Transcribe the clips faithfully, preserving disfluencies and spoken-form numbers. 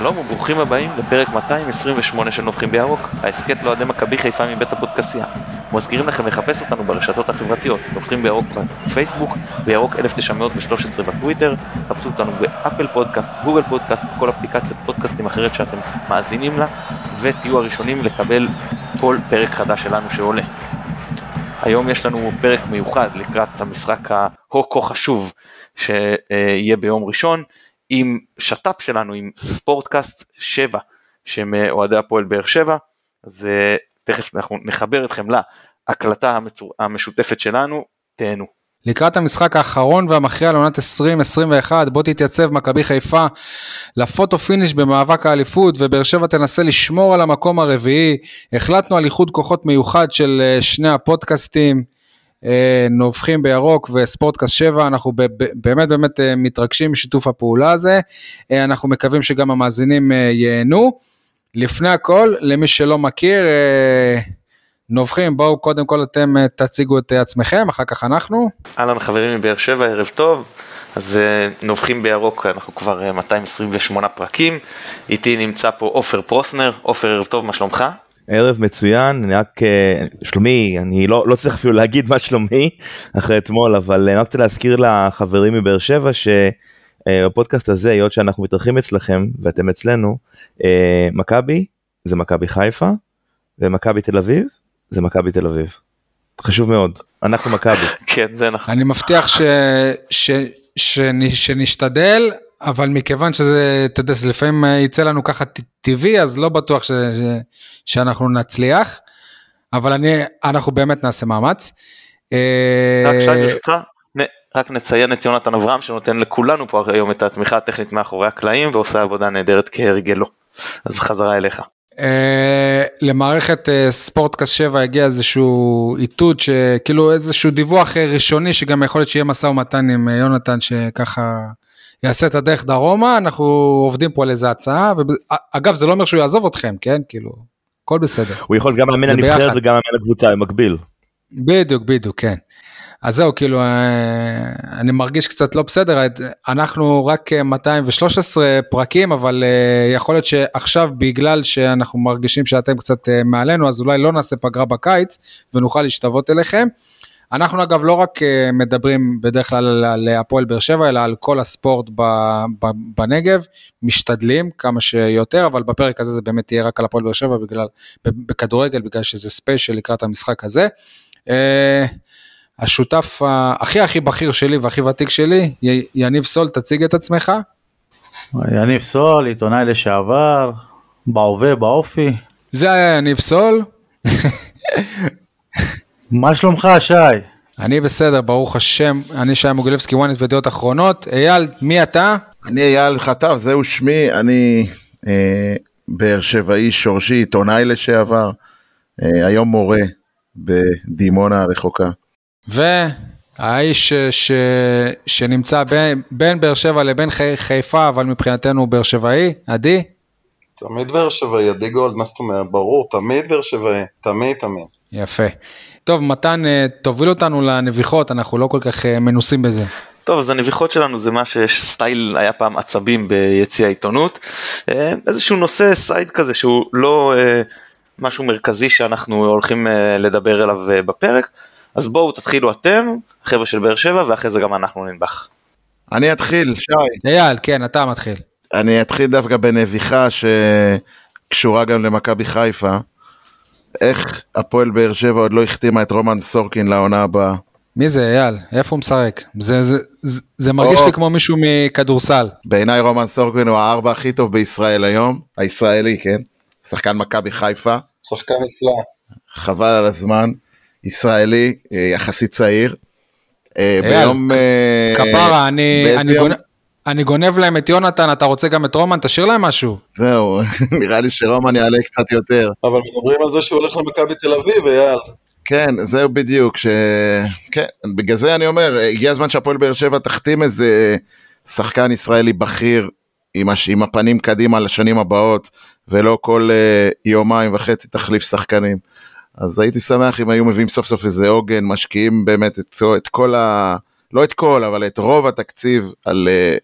שלום וברוכים הבאים לפרק מאתיים עשרים ושמונה של נובחים בירוק, ההסכת לאוהדי מכבי חיפה מבית הפודקאסיה. מזכירים לכם לחפש אותנו ברשתות החברתיות, נובחים בירוק בפייסבוק, בירוק אלף תשע מאות ושלוש עשרה בטוויטר, חפשו אותנו באפל פודקאסט, גוגל פודקאסט, כל אפליקציית פודקאסטים אחרת שאתם מאזינים לה, ותהיו הראשונים לקבל כל פרק חדש שלנו שעולה. היום יש לנו פרק מיוחד לקראת המשחק ההוקו חשוב שיהיה ביום ראשון, עם שטאפ שלנו, עם ספורטקאסט שבע, שמאוהדי הפועל באר שבע, אז תכף אנחנו נחבר אתכם להקלטה המשותפת שלנו, תהנו. לקראת המשחק האחרון והמכריע לעונת עשרים עשרים ואחת, בוא תתייצב מכבי חיפה לפוטו פיניש במאבק האליפות, ובאר שבע תנסה לשמור על המקום הרביעי. החלטנו על איחוד כוחות מיוחד של שני הפודקאסטים, נובחים בירוק וספורטקאסט שבע, אנחנו באמת באמת מתרגשים משיתוף הפעולה הזה, אנחנו מקווים שגם המאזינים ייהנו. לפני הכל, למי שלא מכיר, נובחים, בואו קודם כל אתם תציגו את עצמכם, אחר כך אנחנו. אהלן חברים מבאר שבע, ערב טוב. אז נובחים בירוק, אנחנו כבר מאתיים עשרים ושמונה פרקים, איתי נמצא פה אופר פרוסנר. אופר, ערב טוב, מה שלומך? ערב מצוין, אני רק, שלומי, אני לא, לא צריך אפילו להגיד מה שלומי אחרי אתמול, אבל אני רק רוצה להזכיר לחברים מבאר שבע, שבפודקאסט הזה, היות שאנחנו מתארחים אצלכם, ואתם אצלנו, מכבי זה מכבי חיפה, ומכבי תל אביב זה מכבי תל אביב. חשוב מאוד, אנחנו מכבי. כן, זה נכון. אני מבטיח ש, ש, ש, שנשתדל, אבל מכיוון שזה, אתה יודע, לפעמים יצא לנו ככה טבעי, אז לא בטוח ש, ש, שאנחנו נצליח, אבל אני, אנחנו באמת נעשה מאמץ. רק שי ברשותך, רק נציין את יונתן אברהם, שנותן לכולנו פה היום את התמיכה הטכנית מאחורי הקלעים, ועושה עבודה נהדרת כהרגלו. אז חזרה אליך. למערכת ספורטקאסט שבע הגיע איזשהו איתות, שכאילו איזשהו דיווח ראשוני, שגם יכול להיות שיהיה מסע ומתן עם יונתן, שככה יעשה את הדרך דרומה. אנחנו עובדים פה על איזו הצעה, ואגב זה לא אומר שהוא יעזוב אתכם, כן? כאילו, הכל בסדר. הוא יכול גם לאמן הנבחרת וגם לאמן הקבוצה במקביל. בדיוק, בדיוק, כן. אז זהו, כאילו, אני מרגיש קצת לא בסדר, אנחנו רק מאתיים ושלוש עשרה פרקים, אבל יכול להיות שעכשיו, בגלל שאנחנו מרגישים שאתם קצת מעלינו, אז אולי לא נעשה פגרה בקיץ, ונוכל להשתוות אליכם. אנחנו אגב לא רק מדברים בדרך כלל על הפועל באר שבע, אלא על כל הספורט בנגב, משתדלים כמה שיותר, אבל בפרק הזה זה באמת יהיה רק על הפועל באר שבע, בגלל, בכדורגל, בגלל שזה ספיישל לקראת המשחק הזה. השותף הכי הכי בכיר שלי והכי ותיק שלי, יניב סול, תציג את עצמך. יניב סול, עיתונאי לשעבר, בהווה, באופי. זה היה יניב סול. מה שלומך, שי? אני בסדר, ברוך השם, אני שי מוגילבסקי, וואנט ודעות אחרונות. אייל, מי אתה? אני אייל חטב, זהו שמי, אני אה, באר שבעי שורשי, עיתונאי לשעבר, אה, היום מורה בדימונה הרחוקה. והאיש ש... שנמצא בין, בין באר שבע לבין חיפה, אבל מבחינתנו באר שבעי, עדי? תמיד באר שבעי, עדי גולד, מה זאת אומרת? ברור, תמיד באר שבעי, תמיד תמיד. יפה. טוב, מתן, תוביל אותנו לנביחות, אנחנו לא כל כך מנוסים בזה. טוב, אז הנביחות שלנו זה מה שסטייל היה פעם עצבים ביציע העיתונות, איזשהו נושא סייד כזה שהוא לא משהו מרכזי שאנחנו הולכים לדבר אליו בפרק, אז בואו תתחילו אתם, חבר'ה של באר שבע, ואחרי זה גם אנחנו ננבח. אני אתחיל, שי. אייל, כן, אתה מתחיל. אני אתחיל דווקא בנביחה שקשורה גם למכבי חיפה. איך הפועל באר שבע עוד לא החתימה את רומן סורקין לעונה הבאה? מי זה, אייל? איפה הוא משחק? זה, זה, זה, זה מרגיש לי כמו מישהו מכדורסל. בעיניי רומן סורקין הוא הארבע הכי טוב בישראל היום, הישראלי, כן? שחקן מכבי חיפה. שחקן נפלא. חבל על הזמן. ישראלי, יחסית צעיר. ביום... כפרה, אני גונב להם את יונתן, אתה רוצה גם את רומן, תשאיר להם משהו. זהו, נראה לי שרומן יעלה קצת יותר. אבל מדברים על זה שהוא הולך למכבי תל אביב, אייל. כן, זהו בדיוק, כן, בגלל זה אני אומר, הגיע הזמן שהפועל באר שבע תחתים איזה שחקן ישראלי בכיר, עם הפנים קדימה לשנים הבאות, ולא כל יומיים וחצי תחליף שחקנים. אז הייתי שמח אם היו מביאים סוף סוף איזה עוגן, משקיעים באמת את, את כל ה... לא את כל, אבל את רוב התקציב על uh,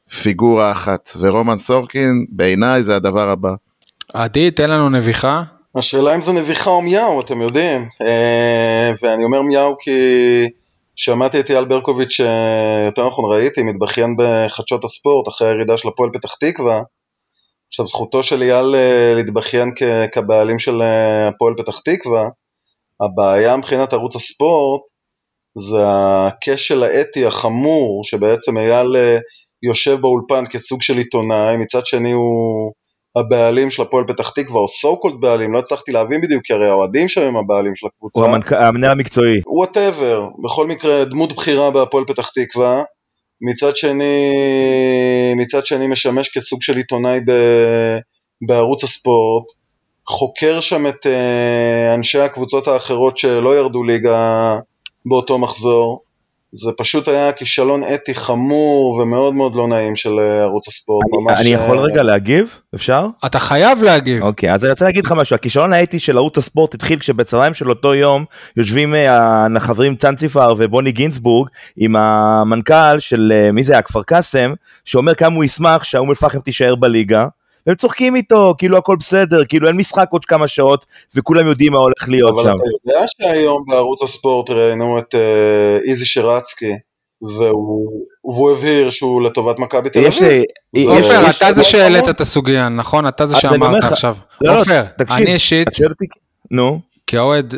פיגורה אחת, ורומן סורקין בעיניי זה הדבר הבא. עדי, תן לנו נביחה. השאלה אם זה נביחה או מיהו, אתם יודעים, ואני אומר מיהו כי שמעתי את אייל ברקוביץ', יותר נכון ראיתי, מתבכיין בחדשות הספורט אחרי הירידה של הפועל פתח תקווה. עכשיו זכותו של אייל להתבכיין כבעלים של הפועל פתח תקווה, הבעיה מבחינת ערוץ הספורט זה הכשל האתי החמור שבעצם אייל יושב באולפן כסוג של עיתונאי, מצד שני הוא הבעלים של הפועל פתח תקווה, או סו-קולד בעלים, לא הצלחתי להבין בדיוק, כי הרי האוהדים שהם הבעלים של הקבוצה. הוא המנהל המקצועי. whatever, בכל מקרה דמות בחירה בהפועל פתח תקווה, מצד שני, מצד שני משמש כסוג של עיתונאי ב, בערוץ הספורט, חוקר שם את אנשי הקבוצות האחרות שלא ירדו ליגה באותו מחזור, זה פשוט היה כישלון אתי חמור ומאוד מאוד לא נעים של ערוץ הספורט. אני, ממש... אני יכול רגע להגיב? אפשר? אתה חייב להגיב. אוקיי, אז אני רוצה להגיד לך משהו, הכישלון האתי של ערוץ הספורט התחיל כשבצהריים של אותו יום יושבים החברים צאנציפר ובוני גינסבורג עם המנכ"ל של מי זה היה, כפר קאסם, שאומר כמה הוא ישמח שהאום אל-פחם תישאר בליגה, והם צוחקים איתו, כאילו הכל בסדר, כאילו אין משחק עוד כמה שעות, וכולם יודעים מה הולך להיות אבל שם. אבל אתה יודע שהיום בערוץ הספורט ראינו את uh, איזי שרצקי, והוא, והוא הבהיר שהוא לטובת מכבי תל אביב. עופר, אתה זה שהעלית את הסוגיה, נכון? אתה זה שאמרת עכשיו. עופר, אני אישית, נו. כאוהד,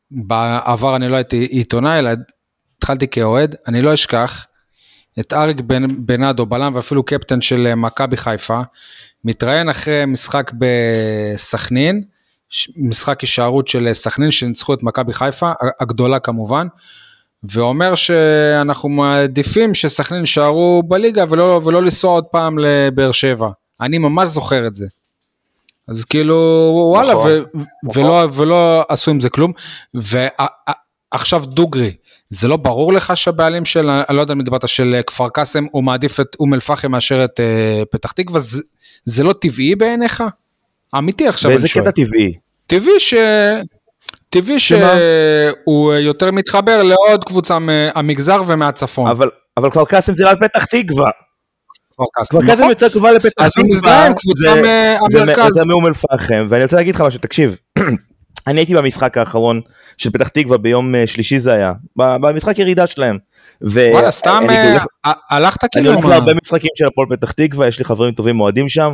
בעבר אני לא הייתי עיתונאי, אלא התחלתי כאוהד, אני לא אשכח את אריק בנאדו, בלם ואפילו קפטן של מכבי חיפה, מתראיין אחרי משחק בסכנין, משחק הישארות של סכנין, שניצחו את מכבי חיפה, הגדולה כמובן, ואומר שאנחנו מעדיפים שסכנין יישארו בליגה, ולא, ולא לנסוע עוד פעם לבאר שבע. אני ממש זוכר את זה. אז כאילו, וואלה, ו, ולא, ולא עשו עם זה כלום, ועכשיו דוגרי, זה לא ברור לך שהבעלים של, אני לא יודע מדברת, של כפר קאסם, הוא מעדיף את אום אל-פחם מאשר את uh, פתח תקווה, זה, זה לא טבעי בעיניך? אמיתי עכשיו אני שואל. באיזה קטע טבעי? טבעי ש... טבעי שהוא יותר מתחבר לעוד קבוצה מהמגזר ומהצפון. אבל, אבל כפר קאסם זה רק פתח תקווה. כפר קאסם יותר קרובה לפתח תקווה. אז הוא מזדהה עם קבוצה מהמרכז. זה מאום אל-פחם, ואני רוצה להגיד לך משהו, תקשיב. אני הייתי במשחק האחרון של פתח תקווה ביום שלישי זה היה, במשחק ירידה שלהם. וואלה, סתם הלכת כאילו. אני הולך להרבה משחקים של הפועל פתח תקווה, יש לי חברים טובים מועדים שם,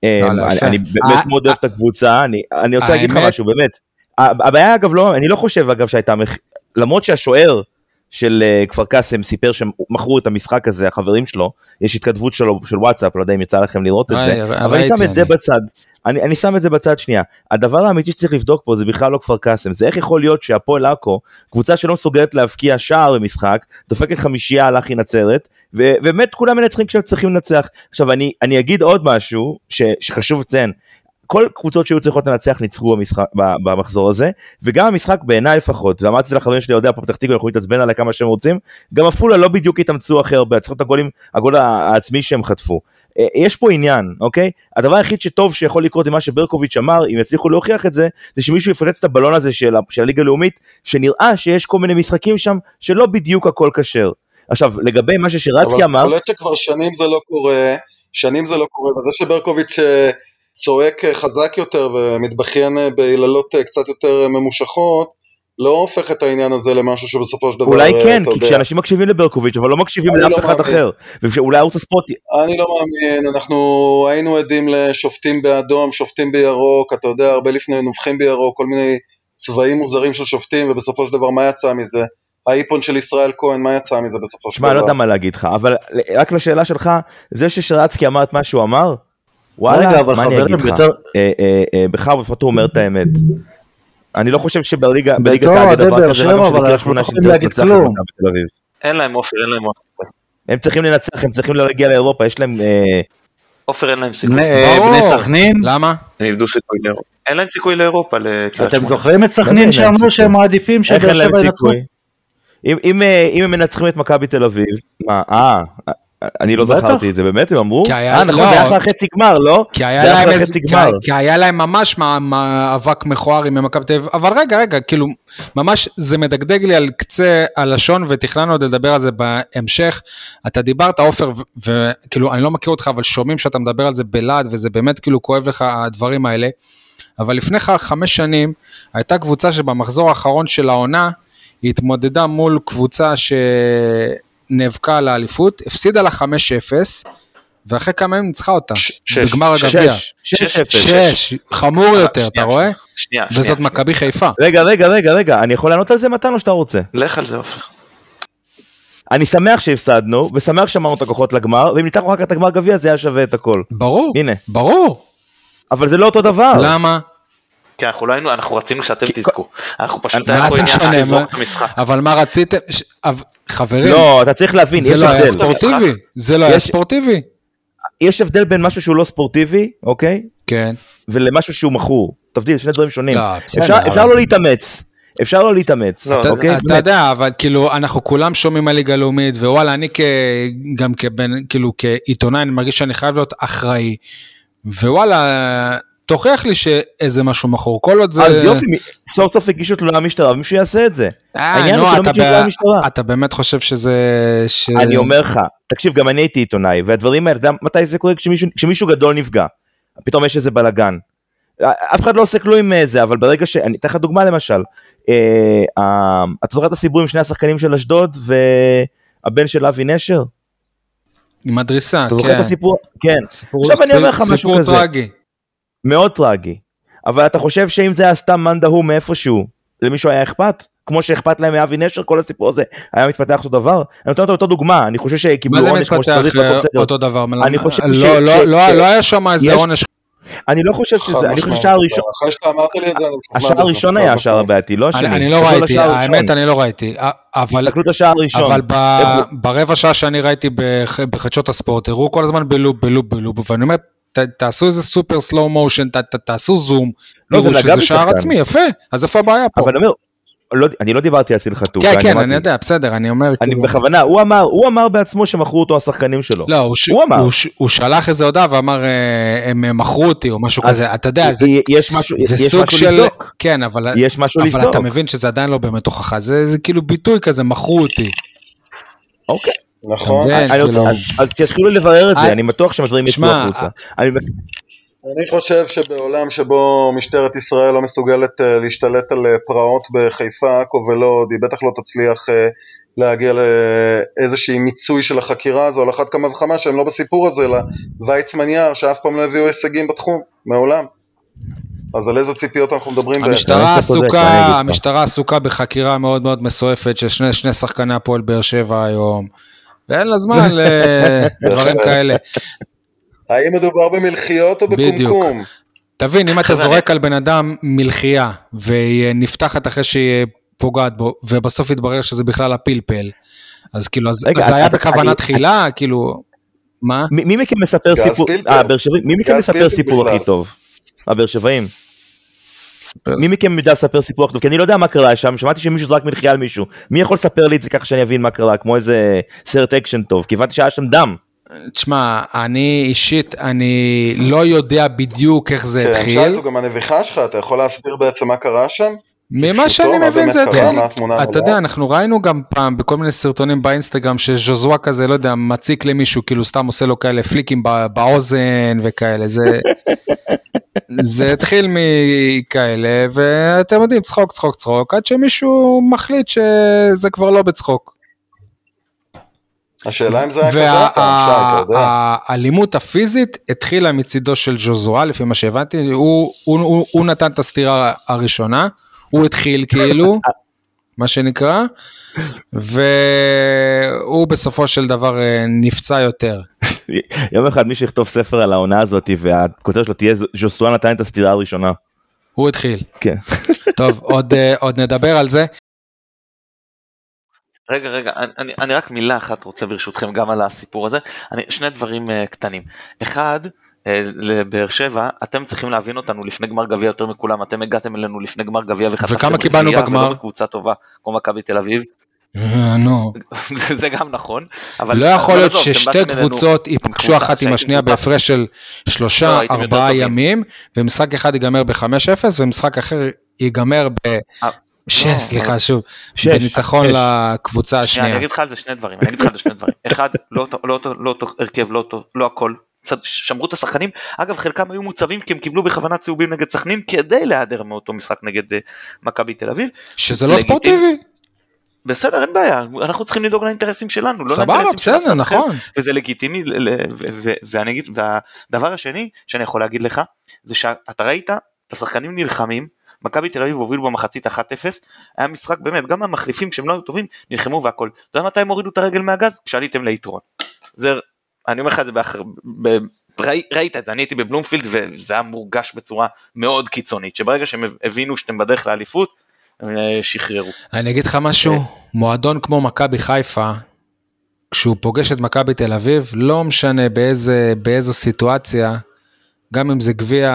אני באמת מאוד אוהב את הקבוצה, אני רוצה להגיד לך משהו, באמת. הבעיה אגב לא, אני לא חושב אגב שהייתה, למרות שהשוער של כפר קאסם סיפר שמכרו את המשחק הזה, החברים שלו, יש התכתבות שלו של וואטסאפ, לא יודע אם יצא לכם לראות את זה, אבל אני שם את זה בצד. אני, אני שם את זה בצד שנייה. הדבר האמיתי שצריך לבדוק פה זה בכלל לא כפר קאסם, זה איך יכול להיות שהפועל עכו, קבוצה שלא מסוגלת להבקיע שער במשחק, דופקת חמישייה על אחי נצרת, ובאמת כולם מנצחים כשהם צריכים לנצח. עכשיו אני, אני אגיד עוד משהו ש, שחשוב לציין, כל קבוצות שהיו צריכות לנצח ניצחו במשחק, במחזור הזה, וגם המשחק בעיניי לפחות, ואמרתי לחברים שלי, יודע, פה פתח תקווה, יכולים להתעצבן עליי כמה שהם רוצים, גם עפולה לא בדיוק התאמצו הכי הרבה, צריכות הגולים, הגול העצמי שהם חטפו. יש פה עניין, אוקיי? הדבר היחיד שטוב שיכול לקרות עם מה שברקוביץ' אמר, אם יצליחו להוכיח את זה, זה שמישהו יפוצץ את הבלון הזה של, של הליגה הלאומית, שנראה שיש כל מיני משחקים שם, שלא בדיוק הכל כשר. עכשיו, לגבי מה ששרצקי אמר... אבל חולט שכבר שנים זה לא קורה, שנים זה לא קורה, וזה שברקוביץ' צועק חזק יותר, ומתבכיין בהיללות קצת יותר ממושכות, לא הופך את העניין הזה למשהו שבסופו של דבר... אולי כן, כי כשאנשים מקשיבים לברקוביץ' אבל לא מקשיבים לאף אחד אחר, ואולי ערוץ הספורט... אני לא מאמין, אנחנו היינו עדים לשופטים באדום, שופטים בירוק, אתה יודע, הרבה לפני נובחים בירוק, כל מיני צבעים מוזרים של שופטים, ובסופו של דבר מה יצא מזה? האיפון של ישראל כהן, מה יצא מזה בסופו של דבר? שמע, לא יודע מה להגיד לך, אבל רק לשאלה שלך, זה ששרצקי אמר את מה שהוא אמר, וואלה, מה אני אגיד לך? בכלל ופרטו אומר את האמת. אני לא חושב שבליגה תעגה דבר כזה, אבל אנחנו לא יכולים להגיד כלום. אין להם אופר, אין להם אופר. הם צריכים לנצח, הם צריכים להגיע לאירופה, יש להם... אופר אין להם סיכוי. בני סכנין? למה? הם איבדו סיכוי לאירופה. אין להם סיכוי לאירופה. אתם זוכרים את סכנין שאמרו שהם מעדיפים שבאר שבע ינצחו? אם הם מנצחים את מכבי תל אביב, מה, אה, אני לא זכרתי את זה, באמת, הם אמרו? היה, אה, נכון, לא, זה היה אחרי חצי גמר, לא? כי היה, זה היה להם, אחרי איז, חצי כי, גמר. כי היה להם ממש מאבק מכוער עם מכבי תל אביב, אבל רגע, רגע, כאילו, ממש זה מדגדג לי על קצה הלשון, ותכננו עוד לדבר על זה בהמשך. אתה דיברת, עופר, וכאילו, אני לא מכיר אותך, אבל שומעים שאתה מדבר על זה בלעד, וזה באמת כאילו כואב לך הדברים האלה. אבל לפני חמש שנים, הייתה קבוצה שבמחזור האחרון של העונה, היא התמודדה מול קבוצה שנאבקה על האליפות, הפסידה לה חמש אפס, ואחרי כמה ימים ניצחה אותה, בגמר הגביע. שש אפס. שש, חמור יותר, אתה רואה? שנייה, וזאת מכבי חיפה. רגע, רגע, רגע, רגע, אני יכול לענות על זה מתן או שאתה רוצה? לך על זה, עופר. אני שמח שהפסדנו, ושמח שמרנו את הכוחות לגמר, ואם ניצחנו רק את הגמר גביע, זה היה שווה את הכל. ברור, הנה. ברור. אבל זה לא אותו דבר. למה? כי אנחנו לא היינו, אנחנו רצינו שאתם תזכו. אנחנו פשוט מה היינו זה עניין משנה? לזרוק את המשחק. אבל מה רציתם? ש- אבל- חברים, לא, אתה צריך להבין, זה יש לא היה הבדל. ספורטיבי. זה לא היה יש- ספורטיבי. יש הבדל בין משהו שהוא לא ספורטיבי, אוקיי? כן. ולמשהו שהוא מכור. תבדיל, שני דברים שונים. לא, בסדר, אפשר- אבל- אפשר לא להתאמץ. אפשר לא להתאמץ. לא, אתה, אוקיי? אתה באמת. יודע, אבל כאילו, אנחנו כולם שומעים על ליגה לאומית, ווואלה, אני כ, גם כבן, כאילו, כעיתונאי, אני מרגיש שאני חייב להיות אחראי, ווואלה, תוכיח לי שאיזה משהו מכור, כל עוד זה... אז יופי, סוף סוף הגישו תלונה למשטרה, ומישהו יעשה את זה. אה, העניין נו, הוא שלא אתה, מגישו ב... תלונה למשטרה. אתה באמת חושב שזה... ש... אני אומר לך, תקשיב, גם אני הייתי עיתונאי, והדברים האלה, אתה יודע מתי זה קורה? כשמישהו, כשמישהו גדול נפגע, פתאום יש איזה בלגן. אף אחד לא עושה כלום עם זה, אבל ברגע ש... אני אתן לך דוגמה למשל, אה, אה, אתה זוכר את הסיפור עם שני השחקנים של אשדוד, והבן של אבי נשר? עם הדריסה, אתה זוכר כן. את הסיפור? כן. סיפור, עכשיו אני אומר לך סיפור משהו כזה. טרגי. מאוד טרגי. אבל אתה חושב שאם זה היה סתם מאן דהוא מאיפשהו, למישהו היה אכפת? כמו שאכפת להם מאבי נשר, כל הסיפור הזה, היה מתפתח אותו דבר? אני נותן אותו אותו דוגמה, אני חושב שקיבלו מה זה עונש כמו מתפתח שצריך אותו בסדר. אותו דבר? אני חושב לא, ש- לא, ש- לא, ש- לא היה שם איזה יש- עונש. אני לא חושב שזה, אני חושב שהשער הראשון, אחרי שאתה אמרת לי את זה, אני משוכנע השער בזה. הראשון היה השער הבעייתי, לא השני. אני, אני לא תסתכלו על ראיתי, השער הראשון. האמת אני לא ראיתי, אבל, תסתכלו את השער הראשון. אבל ב, איך הוא- ברבע שעה שאני ראיתי בח, בחדשות הספורט, הראו כל הזמן בלופ, בלופ, בלופ, ואני אומר, ת, תעשו איזה סופר סלואו מושן, ת, ת, תעשו זום, לא, זה תראו נגע שזה שער בשחקן. עצמי, יפה, אז איפה הבעיה פה? אבל אני אומר, לא- אני לא דיברתי על סילחתו. כן, כן, אני יודע, בסדר, אני אומר, אני כאילו- בכוונה, הוא אמר, הוא אמר בעצמו שמכרו אותו השחקנים שלו. לא, הוא, ש... הוא אמר. הוא, ש... הוא שלח איזה הודעה ואמר, אה, הם מכרו אותי או משהו אז כזה, אתה יודע, זה, יש משהו, זה יש סוג משהו של, לבדוק. כן, אבל, יש משהו אבל לבדוק. אתה מבין שזה עדיין לא באמת הוכחה, זה, זה כאילו ביטוי כזה, מכרו אותי. אוקיי. נכון. כן, אני כאילו- רוצה- אז אז שיתחילו לברר את זה, אני- אני בטוח שהדברים יצאו שמע, החוצה. אני- אני חושב שבעולם שבו משטרת ישראל לא מסוגלת אה, להשתלט על אה, פרעות בחיפה, עכו ולוד, היא בטח לא תצליח אה, להגיע לאיזושהי מיצוי של החקירה הזו, על אחת כמה וכמה שהם לא בסיפור הזה, אלא ויצמן יער שאף פעם לא הביאו הישגים בתחום, מעולם. אז על איזה ציפיות אנחנו מדברים בעצם? המשטרה אתה צודק, אני עסוקה, אגיד לך. המשטרה עסוקה בחקירה מאוד מאוד מסועפת של שני, שני שחקני הפועל באר שבע היום, ואין לה זמן לדברים כאלה. האם מדובר במלחיות או בדיוק. בקומקום? תבין, אם אתה זורק על בן אדם מלחייה, והיא נפתחת אחרי שהיא פוגעת בו, ובסוף יתברר שזה בכלל הפלפל, אז כאילו, אז, רגע, אז זה היה אני- בכוונה אני- תחילה, כאילו, מה? מי מי מכם מספר גז סיפור, פלפל. אה, באר שבעים, מי מכם גז מספר פלפל סיפור בכלל. הכי טוב? הבאר שבעים. מי מכם יודע לספר סיפור הכי טוב? כי אני לא יודע מה קרה שם, שמעתי שמישהו זרק מלחייה על מישהו. מי יכול לספר לי את זה ככה שאני אבין מה קרה, כמו איזה סרט אקשן טוב, כי הבנתי שהיה שם דם. תשמע, אני אישית, אני לא יודע בדיוק איך זה כן, שי, התחיל, זו גם הנביכה שלך, אתה יכול להסביר בעצם מה קרה שם? ממה כפשוטו, שאני מה מבין באמת זה קרה, התחיל, מה התמונה אתה המלאה? יודע, אנחנו ראינו גם פעם בכל מיני סרטונים באינסטגרם שז'וזואה כזה, לא יודע, מציק למישהו, כאילו סתם עושה לו כאלה פליקים בא- באוזן וכאלה, זה זה התחיל מכאלה, ואתם יודעים, צחוק, צחוק, צחוק, עד שמישהו מחליט שזה כבר לא בצחוק. השאלה אם זה היה כזה פעם, שי, אתה יודע. והאלימות הפיזית התחילה מצידו של ז'וזואה, לפי מה שהבנתי, הוא, הוא, הוא, הוא נתן את הסתירה הראשונה, הוא התחיל כאילו, מה שנקרא, והוא בסופו של דבר נפצע יותר. יום אחד מישהו יכתוב ספר על העונה הזאת, והכותרת שלו תהיה ז'וסואה נתן את הסתירה הראשונה. הוא התחיל. כן. טוב, עוד, עוד נדבר על זה. רגע, רגע, אני, אני רק מילה אחת רוצה ברשותכם גם על הסיפור הזה. אני, שני דברים uh, קטנים. אחד, uh, לבאר שבע, אתם צריכים להבין אותנו לפני גמר גביע יותר מכולם, אתם הגעתם אלינו לפני גמר גביע וחטפתם וכמה קיבלנו רביעייה, בגמר? ולא בקבוצה טובה כמו מכבי תל אביב. נו. זה גם נכון. לא יכול להיות ששתי קבוצות ייפגשו אחת עם השנייה בהפרש של שלושה, ארבעה ימים, ומשחק אחד ייגמר ב-חמש אפס, ומשחק אחר ייגמר ב-שש, סליחה שוב, בניצחון לקבוצה השנייה. אני אגיד לך על זה שני דברים, אני אגיד לך על זה שני דברים. אחד, לא אותו הרכב, לא הכל. שמרו את השחקנים, אגב חלקם היו מוצבים כי הם קיבלו בכוונה צהובים נגד סכנין כדי להיעדר מאותו משחק נגד מכבי תל אביב. שזה לא ספורטיבי. בסדר, אין בעיה, אנחנו צריכים לדאוג לאינטרסים שלנו, לא סבבה, בסדר, נכון. וזה לגיטימי, ואני אגיד, והדבר השני שאני יכול להגיד לך, זה שאתה ראית, את השחקנים נלחמים, מכבי תל אביב הוביל במחצית אחת אפס, היה משחק באמת, גם המחליפים שהם לא היו טובים, נלחמו והכל. אתה יודע מתי הם הורידו את הרגל מהגז? כשעליתם ליתרון. זה, אני אומר לך את זה באחר, ב, ראי, ראית את זה, אני הייתי בבלומפילד, וזה היה מורגש בצורה מאוד קיצונית, שברגע שהם הבינו שאתם בדרך לאליפות, שחררו. אני אגיד לך משהו, מועדון כמו מכבי חיפה, כשהוא פוגש את מכבי תל אביב, לא משנה באיזה, באיזו סיטואציה, גם אם זה גביע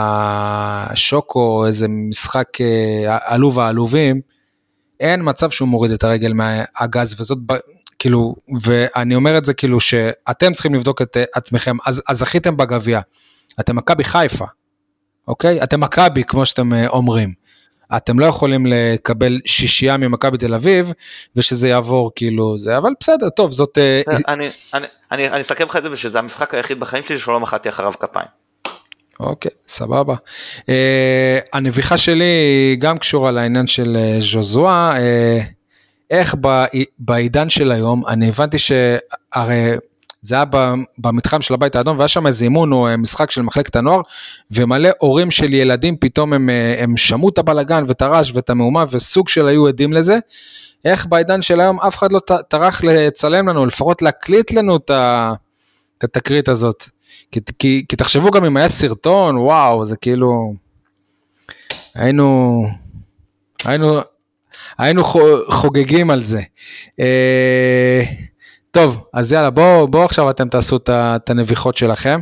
שוקו, איזה משחק עלוב העלובים, אין מצב שהוא מוריד את הרגל מהגז, וזאת כאילו, ואני אומר את זה כאילו שאתם צריכים לבדוק את עצמכם, אז, אז זכיתם בגביע, אתם מכבי חיפה, אוקיי? אתם מכבי כמו שאתם אומרים, אתם לא יכולים לקבל שישייה ממכבי תל אביב, ושזה יעבור כאילו זה, אבל בסדר, טוב, זאת... אני, אני, אני, אני אסכם לך את זה, ושזה המשחק היחיד בחיים שלי, שלא מחאתי אחריו כפיים. אוקיי, סבבה. הנביחה שלי גם קשורה לעניין של ז'וזואה, איך בעידן של היום, אני הבנתי שהרי זה היה במתחם של הבית האדום, והיה שם איזה אימון או משחק של מחלקת הנוער, ומלא הורים של ילדים פתאום הם, הם שמעו את הבלגן ואת הרעש ואת המהומה, וסוג של היו עדים לזה, איך בעידן של היום אף אחד לא טרח לצלם לנו, לפחות להקליט לנו את התקרית הזאת, כי, כי, כי תחשבו גם אם היה סרטון, וואו, זה כאילו, היינו, היינו, היינו חוגגים על זה. אה, טוב, אז יאללה, בואו בוא עכשיו אתם תעשו את הנביחות שלכם.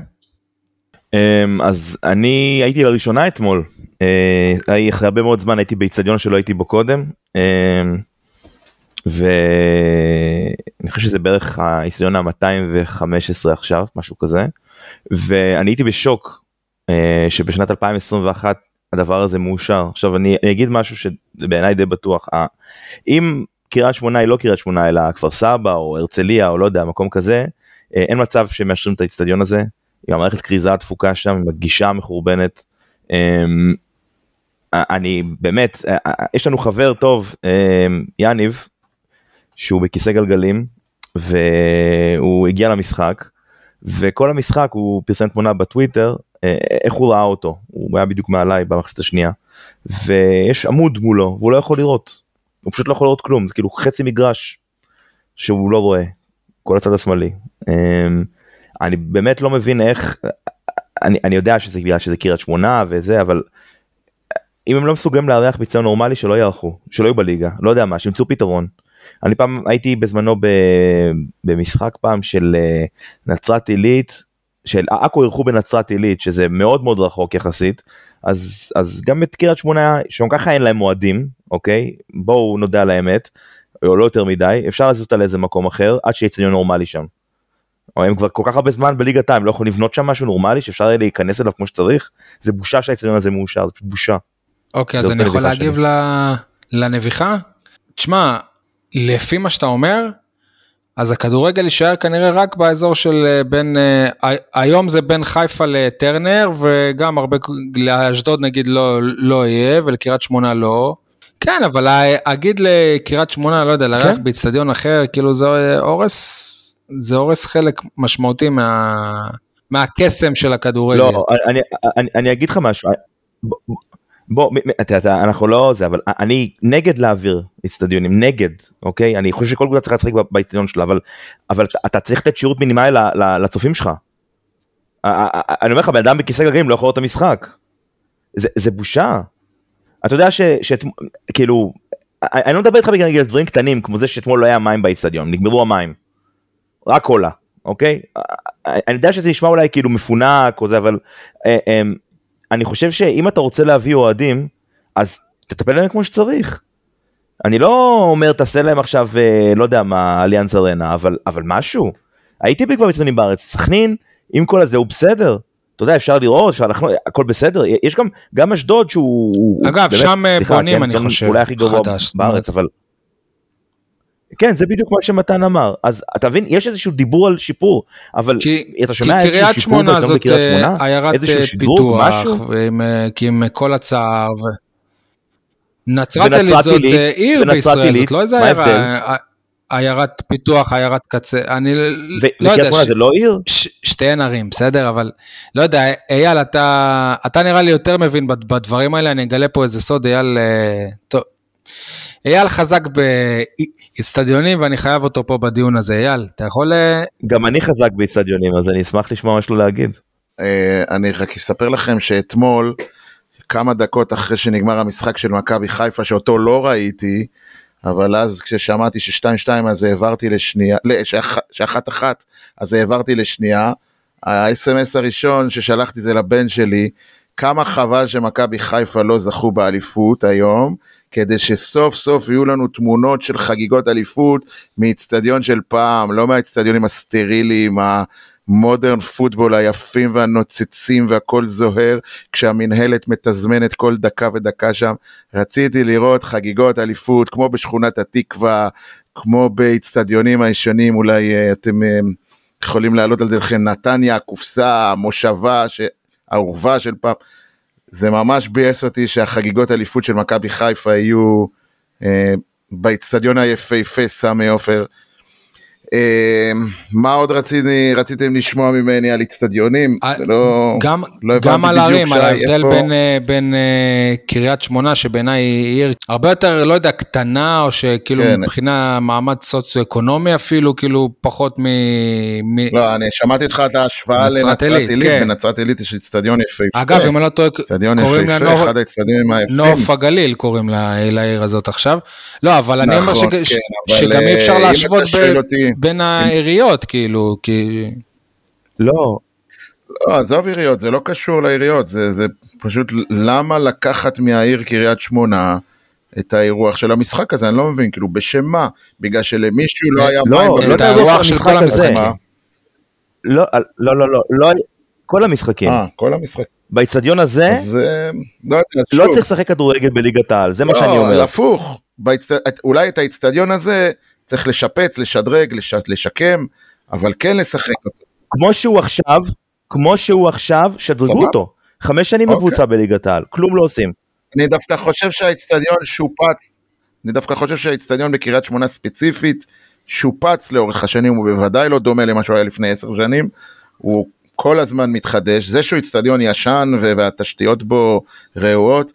אז אני הייתי לראשונה אתמול, אחרי הרבה מאוד זמן הייתי באצטדיון שלא הייתי בו קודם, ואני חושב שזה בערך האצטדיון ה-מאתיים וחמש עשרה עכשיו, משהו כזה, ואני הייתי בשוק שבשנת אלפיים עשרים ואחת הדבר הזה מאושר. עכשיו אני אגיד משהו שבעיניי די בטוח, אם קריית שמונה היא לא קריית שמונה, אלא כפר סבא או הרצליה או לא יודע, מקום כזה, אין מצב שמאשרים את האצטדיון הזה, עם המערכת קריזה התפוקה שם, עם הגישה המחורבנת. אני באמת, יש לנו חבר טוב, יניב, שהוא בכיסא גלגלים, והוא הגיע למשחק, וכל המשחק הוא פרסם תמונה בטוויטר, איך הוא ראה אותו, הוא היה בדיוק מעליי במחצית השנייה, ויש עמוד מולו, והוא לא יכול לראות, הוא פשוט לא יכול לראות כלום, זה כאילו חצי מגרש, שהוא לא רואה, כל הצד השמאלי. אני באמת לא מבין איך, אני, אני יודע שזה בגלל שזה קריית שמונה וזה, אבל אם הם לא מסוגלים לארח ביצוע נורמלי, שלא יערכו, שלא יהיו בליגה, לא יודע מה, שימצאו פתרון. אני פעם הייתי בזמנו במשחק פעם של נצרת עילית, של עכו אירחו בנצרת עילית, שזה מאוד מאוד רחוק יחסית, אז, אז גם את קריית שמונה, שגם ככה אין להם מועדים, אוקיי? בואו נודע על האמת, או לא יותר מדי, אפשר לעשות על איזה מקום אחר, עד שיהיה צניון נורמלי שם. או הם כבר כל כך הרבה זמן בליגת העל, הם לא יכולים לבנות שם משהו נורמלי, שאפשר להיכנס אליו כמו שצריך, זה בושה שהצניון הזה מאושר, זה פשוט בושה. אוקיי, אז אני יכול להגיב לנביחה? תשמע, לפי מה שאתה אומר, אז הכדורגל יישאר כנראה רק באזור של בין, היום זה בין חיפה לטרנר, וגם הרבה, לאשדוד נגיד לא, לא יהיה, ולקריית שמונה לא. כן, אבל אגיד לקריית שמונה, לא יודע, לרח באצטדיון אחר, כאילו זה אורס, זה אורס חלק משמעותי מה, מהקסם של הכדורגל. לא, אני, אני, אני אגיד לך משהו, בוא, אנחנו לא זה, אבל אני נגד להעביר אצטדיונים, נגד, אוקיי? אני חושב שכל קבוצה צריכה לשחק באצטדיון שלה, אבל, אבל אתה צריך לתת שירות מינימלי לצופים שלך. אני אומר לך, בן אדם בכיסא גלגלים לא יכול לראות את המשחק. זה, זה בושה. אתה יודע ש, כאילו, אני לא מדבר איתך בגלל דברים קטנים, כמו זה שאתמול לא היה מים באצטדיון, נגמרו המים. רק קולה, אוקיי? אני יודע שזה נשמע אולי כאילו מפונק או זה, אבל אני חושב שאם אתה רוצה להביא אוהדים, אז תטפל להם כמו שצריך. אני לא אומר תעשה להם עכשיו, לא יודע מה, אליאנס ארנה, אבל, אבל משהו. הייתי כבר מצטיינים בארץ, סכנין, עם כל הזה הוא בסדר. אתה יודע, אפשר לראות, אפשר לחנות, הכל בסדר. יש גם, גם אשדוד שהוא... אגב, באמת, שם סליחה, בונים, כן, אני חושב, אולי הכי גרוע חדש, בארץ, אבל... כן, זה בדיוק מה שמתן אמר. אז אתה מבין, יש איזשהו דיבור על שיפור, אבל כי, אתה שומע כי איזשהו שיפור בעצם בקריית שמונה? עיירת איזשהו שדרוג, משהו? ועם, כי עם כל הצער, ו... נצרת עילית זאת עיר בישראל, זאת לא איזה עיירת פיתוח, עיירת קצה, אני לא יודע, ש... זה לא עיר? ש... שתיהן ערים, בסדר, אבל לא יודע, אייל, אתה, אתה נראה לי יותר מבין בדברים האלה, אני אגלה פה איזה סוד, אייל, טוב, אייל חזק באצטדיונים, ואני חייב אותו פה בדיון הזה, אייל, אתה יכול... גם אני חזק באצטדיונים, אז אני אשמח לשמוע משהו להגיד. אני רק אספר לכם שאתמול, כמה דקות אחרי שנגמר המשחק של מכבי חיפה, שאותו לא ראיתי, אבל אז כששמעתי ששתיים שתיים אז העברתי לשנייה, לא, שאחת אחת, אז העברתי לשנייה, ה-אס אם אס הראשון ששלחתי זה לבן שלי, כמה חבל שמכבי חיפה לא זכו באליפות היום, כדי שסוף סוף יהיו לנו תמונות של חגיגות אליפות, מאצטדיון של פעם, לא מהאצטדיונים הסטריליים, המודרן פוטבול היפים והנוצצים והכל זוהר, כשהמנהלת מתזמנת כל דקה ודקה שם, רציתי לראות חגיגות אליפות, כמו בשכונת התקווה, כמו באצטדיונים הישנים, אולי אתם יכולים לעלות על דרכם, נתניה, קופסה, מושבה, העורבה של פעם, זה ממש בייס אותי שהחגיגות אליפות של מכבי חיפה יהיו אה, באצטדיון היפהפה סמי עופר. אה, מה עוד רציתי, רציתם לשמוע ממני על אצטדיונים? לא, גם, לא גם על ערים, על ההבדל איפה... בין, בין uh, קריית שמונה, שבעיניי היא עיר הרבה יותר, לא יודע, קטנה, או שכאילו כן. מבחינה מעמד סוציו-אקונומי אפילו, כאילו פחות מ... מ... לא, אני שמעתי אותך את ההשוואה לנצרת עילית, כן. בנצרת עילית יש אצטדיון יפהפה. אגב, אם אני לא טועה, קוראים לה נוף, אחד האצטדיונים היפים. נוף הגליל קוראים לה, לעיר הזאת עכשיו. לא, אבל נכון, אני אומר שג... כן, שגם אי אפשר להשוות ב... בין העיריות, כאילו, כי... לא, לא, עזוב עיריות, זה לא קשור לעיריות, זה, זה פשוט למה לקחת מהעיר קריית שמונה את האירוח של המשחק הזה, אני לא מבין, כאילו, בשם מה? בגלל שלמישהו לא היה לא, מים... לא את האירוח של כל המשחקים. לא, לא, לא, לא, לא, כל המשחקים. אה, כל המשחקים. באצטדיון הזה, אז, לא, לא צריך לשחק כדורגל בליגת העל, זה מה שאני אומר. לא, להפוך, אולי את האצטדיון הזה צריך לשפץ, לשדרג, לשקם, אבל כן לשחק אותו. כמו שהוא עכשיו, כמו שהוא עכשיו, שדרגו אותו. חמש שנים בקבוצה בליגת העל, כלום לא עושים. אני דווקא חושב שהאצטדיון שופץ, אני דווקא חושב שהאצטדיון בקריית שמונה ספציפית, שופץ לאורך השנים, הוא בוודאי לא דומה למה שהוא היה לפני עשר שנים, הוא כל הזמן מתחדש, זה שהוא אצטדיון ישן והתשתיות בו רעועות,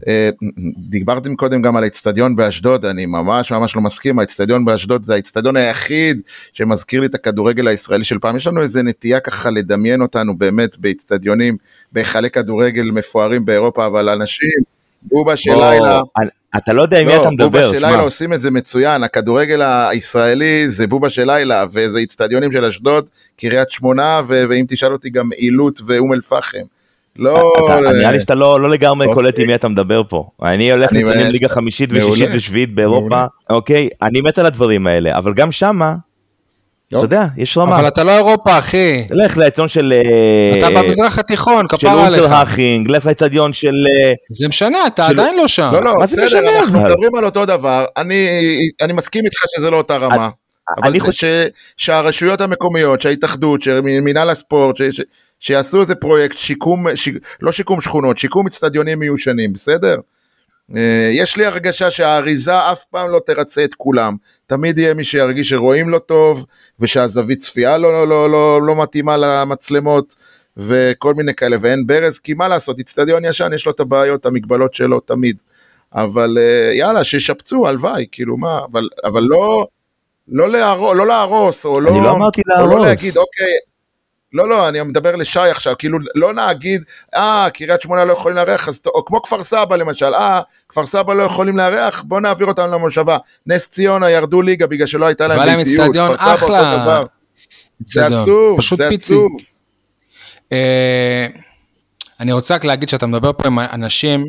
דיברתם קודם גם על האצטדיון באשדוד, אני ממש ממש לא מסכים, האצטדיון באשדוד זה האצטדיון היחיד שמזכיר לי את הכדורגל הישראלי של פעם, יש לנו איזה נטייה ככה לדמיין אותנו באמת באצטדיונים, בהיכלי כדורגל מפוארים באירופה, אבל אנשים, בובה של לילה, אתה לא יודע עם מי אתה מדבר, בובה של לילה עושים את זה מצוין, הכדורגל הישראלי זה בובה של לילה, וזה אצטדיונים של אשדוד, קריית שמונה, ואם תשאל אותי גם אילת ואום אל פחם, לא... נראה לי שאתה לא לגמרי קולט עם מי אתה מדבר פה. אני הולך לצנים ליגה חמישית ושישית ושביעית באירופה, אוקיי, אני מת על הדברים האלה, אבל גם שמה, אתה יודע, יש רמה. אבל אתה לא אירופה, אחי. לך לאצטדיון של... אתה במזרח התיכון, כפרה עליך. של אונטרהכינג, לך לאצטדיון של... זה משנה, אתה עדיין לא שם. לא, לא, בסדר, אנחנו מדברים על אותו דבר, אני מסכים איתך שזה לא אותה רמה. אבל שהרשויות המקומיות, שההתאחדות, שמינהל הספורט, שיעשו איזה פרויקט שיקום, לא שיקום שכונות, שיקום אצטדיונים מיושנים, בסדר? יש לי הרגשה שהאריזה אף פעם לא תרצה את כולם, תמיד יהיה מי שירגיש שרואים לו טוב, ושהזווית צפייה לא, לא, לא, לא, לא מתאימה למצלמות, וכל מיני כאלה, ואין ברז, כי מה לעשות, אצטדיון ישן, יש לו את הבעיות, המגבלות שלו תמיד, אבל יאללה, שישפצו, הלוואי, כאילו מה, אבל, אבל לא, לא להרוס, לא להרוס, או לא, אני לא אמרתי להרוס. או לא להגיד, אוקיי, לא, לא, אני מדבר לשי עכשיו, כאילו, לא נגיד, אה, קריית שמונה לא יכולים לארח, אז, או כמו כפר סבא למשל, אה, כפר סבא לא יכולים לארח, בוא נעביר אותנו למושבה, נס ציונה ירדו ליגה, בגלל שלא הייתה להם ביתיות, כפר סבא אותו דבר, זה עצוב, זה עצוב. אני רוצה רק להגיד שאתה מדבר פה עם אנשים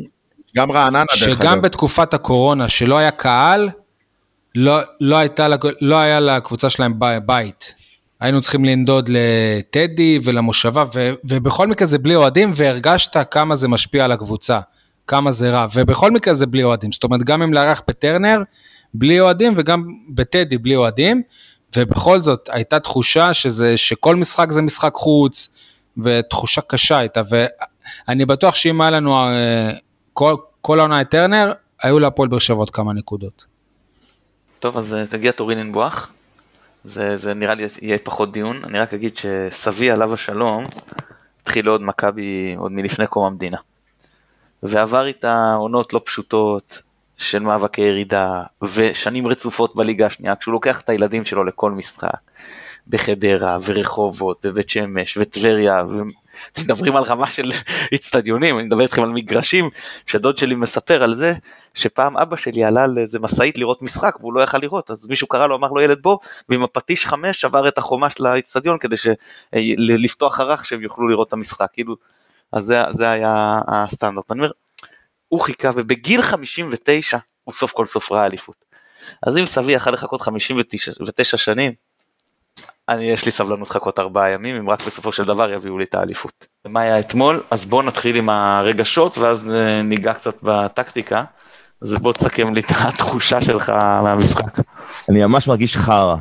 גם רעננה דרך אגב. שגם בתקופת הקורונה, שלא היה קהל, לא, לא, הייתה, לא היה לקבוצה שלהם בית. היינו צריכים לנדוד לטדי ולמושבה, ו, ובכל מקרה זה בלי אוהדים, והרגשת כמה זה משפיע על הקבוצה, כמה זה רע, ובכל מקרה זה בלי אוהדים, זאת אומרת, גם אם לארח בטרנר, בלי אוהדים, וגם בטדי בלי אוהדים, ובכל זאת הייתה תחושה שזה, שכל משחק זה משחק חוץ, ותחושה קשה הייתה, ואני בטוח שאם היה לנו כל, כל העונה את טרנר, היו להפועל באר שבע עוד כמה נקודות. טוב, אז תגיע תורין אינבוח, זה, זה נראה לי יהיה פחות דיון, אני רק אגיד שסבי עליו השלום, התחיל עוד מכבי עוד מלפני קום המדינה, ועבר איתה עונות לא פשוטות, של מאבקי ירידה, ושנים רצופות בליגה השנייה, כשהוא לוקח את הילדים שלו לכל משחק, בחדרה, ורחובות, ובית שמש, וטבריה, ומדברים על רמה של אצטדיונים, אני מדבר איתכם על מגרשים, שדוד שלי מספר על זה, שפעם אבא שלי עלה לאיזה מסעית לראות משחק, והוא לא יכל לראות, אז מישהו קרא לו, אמר לו ילד בוא, ועם הפטיש חמש שבר את החומה של האצטדיון, כדי לפתוח ערך שהם יוכלו לראות את המשחק, כאילו, אז זה, זה היה הסטנדרט. אני אומר, הוא חיכה, ובגיל חמישים ותשע, הוא סוף כל סוף ראה אליפות. אז אם סבי יכל לחכות חמישים ותשע שנים, אני יש לי סבלנות לחכות ארבעה ימים, אם רק בסופו של דבר יביאו לי את האליפות. ומה היה אתמול? אז בואו נתחיל עם הרגשות, ואז ניגע קצת בטקטיקה. אז בואו תסכם לי את התחושה שלך מהמשחק. אני ממש מרגיש חרה.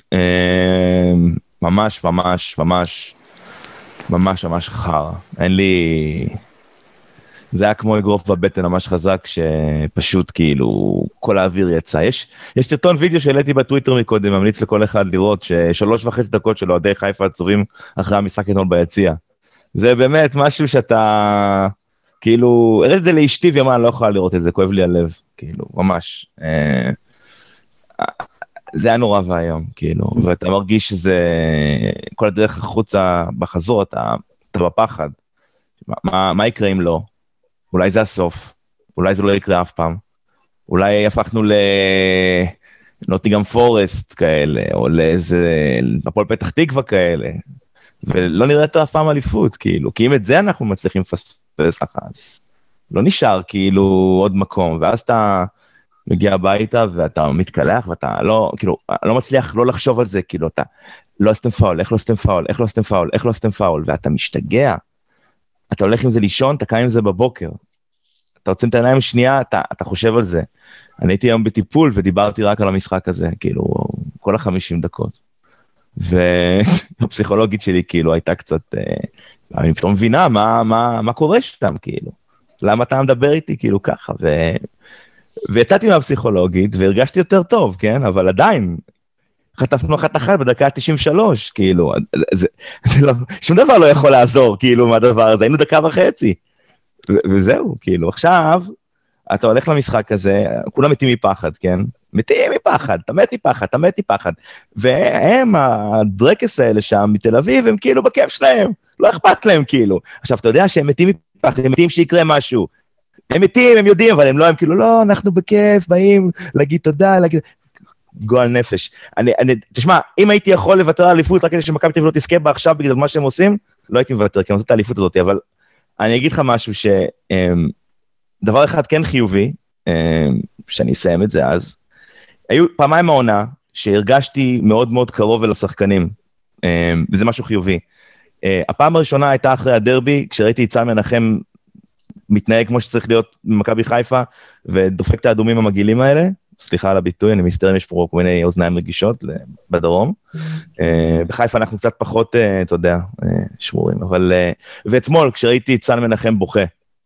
ממש, ממש, ממש, ממש, ממש חרה. אין לי... זה היה כמו אגרוף בבטן ממש חזק, שפשוט כאילו כל האוויר יצא. יש, יש סרטון וידאו שהעליתי בטוויטר מקודם, ממליץ לכל אחד לראות ששלוש וחצי דקות של אוהדי חיפה עצובים אחרי המשחק אתמול ביציע. זה באמת משהו שאתה, כאילו, הראיתי את זה לאשתי ויאמר, אני לא יכולה לראות את זה, כואב לי הלב, כאילו, ממש. זה היה נורא והיום, כאילו, ואתה מרגיש שזה, כל הדרך החוצה בחזור, אתה, אתה בפחד. מה, מה יקרה אם לא? אולי זה הסוף, אולי זה לא יקרה אף פעם, אולי הפכנו לנוטיגהאם פורסט כאלה, או לאיזה, הפועל פתח תקווה כאלה, ולא נראית אף פעם אליפות, כאילו, כי אם את זה אנחנו מצליחים לפספס לך, אז לא נשאר כאילו עוד מקום, ואז אתה מגיע הביתה, ואתה מתקלח, ואתה לא, כאילו, לא מצליח לא לחשוב על זה, כאילו, אתה לא עשיתם פאול, איך לא עשיתם פאול, איך לא עשיתם פאול, איך לא עשיתם פאול, ואתה משתגע, אתה הולך עם זה לישון, אתה קם עם זה בבוקר. אתה עוצם את העיניים שנייה, אתה, אתה חושב על זה. אני הייתי היום בטיפול ודיברתי רק על המשחק הזה, כאילו, כל החמישים דקות. והפסיכולוגית שלי, כאילו, הייתה קצת, אני פתאום מבינה מה, מה, מה קורה שם, כאילו. למה אתה מדבר איתי, כאילו, ככה. ו... ויצאתי מהפסיכולוגית והרגשתי יותר טוב, כן? אבל עדיין, חטפנו אחת אחת בדקה תשעים ושלוש, כאילו, זה, זה, זה לא, שום דבר לא יכול לעזור, כאילו, מהדבר הזה, היינו דקה וחצי, ו- וזהו, כאילו, עכשיו, אתה הולך למשחק הזה, כולם מתים מפחד, כן? מתים מפחד, אתה מת מפחד, אתה מת מפחד, והם, הדרקס האלה שם מתל אביב, הם כאילו בכיף שלהם, לא אכפת להם, כאילו, עכשיו, אתה יודע שהם מתים מפחד, הם מתים שיקרה משהו, הם מתים, הם יודעים, אבל הם לא, הם כאילו, לא, אנחנו בכיף, באים להגיד תודה, להגיד... גועל נפש. אני, אני, תשמע, אם הייתי יכול לוותר על האליפות רק כדי שמכבי תל אביב לא תזכה בה עכשיו בגלל מה שהם עושים, לא הייתי מוותר, כי אני רוצה את האליפות הזאת, אבל אני אגיד לך משהו שדבר אחד כן חיובי, שאני אסיים את זה אז, היו פעמיים העונה שהרגשתי מאוד מאוד קרוב אל השחקנים, וזה משהו חיובי. הפעם הראשונה הייתה אחרי הדרבי, כשראיתי את סמי מנחם מתנהג כמו שצריך להיות במכבי חיפה, ודופק את האדומים המגעילים האלה, סליחה על הביטוי, אני מסתר אם יש פה כל מיני אוזניים רגישות בדרום. בחיפה אנחנו קצת פחות, אתה יודע, שמורים, אבל... ואתמול, כשראיתי את סן מנחם בוכה,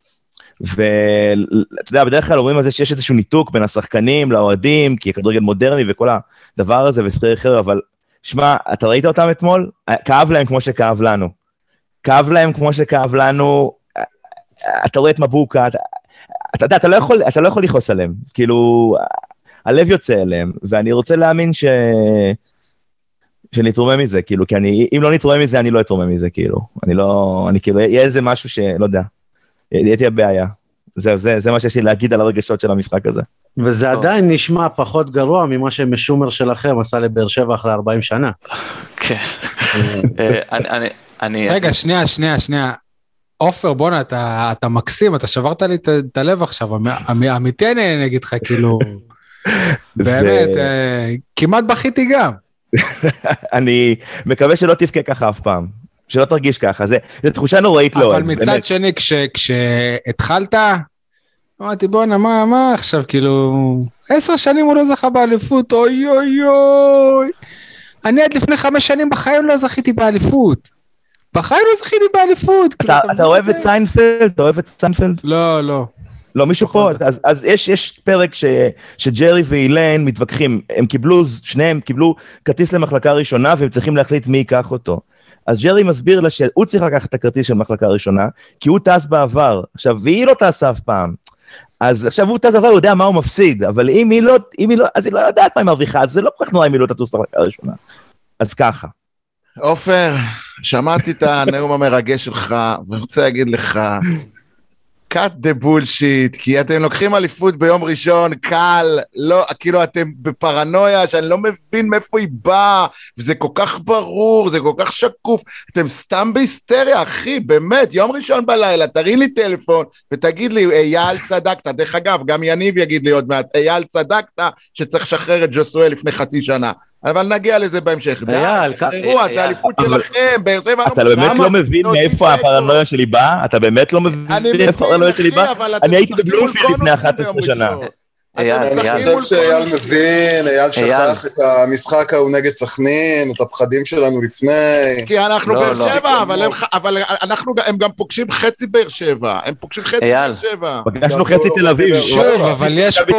ואתה יודע, בדרך כלל אומרים על זה שיש איזשהו ניתוק בין השחקנים לאוהדים, כי הכדורגל מודרני וכל הדבר הזה וסחרר אחר, אבל שמע, אתה ראית אותם אתמול? כאב להם כמו שכאב לנו. כאב להם כמו שכאב לנו, אתה רואה את מבוקה, אתה, אתה יודע, אתה לא יכול, אתה לא יכול לכעוס עליהם, כאילו, הלב יוצא אליהם, ואני רוצה להאמין ש... שנתרומם מזה, כאילו, כי אני, אם לא נתרומם מזה, אני לא אתרומם מזה, כאילו, אני לא, אני כאילו, יהיה איזה משהו שלא יודע, יהיה תהיה בעיה, זה, זה, זה מה שיש לי להגיד על הרגשות של המשחק הזה. וזה עדיין נשמע פחות גרוע ממה שמשומר שלכם עשה לבאר שבע אחרי ארבעים שנה. כן. אני, אני... רגע, שנייה, שנייה, שנייה. עופר, בונה, אתה, אתה מקסים, אתה שברת לי את הלב עכשיו, אמיתי אני אגיד לך, כאילו, באמת, כמעט בכיתי גם. אני מקווה שלא תבכה ככה אף פעם, שלא תרגיש ככה, זו תחושה נוראית לא. אבל מצד שני, כשהתחלת, אמרתי, בונה, מה, מה עכשיו, כאילו, עשר שנים הוא לא זכה באליפות, אוי אוי אוי, אני עד לפני חמש שנים בחיים לא זכיתי באליפות. בחיים לא זכיתי באליפות. אתה אוהב את סיינפלד? אתה אוהב את סיינפלד? לא, לא. לא, מישהו פה, אז יש פרק שג'רי ואילן מתווכחים, הם קיבלו, שניהם קיבלו כרטיס למחלקה ראשונה, והם צריכים להחליט מי ייקח אותו. אז ג'רי מסביר לה שהוא צריך לקחת את הכרטיס של מחלקה ראשונה, כי הוא טס בעבר, עכשיו, והיא לא טסה אף פעם. אז עכשיו הוא טס בעבר, הוא יודע מה הוא מפסיד, אבל אם היא לא, אם היא לא, אז היא לא יודעת מה היא מרוויחה, אז זה לא כל כך נורא אם היא לא תטוס במחלקה ראשונה. אז ככה. עופר, שמעתי את הנאום המרגש שלך, ואני רוצה להגיד לך, cut the bullshit, כי אתם לוקחים אליפות ביום ראשון, קל, לא, כאילו אתם בפרנויה, שאני לא מבין מאיפה היא באה, וזה כל כך ברור, זה כל כך שקוף, אתם סתם בהיסטריה, אחי, באמת, יום ראשון בלילה, תרים לי טלפון, ותגיד לי, אייל צדקת, דרך אגב, גם יניב יגיד לי עוד מעט, אייל צדקת, שצריך לשחרר את ג'וסואל לפני חצי שנה, אבל נגיע לזה בהמשך. אייל, תראו, את האליפות שלכם, אתה באמת לא מבין מאיפה הפרנויה שלי באה? אתה באמת לא מבין מאיפה הפרנויה שלי באה? אני הייתי בבלומפילד לפני אחת עשרה שנה. אני חושב שאייל מבין, אייל שכח את המשחק ההוא נגד סכנין, את הפחדים שלנו לפני. כי אנחנו באר שבע, אבל הם גם פוגשים חצי באר שבע, הם פוגשים חצי באר שבע. פגשנו חצי תל אביב. שוב, אבל יש פה,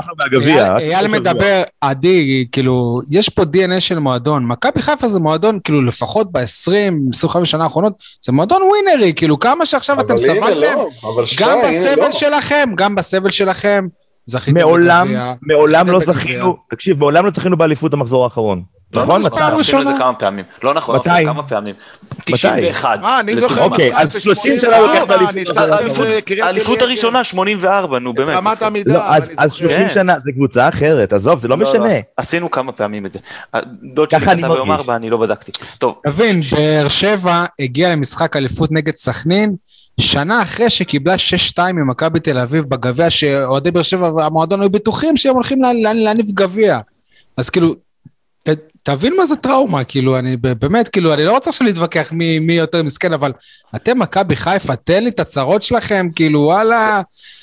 אייל מדבר, עדי, כאילו, יש פה די אן איי של מועדון, מכבי חיפה זה מועדון, כאילו, לפחות ב-עשרים עשרים וחמש שנה האחרונות, זה מועדון ווינרי, כאילו, כמה שעכשיו אתם סבלתם, גם בסבל שלכם, גם בסבל שלכם, מעולם, מעולם לא זכינו, תקשיב, מעולם לא זכינו באליפות המחזור האחרון. נכון? מתי? עשינו את זה כמה פעמים. לא נכון, כמה פעמים. תשעים ואחת. אה, אני זוכר. אוקיי, אז שלושים שנה לוקח באליפות. האליפות הראשונה, שמונים וארבע, נו באמת. רמת עמידה. אז שלושים שנה, זה קבוצה אחרת, עזוב, זה לא משנה. עשינו כמה פעמים את זה. דוד שלי כתב ביום ארבע, אני לא בדקתי. טוב. תבין, באר שבע הגיע למשחק אליפות נגד סכנין, שנה אחרי שקיבלה שש שתיים ממכבי תל אביב בגביע, שאוהדי באר שבע והמועדון היו בטוחים שהם הולכים להניף גביע. אז כאילו, ת, תבין מה זה טראומה, כאילו, אני באמת, כאילו, אני לא רוצה עכשיו להתווכח מי, מי יותר מסכן, אבל אתם מכבי חיפה, תן לי את הצרות שלכם, כאילו, וואלה.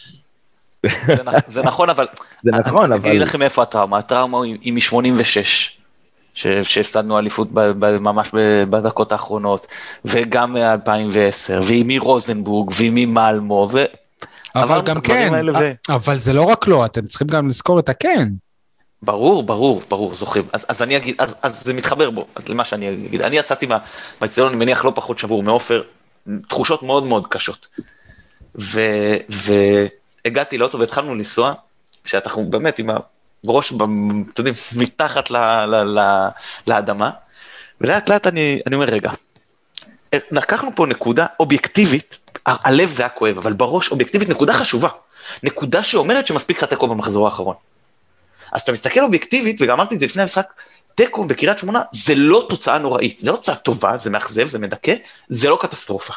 זה, זה נכון, אבל... זה נכון, אני אבל... אגיד לכם איפה הטראומה, הטראומה היא מ-שמונים ושש. שהפסדנו אליפות ממש בדקות האחרונות, וגם מ-אלפיים ועשר, והיא מרוזנבורג, והיא ממלמו, ו... אבל גם כן, אבל זה לא רק לא, אתם צריכים גם לזכור את הכן. ברור, ברור, ברור, זוכרים. אז, אז אני אגיד, אז, אז זה מתחבר בו, אז למה שאני אגיד. אני יצאתי מהאצטדיון, אני מניח לא פחות שבור מעופר, תחושות מאוד מאוד קשות. ו, והגעתי לאוטו והתחלנו לנסוע, שאנחנו באמת עם הראש, אתם יודעים, מתחת ל, ל, ל, לאדמה, ולאט לאט אני, אני אומר, רגע, לקחנו פה נקודה אובייקטיבית, הלב זה היה כואב, אבל בראש אובייקטיבית נקודה חשובה, נקודה שאומרת שמספיק לך תיקו במחזור האחרון. אז אתה מסתכל אובייקטיבית, וגם אמרתי את זה לפני המשחק, תיקו בקריית שמונה, זה לא תוצאה נוראית, זה לא תוצאה טובה, זה מאכזב, זה מדכא, זה לא קטסטרופה.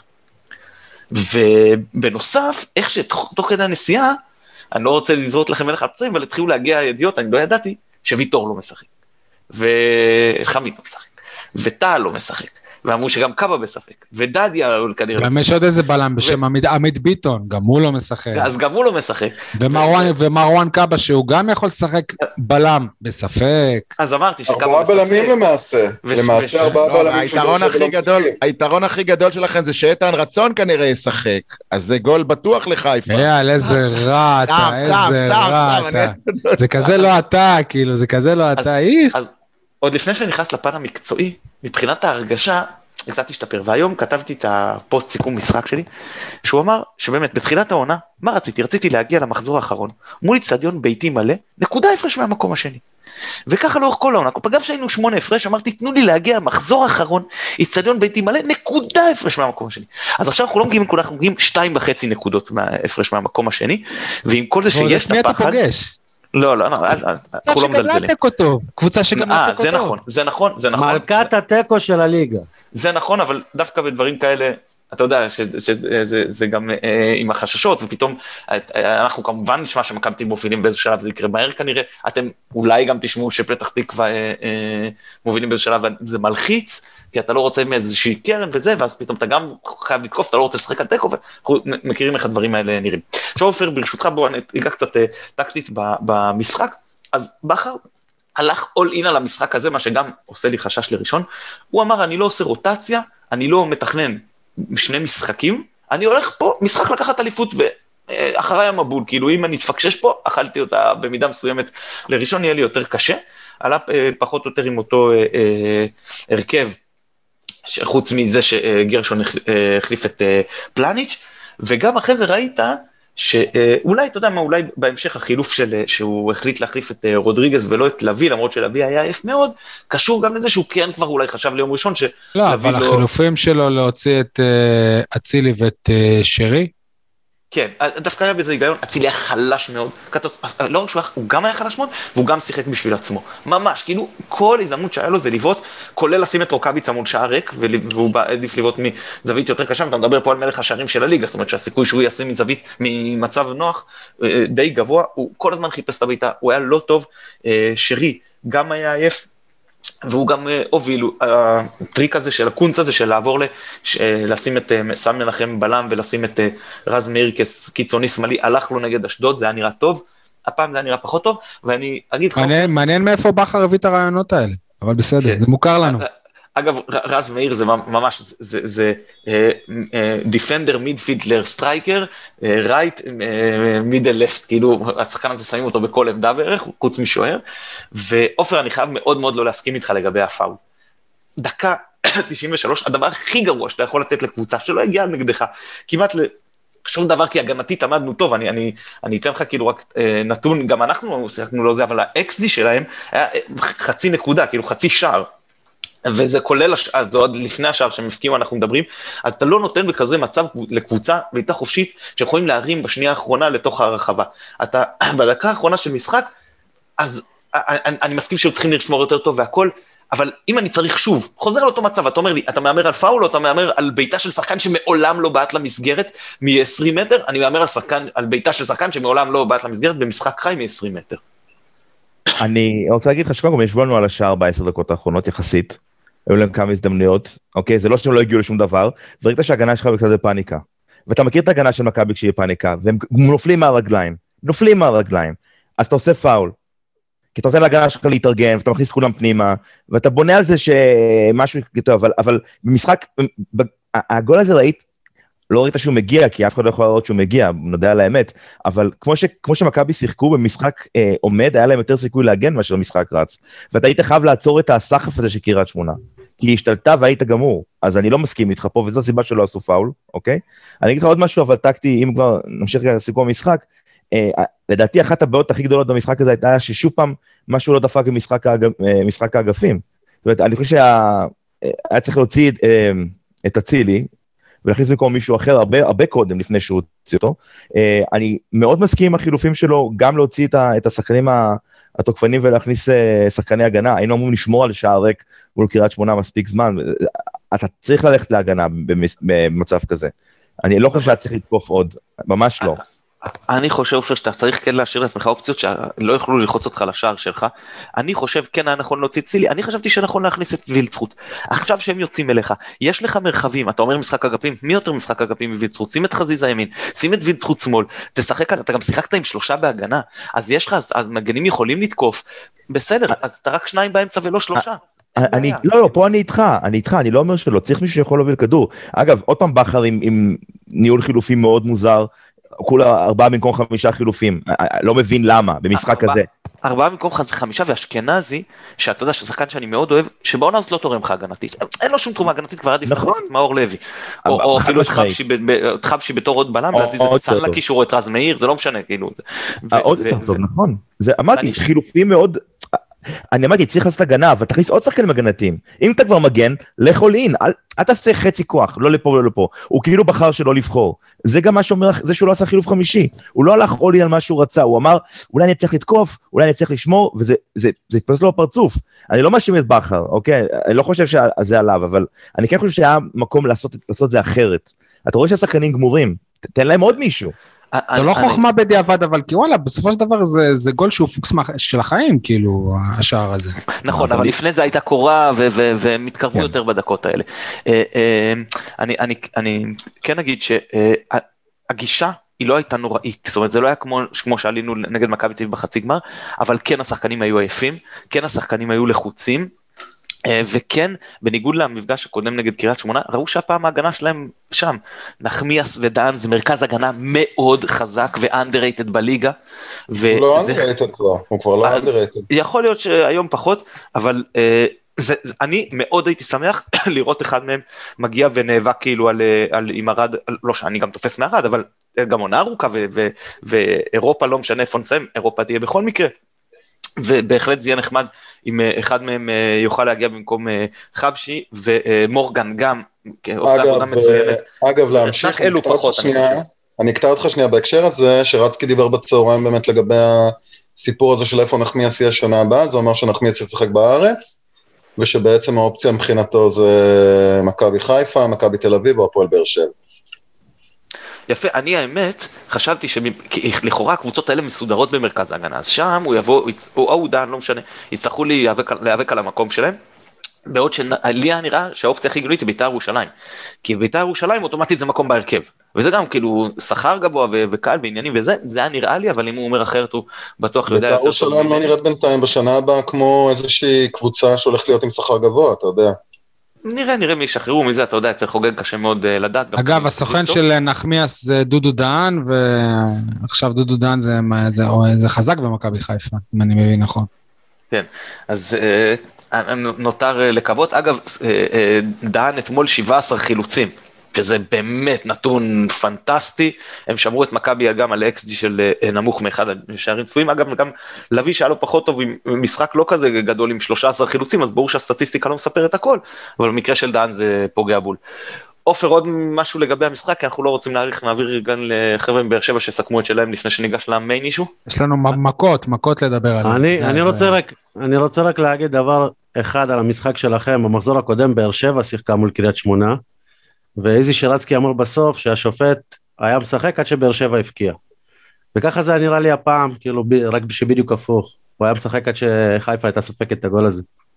ובנוסף, איך שתוך כדי הנסיעה, אני לא רוצה לזרות לכם מלך על פצעים, אבל התחילו להגיע הידיעות, אני לא ידעתי, שוויטור לא משחק, וחמיד לא משחק, וטל לא משחק, ואמרו שגם קאבה בספק, ודדיה כנראה... גם יש עוד איזה בלם בשם עמית ביטון, גם הוא לא משחק. אז גם הוא לא משחק. ומרואן קאבה שהוא גם יכול לשחק בלם בספק. אז אמרתי שקאבה... ארבעה בלמים למעשה. למעשה ארבעה בלמים היתרון הכי גדול שלכם זה שאיתן רצון כנראה ישחק, אז זה גול בטוח לחיפה. יאל, איזה רע אתה, איזה רע אתה. זה כזה לא אתה, כאילו, זה כזה לא אתה, איך. עוד לפני שאני נכנס לפן המקצועי, מבחינת ההרגשה, קצת השתפר, והיום כתבתי את הפוסט סיכום משחק שלי, שהוא אמר שבאמת בתחילת העונה, מה רציתי? רציתי להגיע למחזור האחרון, מול אצטדיון ביתי מלא, נקודה הפרש מהמקום השני. וככה לאורך כל העונה, גם שהיינו שמונה הפרש, אמרתי, תנו לי להגיע למחזור האחרון, אצטדיון ביתי מלא, נקודה הפרש מהמקום השני. אז עכשיו אנחנו לא מגיעים נקודה, אנחנו מגיעים שתיים וחצי נקודות הפרש מהמקום השני, ועם כל זה שיש את הפחד... לא, לא, אנחנו לא מדלדלים. קבוצה שגם לא טוב, קבוצה שגם לא טוב. זה נכון, זה נכון, זה נכון. מלכת הטקו של הליגה. זה נכון, אבל דווקא בדברים כאלה, אתה יודע שזה גם עם החששות, ופתאום אנחנו כמובן נשמע שמכבי מובילים באיזה שלב, זה יקרה מהר כנראה, אתם אולי גם תשמעו שפתח תקווה מובילים באיזה שלב, וזה מלחיץ, כי אתה לא רוצה מאיזושהי קרן וזה, ואז פתאום אתה גם חייב לתקוף, אתה לא רוצה לשחק על תיקו, ואנחנו מכירים איך הדברים האלה נראים. עכשיו אופיר, ברשותך, בואו ניגע קצת טקטית במשחק, אז בכר הלך all in על המשחק הזה, מה שגם עושה לי חשש לראשון, הוא אמר, אני לא עושה רוטציה, אני לא מתכנן שני משחקים, אני הולך פה משחק לקחת אליפות ואחריי המבול, כאילו אם אני אתפקשש פה, אכלתי אותה במידה מסוימת לראשון, יהיה לי יותר קשה, עלה פחות או יותר עם אותו הרכב, חוץ מזה שגרשון החליף את פלניץ', וגם אחרי זה ראית, שאולי, אתה יודע מה, אולי בהמשך החילוף של, שהוא החליט להחליף את רודריגז ולא את לוי, למרות שלוי היה עייף מאוד, קשור גם לזה שהוא כן כבר אולי חשב ליום ראשון שלוי לא... לא, אבל החילופים שלו להוציא את אצילי ואת שרי? כן, דווקא היה בזה היגיון, אצילי היה חלש מאוד, לא רק שהוא הוא גם היה חלש מאוד, והוא גם שיחק בשביל עצמו, ממש, כאילו כל הזדמנות שהיה לו זה לבעוט, כולל לשים את רוקאביץ עמוד שער ריק, והוא עדיף לבעוט מזווית יותר קשה, ואתה מדבר פה על מלך השערים של הליגה, זאת אומרת שהסיכוי שהוא ישים מזווית, ממצב נוח, די גבוה, הוא כל הזמן חיפש את הביתה, הוא היה לא טוב, שרי גם היה עייף, והוא גם הוביל, הטריק הזה של הקונץ הזה של לעבור, לשים את סם מנחם בלם ולשים את רז מאיר כקיצוני שמאלי, הלך לו נגד אשדוד, זה היה נראה טוב, הפעם זה היה נראה פחות טוב, ואני אגיד לך... מעניין מאיפה בכר הביא את הרעיונות האלה, אבל בסדר, זה מוכר לנו. אגב, רז מאיר זה ממש, זה דיפנדר, מידפילדלר, סטרייקר, רייט, מידל לפט, כאילו השחקן הזה שמים אותו בכל עמדה בערך, חוץ משוער, ואופר אני חייב מאוד מאוד לא להסכים איתך לגבי הפאול. דקה תשעים ושלוש, הדבר הכי גרוע שאתה יכול לתת לקבוצה שלא הגיעה נגדך, כמעט לשום דבר, כי הגנתית עמדנו טוב, אני, אני, אני אתן לך כאילו רק נתון, גם אנחנו שיחקנו לא זה, אבל ה-אקס די שלהם היה חצי נקודה, כאילו חצי שער. וזה כולל, אז עוד לפני השאר שמפקיעים אנחנו מדברים, אז אתה לא נותן בכזה מצב לקבוצה בעיטה חופשית, שיכולים להרים בשנייה האחרונה לתוך הרחבה. אתה, בדקה האחרונה של משחק, אז אני, אני מסכים שצריכים לשמור יותר טוב והכל, אבל אם אני צריך שוב, חוזר על אותו מצב, אתה אומר לי, אתה מאמר על פאול, או אתה מאמר על בעיטה של שחקן שמעולם לא בעט למסגרת מ-עשרים מטר, אני מאמר על, שחקן, על בעיטה של שחקן שמעולם לא בעט למסגרת במשחק חי מ-עשרים מטר. אני רוצה להגיד לך שקודם כל, ישבו לנו על השער בעשר דקות האחרונות יחסית, היו להם כמה הזדמנויות, אוקיי? זה לא שהם לא הגיעו לשום דבר, וראית שההגנה שלך בקצת בפאניקה. ואתה מכיר את ההגנה של מכבי כשהיא פאניקה, והם נופלים מהרגליים, נופלים מהרגליים. אז אתה עושה פאול, כי אתה נותן להגנה שלך להתארגן, ואתה מכניס כולם פנימה, ואתה בונה על זה שמשהו יותר, אבל, אבל במשחק, הגול הזה ראית, לא ראית שהוא מגיע, כי אף אחד לא יכול לראות שהוא מגיע, נדע על האמת, אבל כמו, ש, כמו שמכבי שיחקו במשחק אה, עומד, היה להם יותר סיכוי להגן מאשר משחק רץ, ואתה היית חייב לעצור את הסחף הזה של קריית שמונה, כי היא השתלטה והיית גמור, אז אני לא מסכים איתך פה, וזו הסיבה שלא עשו פאול, אוקיי? אני אגיד לך עוד משהו, אבל טקטי, אם כבר נמשיך לסיכום המשחק, אה, לדעתי אחת הבעיות הכי גדולות במשחק הזה הייתה ששוב פעם משהו לא דפק במשחק האג, אה, משחק האגפים. זאת אומרת, אני חושב שהיה צריך להוציא אה, את אצילי, ולהכניס במקום מישהו אחר הרבה, הרבה קודם לפני שהוא הוציא אותו. Uh, אני מאוד מסכים עם החילופים שלו, גם להוציא את, ה, את השחקנים התוקפנים ולהכניס uh, שחקני הגנה, היינו אמורים לשמור על שער ריק מול קריית שמונה מספיק זמן, אתה צריך ללכת להגנה במצב כזה. אני לא חושב שאתה צריך לתקוף עוד, ממש לא. אני חושב שאתה צריך כן להשאיר לעצמך אופציות שלא יוכלו ללחוץ אותך לשער שלך. אני חושב כן היה נכון להוציא צילי, אני חשבתי שנכון להכניס את וילצחוט. עכשיו שהם יוצאים אליך, יש לך מרחבים, אתה אומר משחק אגפים, מי יותר משחק אגפים מוילצחוט? שים את חזיזה ימין, שים את וילצחוט שמאל, תשחק, אתה גם שיחקת עם שלושה בהגנה, אז יש לך, אז מגנים יכולים לתקוף, בסדר, אז אתה רק שניים באמצע ולא שלושה. אני, לא, לא, פה אני איתך, אני איתך, אני לא אומר שלא, צריך מישהו שיכול להוביל כדור. אגב, עוד פעם בכר עם, עם ניהול חילופים מאוד מוזר, כולה ארבעה במקום חמישה חילופים, לא מבין למה, במשחק הזה. ארבעה במקום חמישה, ואשכנזי, שאתה יודע ששחקן שאני מאוד אוהב, שבעונה הזאת לא תורם לך הגנתית, אין לו שום תרומה הגנתית, כבר עדיף להכניס את מאור לוי, או אפילו את חבשי בתור עוד בלם, להזיז את סן לקישור או את רז מאיר, זה לא משנה, כאילו. עוד יותר טוב, נכון. אמרתי, חילופים מאוד, אני אמרתי, צריך לעשות הגנה, אבל תכניס עוד שחקנים הגנתיים. אם אתה כבר מגן, לך all in, אל, אל תעשה חצי כוח, לא לפה ולא לפה. הוא כאילו בחר שלא לבחור. זה גם מה שאומר, זה שהוא לא עשה חילוף חמישי. הוא לא הלך all in על מה שהוא רצה, הוא אמר, אולי אני צריך לתקוף, אולי אני צריך לשמור, וזה זה, זה התפס לו בפרצוף. אני לא מאשים את בכר, אוקיי? אני לא חושב שזה עליו, אבל אני כן חושב שהיה מקום לעשות, לעשות זה אחרת. אתה רואה שהשחקנים גמורים, תן להם עוד מישהו. זה לא חוכמה בדיעבד, אבל כי וואלה, בסופו של דבר זה גול שהוא פוקס של החיים, כאילו, השער הזה. נכון, אבל לפני זה הייתה קורה, והם התקרבו יותר בדקות האלה. אני כן אגיד שהגישה היא לא הייתה נוראית, זאת אומרת, זה לא היה כמו שעלינו נגד מכבי תל אביב בחצי גמר, אבל כן השחקנים היו עייפים, כן השחקנים היו לחוצים, וכן, בניגוד למפגש הקודם נגד קריית שמונה, ראו שהפעם ההגנה שלהם שם, נחמיאס ודן, זה מרכז הגנה מאוד חזק ו-underrated בליגה. הוא לא underrated כבר, הוא כבר לא underrated. יכול להיות שהיום פחות, אבל אני מאוד הייתי שמח לראות אחד מהם מגיע ונאבק כאילו עם הרד, לא שאני גם תופס מהרד, אבל גם עונה ארוכה, ואירופה לא משנה איפה נסיים, אירופה תהיה בכל מקרה. ובהחלט זה יהיה נחמד אם אחד מהם יוכל להגיע במקום חבשי, ומורגן גם עושה עבודה מצוינת. אגב, להמשיך, אני אקטע אותך שנייה בהקשר הזה, שרצקי דיבר בצהריים באמת לגבי הסיפור הזה של איפה נחמיאס יהיה שנה הבאה, זה אומר שנחמיאס ישחק בארץ, ושבעצם האופציה מבחינתו זה מכבי חיפה, מכבי תל אביב או הפועל באר שבע. יפה, אני האמת, חשבתי שלכאורה הקבוצות האלה מסודרות במרכז ההגנה, אז שם הוא יבוא, או הוא דן, לא משנה, יצטרכו להיאבק על המקום שלהם, בעוד שלי היה נראה שהאופציה הכי גדולית היא בית"ר ירושלים, כי בית"ר ירושלים אוטומטית זה מקום בהרכב, וזה גם כאילו שכר גבוה וקהל ועניינים וזה, זה היה נראה לי, אבל אם הוא אומר אחרת הוא בטוח יודע. בית"ר ירושלים לא נראית בינתיים בשנה הבאה כמו איזושהי קבוצה שהולכת להיות עם שכר גבוה, אתה יודע. נראה, נראה מי ישחררו מזה, אתה יודע, צריך חוגג קשה מאוד לדעת. אגב, הסוכן של נחמיאס זה דודו דהן, ועכשיו דודו דהן זה, זה, זה חזק במכבי חיפה, אם אני מבין נכון. כן, אז נותר לקוות. אגב, דהן אתמול שבעה עשר חילוצים, שזה באמת נתון פנטסטי, הם שמרו את מכבי גם על אקס ג'י של נמוך מאחד השערים צפויים, אגב גם לוי שהיה לו פחות טוב עם משחק לא כזה גדול עם שלושה עשר חילוצים, אז ברור שהסטטיסטיקה לא מספר את הכל, אבל במקרה של דן זה פוגע בול. אופר, עוד משהו לגבי המשחק, כי אנחנו לא רוצים להאריך, נעביר גם לחבר'ה מבאר שבע שסכמו את שלהם לפני שניגש למיין אישו. יש לנו מכות, מכות לדבר עליהם. אני, אני רוצה רק, אני רוצה רק להגיד דבר אחד על המשחק שלכם, במחזור הקודם באר שבע שיחקה מול קריית שמונה, ואיזי שרצקי אמר בסוף שהשופט היה משחק עד שבאר שבע הפקיע. וככה זה נראה לי הפעם, כאילו רק שבדיוק הפוך. הוא היה משחק עד שחיפה הייתה סופקת את הגול הזה.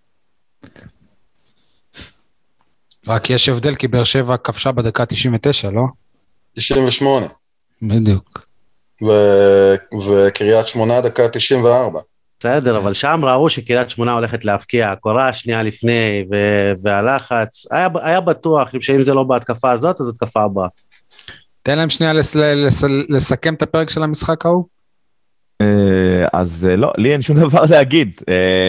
רק יש הבדל כי באר שבע כבשה בדקה תשעים ותשע, לא? תשעים ושמונה. בדיוק. ו- וקריית שמונה דקה תשעים וארבע. בסדר, אבל שם ראו שקריית שמונה הולכת להפקיע, הקורה שנייה לפני, ו- והלחץ, היה, היה בטוח שאם זה לא בהתקפה הזאת, אז התקפה הבאה. תן להם שנייה לס- לס- לסכם את הפרק של המשחק ההוא. אז לא, לי אין שום דבר להגיד.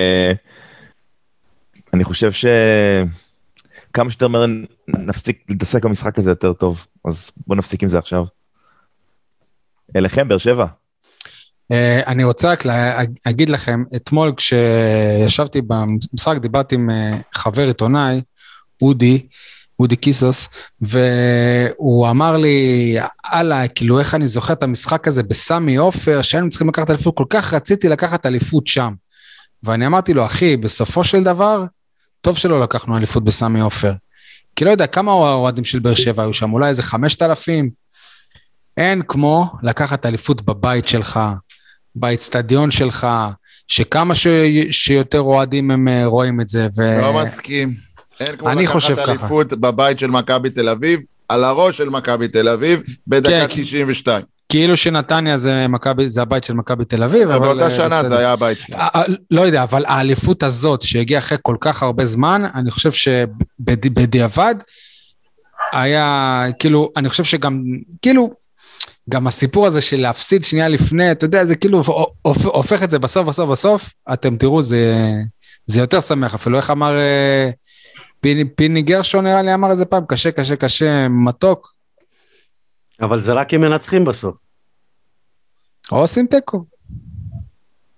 אני חושב שכמה שיותר מהר נפסיק להתעסק במשחק הזה יותר טוב, אז בואו נפסיק עם זה עכשיו. אליכם, באר שבע. אני רוצה רק להגיד לכם, אתמול כשישבתי במשחק, דיברתי עם חבר עיתונאי, אודי, אודי קיסוס, והוא אמר לי, הלאה, כאילו איך אני זוכר את המשחק הזה בסמי עופר, שהיינו צריכים לקחת אליפות, כל כך רציתי לקחת אליפות שם. ואני אמרתי לו, אחי, בסופו של דבר, טוב שלא לקחנו אליפות בסמי עופר. כי לא יודע, כמה האוהדים של באר שבע היו שם, אולי איזה חמשת אלפים? אין כמו לקחת אליפות בבית שלך, באצטדיון שלך, שכמה ש... שיותר אוהדים הם רואים את זה. ו... לא מסכים. אין כמו לקחת אליפות בבית של מכבי תל אביב, על הראש של מכבי תל אביב, בדקה תשעים ושתיים. כאילו שנתניה זה, מקבי, זה הבית של מכבי תל אביב. אבל באותה שנה זה היה הבית שלה. לא יודע, אבל האליפות הזאת שהגיעה אחרי כל כך הרבה זמן, אני חושב שבדיעבד היה, כאילו, אני חושב שגם, כאילו, גם הסיפור הזה של להפסיד שנייה לפני, אתה יודע, זה כאילו הופך את זה בסוף, בסוף, בסוף, אתם תראו, זה, זה יותר שמח, אפילו איך אמר פיני, פיני גרשון, נראה לי אמר את זה פעם, קשה, קשה, קשה, מתוק. אבל זה רק אם מנצחים בסוף. או עושים תיקו.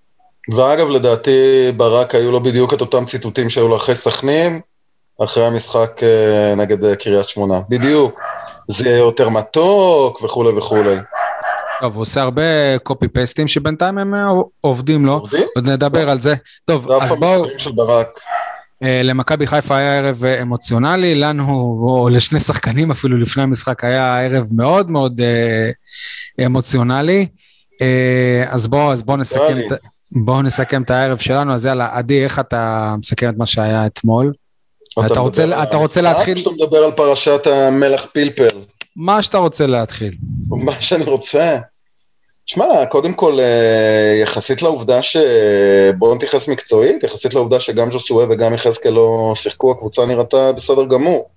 ואגב, לדעתי, ברק היו לו בדיוק את אותם ציטוטים שהיו לו אחרי סכנין, אחרי המשחק נגד קריית שמונה. בדיוק. זה יותר מתוק וכולי וכולי. טוב, הוא עושה הרבה קופי פייסטים שבינתיים הם עובדים לו. עובדים? עוד נדבר על זה. טוב, אז בואו... של ברק. למכבי חיפה היה ערב אמוציונלי, לנו, או לשני שחקנים אפילו לפני המשחק, היה ערב מאוד מאוד אמוציונלי. אז בואו בוא נסכם, בוא נסכם את הערב שלנו. אז יאללה, עדי, איך אתה מסכם את מה שהיה אתמול? אתה רוצה, אתה רוצה להתחיל? שאתה מדבר על פרשת המלך פלפל. מה שאתה רוצה להתחיל? מה שאני רוצה. תשמע, קודם כל, יחסית לעובדה ש... בואו נתייחס מקצועית, יחסית לעובדה שגם ז'וסואה וגם יחזקאל לא שיחקו, הקבוצה נראתה בסדר גמור.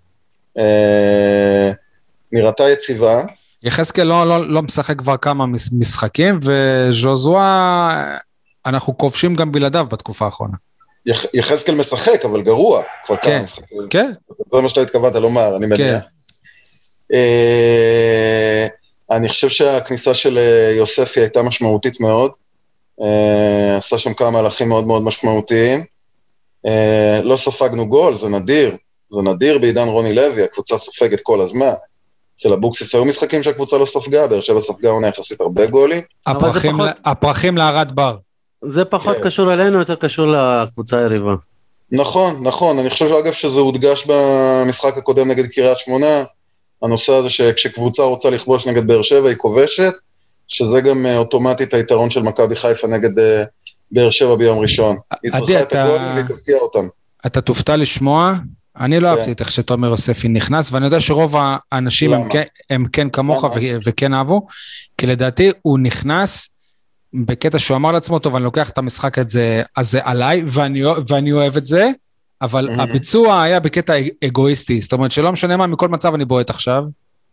נראתה יציבה. יחזקאל לא, לא, לא משחק כבר כמה משחקים, וז'וזואה, אנחנו כובשים גם בלעדיו בתקופה האחרונה. יח... יחזקאל משחק, אבל גרוע, כבר כן, כמה משחקים. כן. זה מה שאתה התכוונת לומר, אני מניח. כן. אני חושב שהכניסה של יוספי הייתה משמעותית מאוד, עשה שם כמה מהלכים מאוד מאוד משמעותיים, לא ספגנו גול, זה נדיר, זה נדיר בעידן רוני לוי, הקבוצה סופגת כל הזמן, אצל אבוקסיס היו משחקים שהקבוצה לא ספגה, באר שבע ספגה עונה יחסית הרבה גולים. הפרחים, פחות... הפרחים לערד בר. זה פחות כן. קשור אלינו, יותר קשור לקבוצה היריבה. נכון, נכון, אני חושב אגב שזה הודגש במשחק הקודם נגד קריית שמונה, הנושא הזה שכשקבוצה רוצה לכבוש נגד באר שבע היא כובשת, שזה גם אוטומטית היתרון של מכבי חיפה נגד באר שבע ביום ראשון. היא צריכה את הגולים והיא תפתיע אותם. אתה תופתע לשמוע, אני לא אהבתי את איך שתומר יוספי נכנס, ואני יודע שרוב האנשים הם כן כמוך וכן אהבו, כי לדעתי הוא נכנס בקטע שהוא אמר לעצמו, טוב, אני לוקח את המשחק הזה עליי, ואני אוהב את זה, אבל mm-hmm. הביצוע היה בקטע אגואיסטי, זאת אומרת שלא משנה מה, מכל מצב אני בועט עכשיו,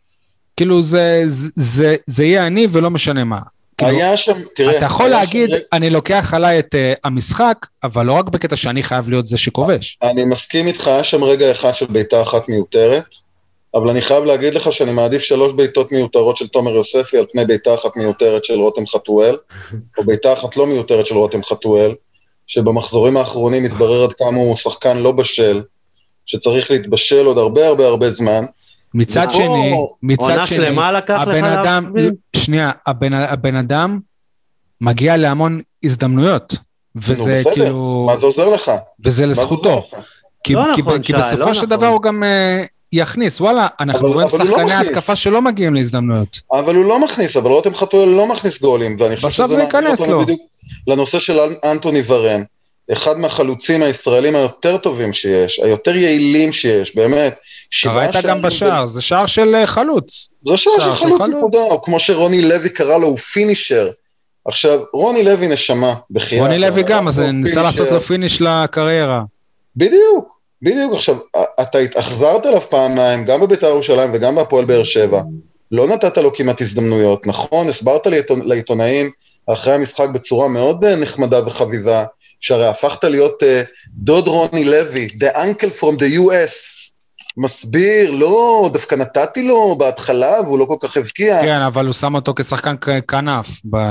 כאילו זה, זה, זה, זה יהיה אני ולא משנה מה. כאילו, היה שם, תראה, אתה יכול להגיד, שם... אני לוקח עליי את uh, המשחק, אבל לא רק בקטע שאני חייב להיות זה שכובש. אני מסכים איתך, היה שם רגע אחד של ביתה אחת מיותרת, אבל אני חייב להגיד לך שאני מעדיף שלוש ביתות מיותרות של תומר יוספי, על פני ביתה אחת מיותרת של רותם חתואל, או ביתה אחת לא מיותרת של רותם חתואל, שבמחזורים האחרונים מתברר עד כמה הוא שחקן לא בשל, שצריך להתבשל עוד הרבה הרבה הרבה זמן. מצד שני, מצד שני, הבן אדם, שנייה, הבן אדם מגיע להמון הזדמנויות, וזה כאילו... מה זה עוזר לך? וזה לזכותו. כי בסופו של דבר הוא גם יכניס, וואלה, אנחנו רואים שחקני התקפה שלא מגיעים להזדמנויות. אבל הוא לא מכניס, אבל רותם חתואל לא מכניס גולים, ואני חושב שזה ייכנס לו. לנושא של אנטוני ורן, אחד מהחלוצים הישראלים היותר טובים שיש, היותר יעילים שיש, באמת. קראת גם בשער, זה שער של חלוץ. זה שער של חלוץ, נקודה, או כמו שרוני לוי קרא לו, הוא פינישר. עכשיו, רוני לוי נשמה, בחייאת. רוני לוי גם, אז ניסה לעשות לו פיניש לקריירה. בדיוק, בדיוק. עכשיו, אתה התאכזרת אליו פעמיים, גם בבית"ר ירושלים וגם בהפועל באר שבע. לא נתת לו כמעט הזדמנויות, נכון? הסברת לעיתונאים אחרי המשחק בצורה מאוד נחמדה וחביבה, שהרי הפכת להיות uh, דוד רוני לוי, the uncle from the יו אס, מסביר, לא, דווקא נתתי לו בהתחלה, והוא לא כל כך הבקיע. כן, אבל הוא שם אותו כשחקן כנף.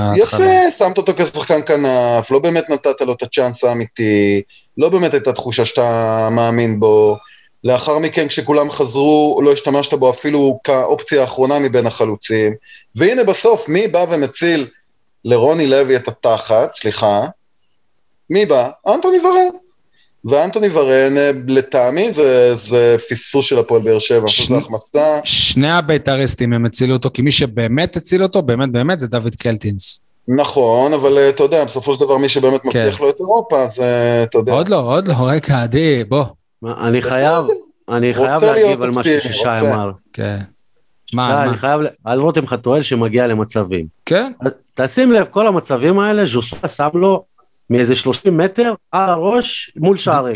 יפה, שמת אותו כשחקן כנף, לא באמת נתת לו את הצ'אנס האמיתי, לא באמת הייתה תחושה שאתה מאמין בו, לאחר מכן כשכולם חזרו, לא השתמשת בו אפילו כאופציה האחרונה מבין החלוצים, והנה בסוף, מי בא ומציל לרוני לוי את התחת, סליחה, מי בא? אנטוני ורן. ואנטוני ורן, לטעמי, זה, זה פספוס של הפועל באר שבע, ש... זה החמצה. שני הבית"ריסטים הם הצילו אותו, כי מי שבאמת הציל אותו, באמת באמת, זה דוד קלטינס. נכון, אבל אתה יודע, בסופו של דבר, מי שבאמת מבטיח כן. לו את אירופה, אז אתה יודע. עוד לא, עוד לא, רגע, עדי, בוא. אני חייב, אני חייב להגיב על משהו ששי אמר. כן. מה, אני חייב, על רותם חתואל שמגיע למצבים. כן. תשים לב, כל המצבים האלה, ז'וסואה שם לו מאיזה שלושים מטר על הראש מול שערי.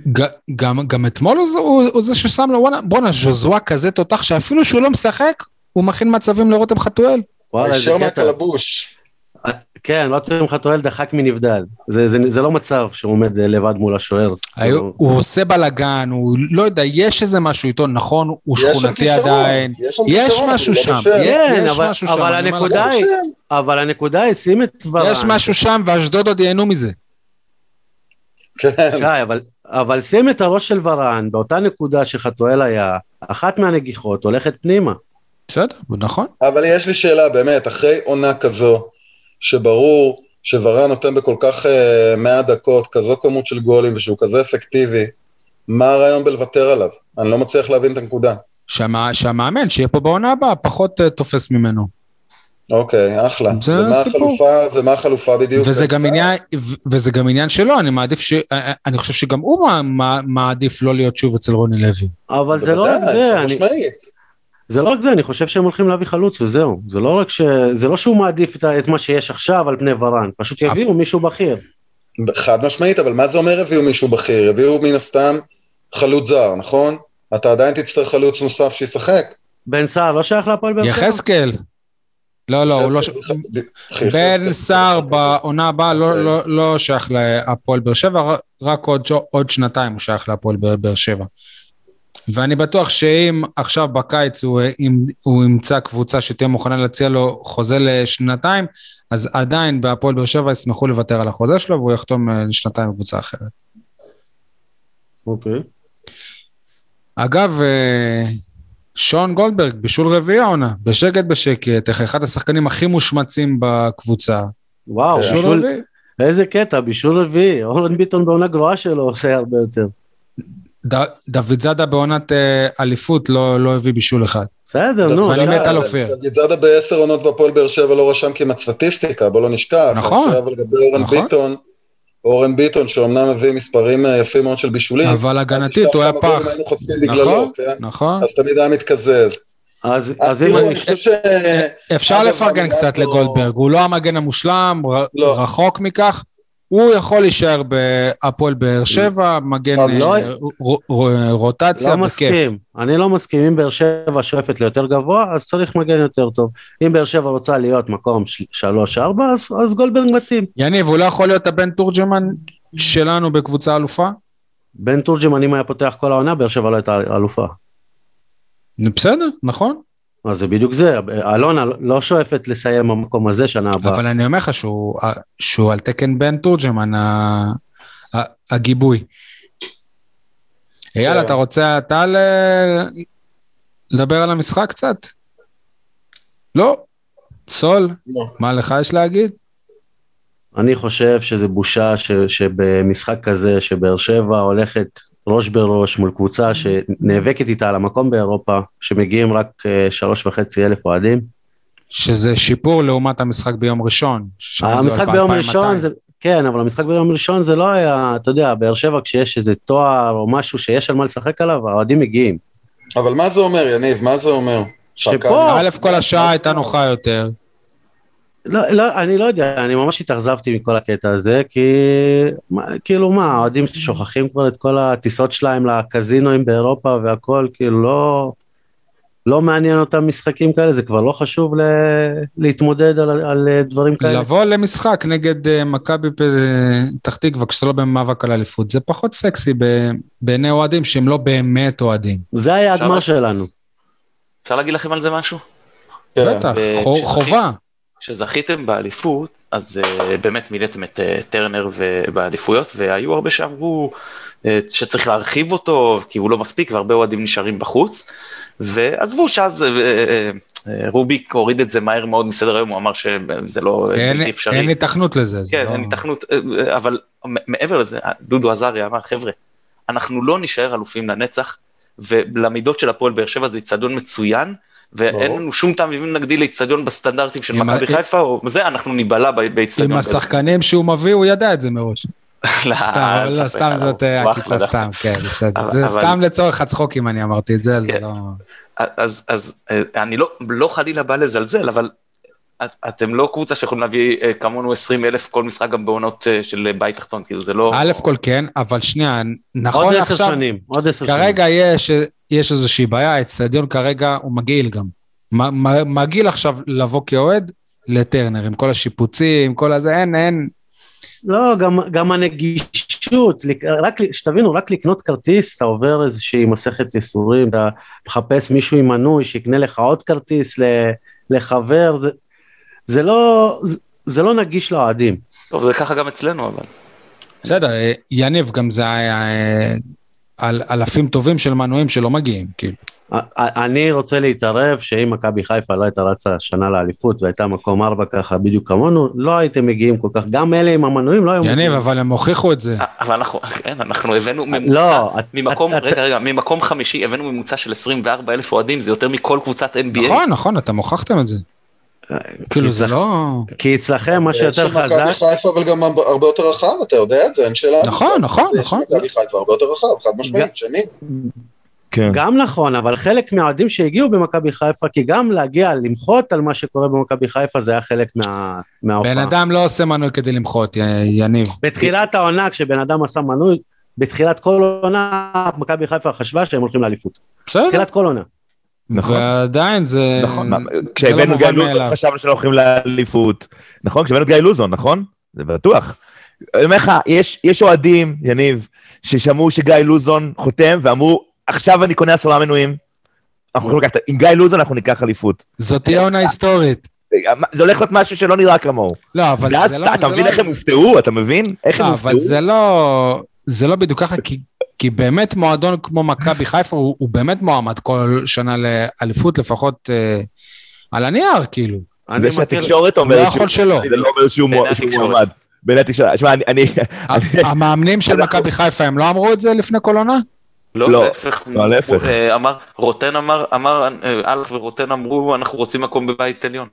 גם אתמול הוא זה ששם לו, בוא'נה, ז'וזואה כזה תותח, שאפילו שהוא לא משחק, הוא מכין מצבים לרותם חתואל. הישר מהקלבוש. כן, רותם חתואל דחק מנבדל. זה לא מצב שהוא עומד לבד מול השוער. הוא עושה בלגן, הוא לא יודע, יש איזה משהו איתו, נכון, הוא שכונתי עדיין. יש משהו שם. כן, אבל הנקודה היא, אבל הנקודה היא, שים את דבר. יש משהו שם, ואשדוד עוד ייהנו מזה. שי, אבל, אבל שים את הראש של ורן, באותה נקודה שחתואל היה, אחת מהנגיחות הולכת פנימה. בסדר, נכון. אבל יש לי שאלה, באמת, אחרי עונה כזו, שברור שוורן נותן בכל כך uh, מאה דקות, כזו כמות של גולים, ושהוא כזה אפקטיבי, מה הרעיון בלוותר עליו? אני לא מצליח להבין את הנקודה. שהמא, שהמאמן שיהיה פה בעונה הבאה, פחות uh, תופס ממנו. אוקיי, אחלה. זה ומה סיפור. החלופה, ומה החלופה בדיוק? וזה גם עניין, וזה גם עניין שלו, אני מעדיף ש... אני חושב שגם הוא מעדיף לא להיות שוב אצל רוני לוי. אבל זה לא רק זה, אני... משמעית. זה לא רק זה, אני חושב שהם הולכים להביא חלוץ וזהו. זה לא רק ש... זה לא שהוא מעדיף את מה שיש עכשיו על פני ורן, פשוט יביאו מישהו בכיר. חד משמעית, אבל מה זה אומר הביאו מישהו בכיר? הביאו מן הסתם חלוץ זר, נכון? אתה עדיין תצטרך חלוץ נוסף שישחק. בן סער לא שייך להפועל באר שבע? יחזקאל. לא, לא, הוא לא... בן סער בעונה הבאה לא שייך להפועל באר שבע, רק עוד שנתיים הוא שייך להפועל באר שבע. ואני בטוח שאם עכשיו בקיץ הוא, הוא ימצא קבוצה שתהיה מוכנה להציע לו חוזה לשנתיים, אז עדיין בהפועל באר שבע ישמחו לוותר על החוזה שלו, והוא יחתום לשנתיים בקבוצה אחרת. אוקיי. אגב, שון גולדברג, בישול רביעי העונה, בשקט בשקט, אחד השחקנים הכי מושמצים בקבוצה. וואו, בישול, בישול רביעי. איזה קטע, בישול רביעי, אורן ביטון בעונה גרועה שלו עושה הרבה יותר. ד, דוד זאדה בעונת אליפות לא, לא הביא בישול אחד. בסדר, נו. ואני מת על אופיר. דוד זאדה בעשר עונות בפועל באר שבע לא רשם כמעט סטטיסטיקה, בוא לא נשכח. נכון. עכשיו לגבי אורן נכון. ביטון, אורן ביטון שאומנם מביא מספרים יפים מאוד של בישולים. אבל הגנתית הוא היה פח. נכון, נכון. אז תמיד היה מתקזז. אז, אז אם אני חושב ש... אפשר לפרגן קצת לגולדברג, הוא לא המגן המושלם, רחוק מכך. הוא יכול להישאר בהפועל באר שבע, מגן רוטציה בכיף. אני לא מסכים, אם באר שבע שואפת ליותר גבוה, אז צריך מגן יותר טוב. אם באר שבע רוצה להיות מקום שלוש ארבע, אז גולדברג מתאים. יניב, הוא לא יכול להיות הבן תורג'מן שלנו בקבוצה אלופה? בן תורג'מן, אם היה פותח כל העונה, באר שבע לא הייתה אלופה. בסדר, נכון. אז זה בדיוק זה, אלונה לא שואפת לסיים במקום הזה שנה הבאה. אבל אני אומר לך שהוא, שהוא על תקן בן תורג'מן, הגיבוי. אייל, אתה רוצה אתה לדבר על המשחק קצת? לא? סול? מה לך יש להגיד? אני חושב שזה בושה שבמשחק כזה, שבאר שבע הולכת ראש בראש מול קבוצה שנאבקת איתה על המקום באירופה, שמגיעים רק שלוש וחצי אלף אוהדים. שזה שיפור לעומת המשחק ביום ראשון. המשחק ביום ראשון, זה, כן, אבל המשחק ביום ראשון זה לא היה, אתה יודע, באר שבע כשיש איזה תואר או משהו שיש על מה לשחק עליו, האוהדים מגיעים. אבל מה זה אומר, יניב? מה זה אומר? שפה... א' כל השעה הייתה נוחה יותר. לא, לא, אני לא יודע, אני ממש התאכזבתי מכל הקטע הזה, כי, כאילו מה, האוהדים שוכחים כבר את כל הטיסות שלהם לקזינואים באירופה והכל, כאילו לא, לא מעניין אותם משחקים כאלה, זה כבר לא חשוב ל, להתמודד על, על דברים כאלה. לבוא למשחק נגד מכבי פתח תקווה, כשאתה לא במאבק על אליפות, זה פחות סקסי בעיני אוהדים שהם לא באמת אוהדים. זה היה הגמר שלנו. אפשר להגיד לכם על זה משהו? בטח, חובה. כשזכיתם באליפות, אז uh, באמת מילאתם את uh, טרנר באליפויות, והיו הרבה שאמרו uh, שצריך להרחיב אותו, כי הוא לא מספיק, והרבה אוהדים נשארים בחוץ, ועזבו שאז uh, uh, רוביק הוריד את זה מהר מאוד מסדר היום, הוא אמר שזה לא בלתי אפשרי. אין התכנות לזה. כן, אין התכנות, uh, אבל מעבר לזה, דודו עזריה אמר, חבר'ה, אנחנו לא נשאר אלופים לנצח, ולמידות של הפועל באר שבע זה יצטדיון מצוין, ואין לנו שום טעם אם נגדיל לאצטדיון בסטנדרטים של מכבי חיפה, או זה, אנחנו ניבלה באצטדיון. עם השחקנים שהוא מביא, הוא ידע את זה מראש. סתם, סתם זאת הקיצה סתם, כן, בסדר. זה סתם לצורך הצחוקים, אני אמרתי את זה, זה לא... אז אני לא חלילה בא לזלזל, אבל אתם לא קבוצה שיכולים להביא כמונו עשרים אלף כל משחק גם בעונות של בית תחתון, כאילו זה לא... א' כל כן, אבל שנייה, נכון עכשיו... עוד עשר שנים, עוד עשר שנים. כרגע יש... יש איזושהי בעיה, האצטדיון כרגע הוא מגעיל גם. מגעיל עכשיו לבוא כאוהד לטרנר, עם כל השיפוצים, כל הזה, אין, אין. לא, גם, גם הנגישות, רק, שתבינו, רק לקנות כרטיס, אתה עובר איזושהי מסכת יסורים, אתה מחפש מישהו עם מנוי, שיקנה לך עוד כרטיס לחבר, זה, זה לא, זה, זה לא נגיש לאוהדים. טוב, זה ככה גם אצלנו, אבל. בסדר, יניב, גם זה היה על אלפים טובים של מנויים שלא מגיעים, כאילו. אני רוצה להתערב שאם מכבי חיפה לא הייתה רצה שנה לאליפות והייתה מקום ארבע ככה בדיוק כמונו, לא הייתם מגיעים כל כך, גם אלה עם המנויים לא היו מגיעים. יניב, אבל הם הוכיחו את זה. אבל אנחנו, כן, אנחנו הבאנו ממוצע, ממקום, רגע, רגע, ממקום חמישי הבאנו ממוצע של עשרים וארבעה אלף אוהדים, זה יותר מכל קבוצת אן בי איי. נכון, נכון, אתם הוכחתם את זה. כאילו זה לא... כי אצלכם מה שיותר חזק... מכבי חיפה אבל גם הרבה יותר רחב, אתה יודע את זה, אין שאלה. נכון, נכון, נכון. מכבי חיפה הרבה יותר רחב, חד משמעית, שני. גם נכון, אבל חלק מהאוהדים שהגיעו במכבי חיפה, כי גם להגיע למחות על מה שקורה במכבי חיפה, זה היה חלק מההופעה. בן אדם לא עושה מנוי כדי למחות, יניב. בתחילת העונה, כשבן אדם עשה מנוי, בתחילת כל עונה, מכבי חיפה חשבה שהם הולכים לאליפות. בסדר. בתחילת כל עונה. נכון. ועדיין זה... נכון, כשהבאנו גיא לוזון חשבנו שלא הולכים לאליפות. נכון, כשהבאנו גיא לוזון, נכון? זה בטוח. אני אומר לך, יש אוהדים, יניב, ששמעו שגיא לוזון חותם, ואמרו, עכשיו אני קונה עשרה מנויים, אנחנו יכולים לקחת, עם גיא לוזון אנחנו ניקח אליפות. זאת תהיה עונה היסטורית. זה הולך להיות משהו שלא נראה כמוהו. לא, אבל זה לא... אתה מבין איך הם הופתעו? אתה מבין? איך הם הופתעו? אבל זה לא... זה לא בדיוק ככה, כי באמת מועדון כמו מכבי חיפה, הוא באמת מועמד כל שנה לאליפות, לפחות על הנייר, כאילו. זה שהתקשורת אומרת... לא יכול שלא. זה לא אומר שהוא מועמד. בין התקשורת. שמע, אני... המאמנים של מכבי חיפה, הם לא אמרו את זה לפני כל עונה? לא, להפך, אמר, רוטן אמר, אמר, אלך ורוטן אמרו, אנחנו רוצים מקום בבית עליון.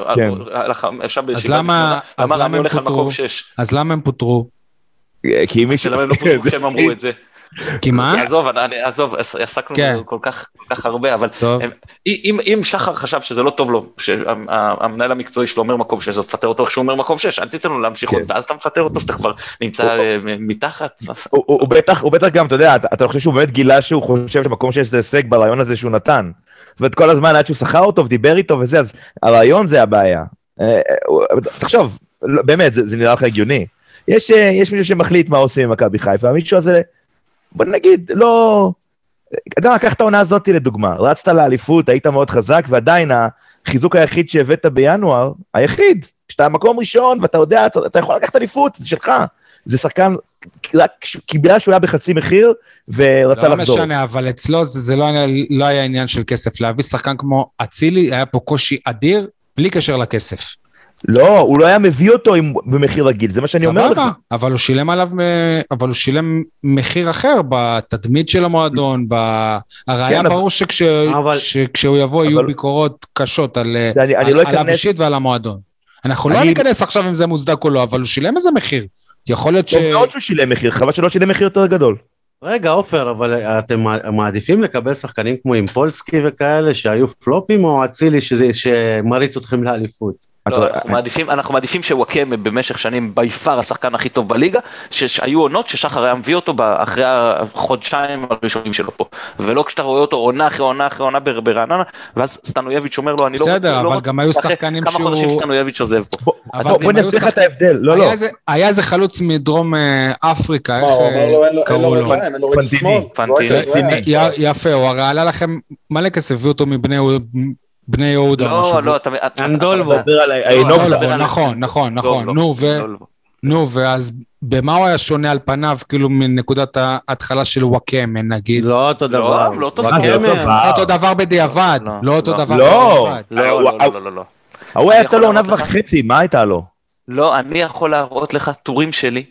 אז למה הם פוטרו? אז למה הם פוטרו? כי מישהו... למה הם לא פוטרו כשהם אמרו את זה? כי מה? עזוב, עזוב, עסקנו כל כך הרבה, אבל אם שחר חשב שזה לא טוב לו, שהמנהל המקצועי שלו אומר מקום שש, אז תפטר אותו איך שהוא אומר מקום שש, אל תיתן לו להמשיך עוד, ואז אתה מפטר אותו שאתה כבר נמצא מתחת. הוא בטח גם, אתה יודע, אתה חושב שהוא באמת גילה שהוא חושב שמקום שש זה הישג ברעיון הזה שהוא נתן. זאת אומרת, כל הזמן עד שהוא שכר אותו ודיבר איתו וזה, אז הרעיון זה הבעיה. תחשוב, באמת, זה נראה לך הגיוני. יש מישהו שמחליט מה עושים עם מכבי חיפה, מישהו הזה בוא נגיד, לא... אתה יודע, לקח את העונה הזאת לדוגמה, רצת לאליפות, היית מאוד חזק, ועדיין החיזוק היחיד שהבאת בינואר, היחיד, שאתה מקום ראשון, ואתה יודע, אתה יכול לקחת אליפות, זה שלך, זה שחקן, רק קיבלה שהוא היה בחצי מחיר, ורצה לא לחזור. לא משנה, אבל אצלו זה, זה לא, לא היה עניין של כסף, להביא שחקן כמו אצילי, היה פה קושי אדיר, בלי קשר לכסף. לא, הוא לא היה מביא אותו עם, במחיר רגיל, זה מה שאני אומר לך. אבל הוא שילם עליו, אבל הוא שילם מחיר אחר, בתדמית של המועדון, הראיה ברור שכשהוא יבוא יהיו ביקורות קשות על הבישית ועל המועדון. אנחנו לא ניכנס עכשיו אם זה מוצדק או לא, אבל הוא שילם איזה מחיר. יכול להיות ש... מאוד שהוא שילם מחיר, חבל שלא שילם מחיר יותר גדול. רגע, אופר, אבל אתם מעדיפים לקבל שחקנים כמו עם פולסקי וכאלה, שהיו פלופים, או אצילי שמריץ אתכם לאליפות? אנחנו מעדיפים שוואקמה במשך שנים ביפר השחקן הכי טוב בליגה, שהיו עונות ששחר היה מביא אותו אחרי החודשיים הראשונים שלו פה, ולא כשאתה רואה אותו עונה אחרי עונה אחרי עונה ברעננה, ואז סטנויביץ' אומר לו, אני לא רוצה, בסדר, אבל גם היו שחקנים שהוא... כמה חודשים סטנויביץ' עוזב פה. בוא נסביר את ההבדל, לא, לא. היה איזה חלוץ מדרום אפריקה, איך קראו לו? פנטיני. יפה, הוא הרי עלה לכם מלא כסף, הביא אותו מבני בני יהודה. לא, לא, אתה... אנדולבו. נכון, נכון, נכון. נו, ואז במה הוא היה שונה על פניו, כאילו מנקודת ההתחלה של וואקמה, נגיד? לא אותו דבר. לא אותו דבר. לא אותו דבר בדיעבד. לא אותו דבר בדיעבד. לא, לא, לא, לא. הוא היה יותר לו עונה וחצי, מה הייתה לו? לא, אני יכול להראות לך טורים שלי,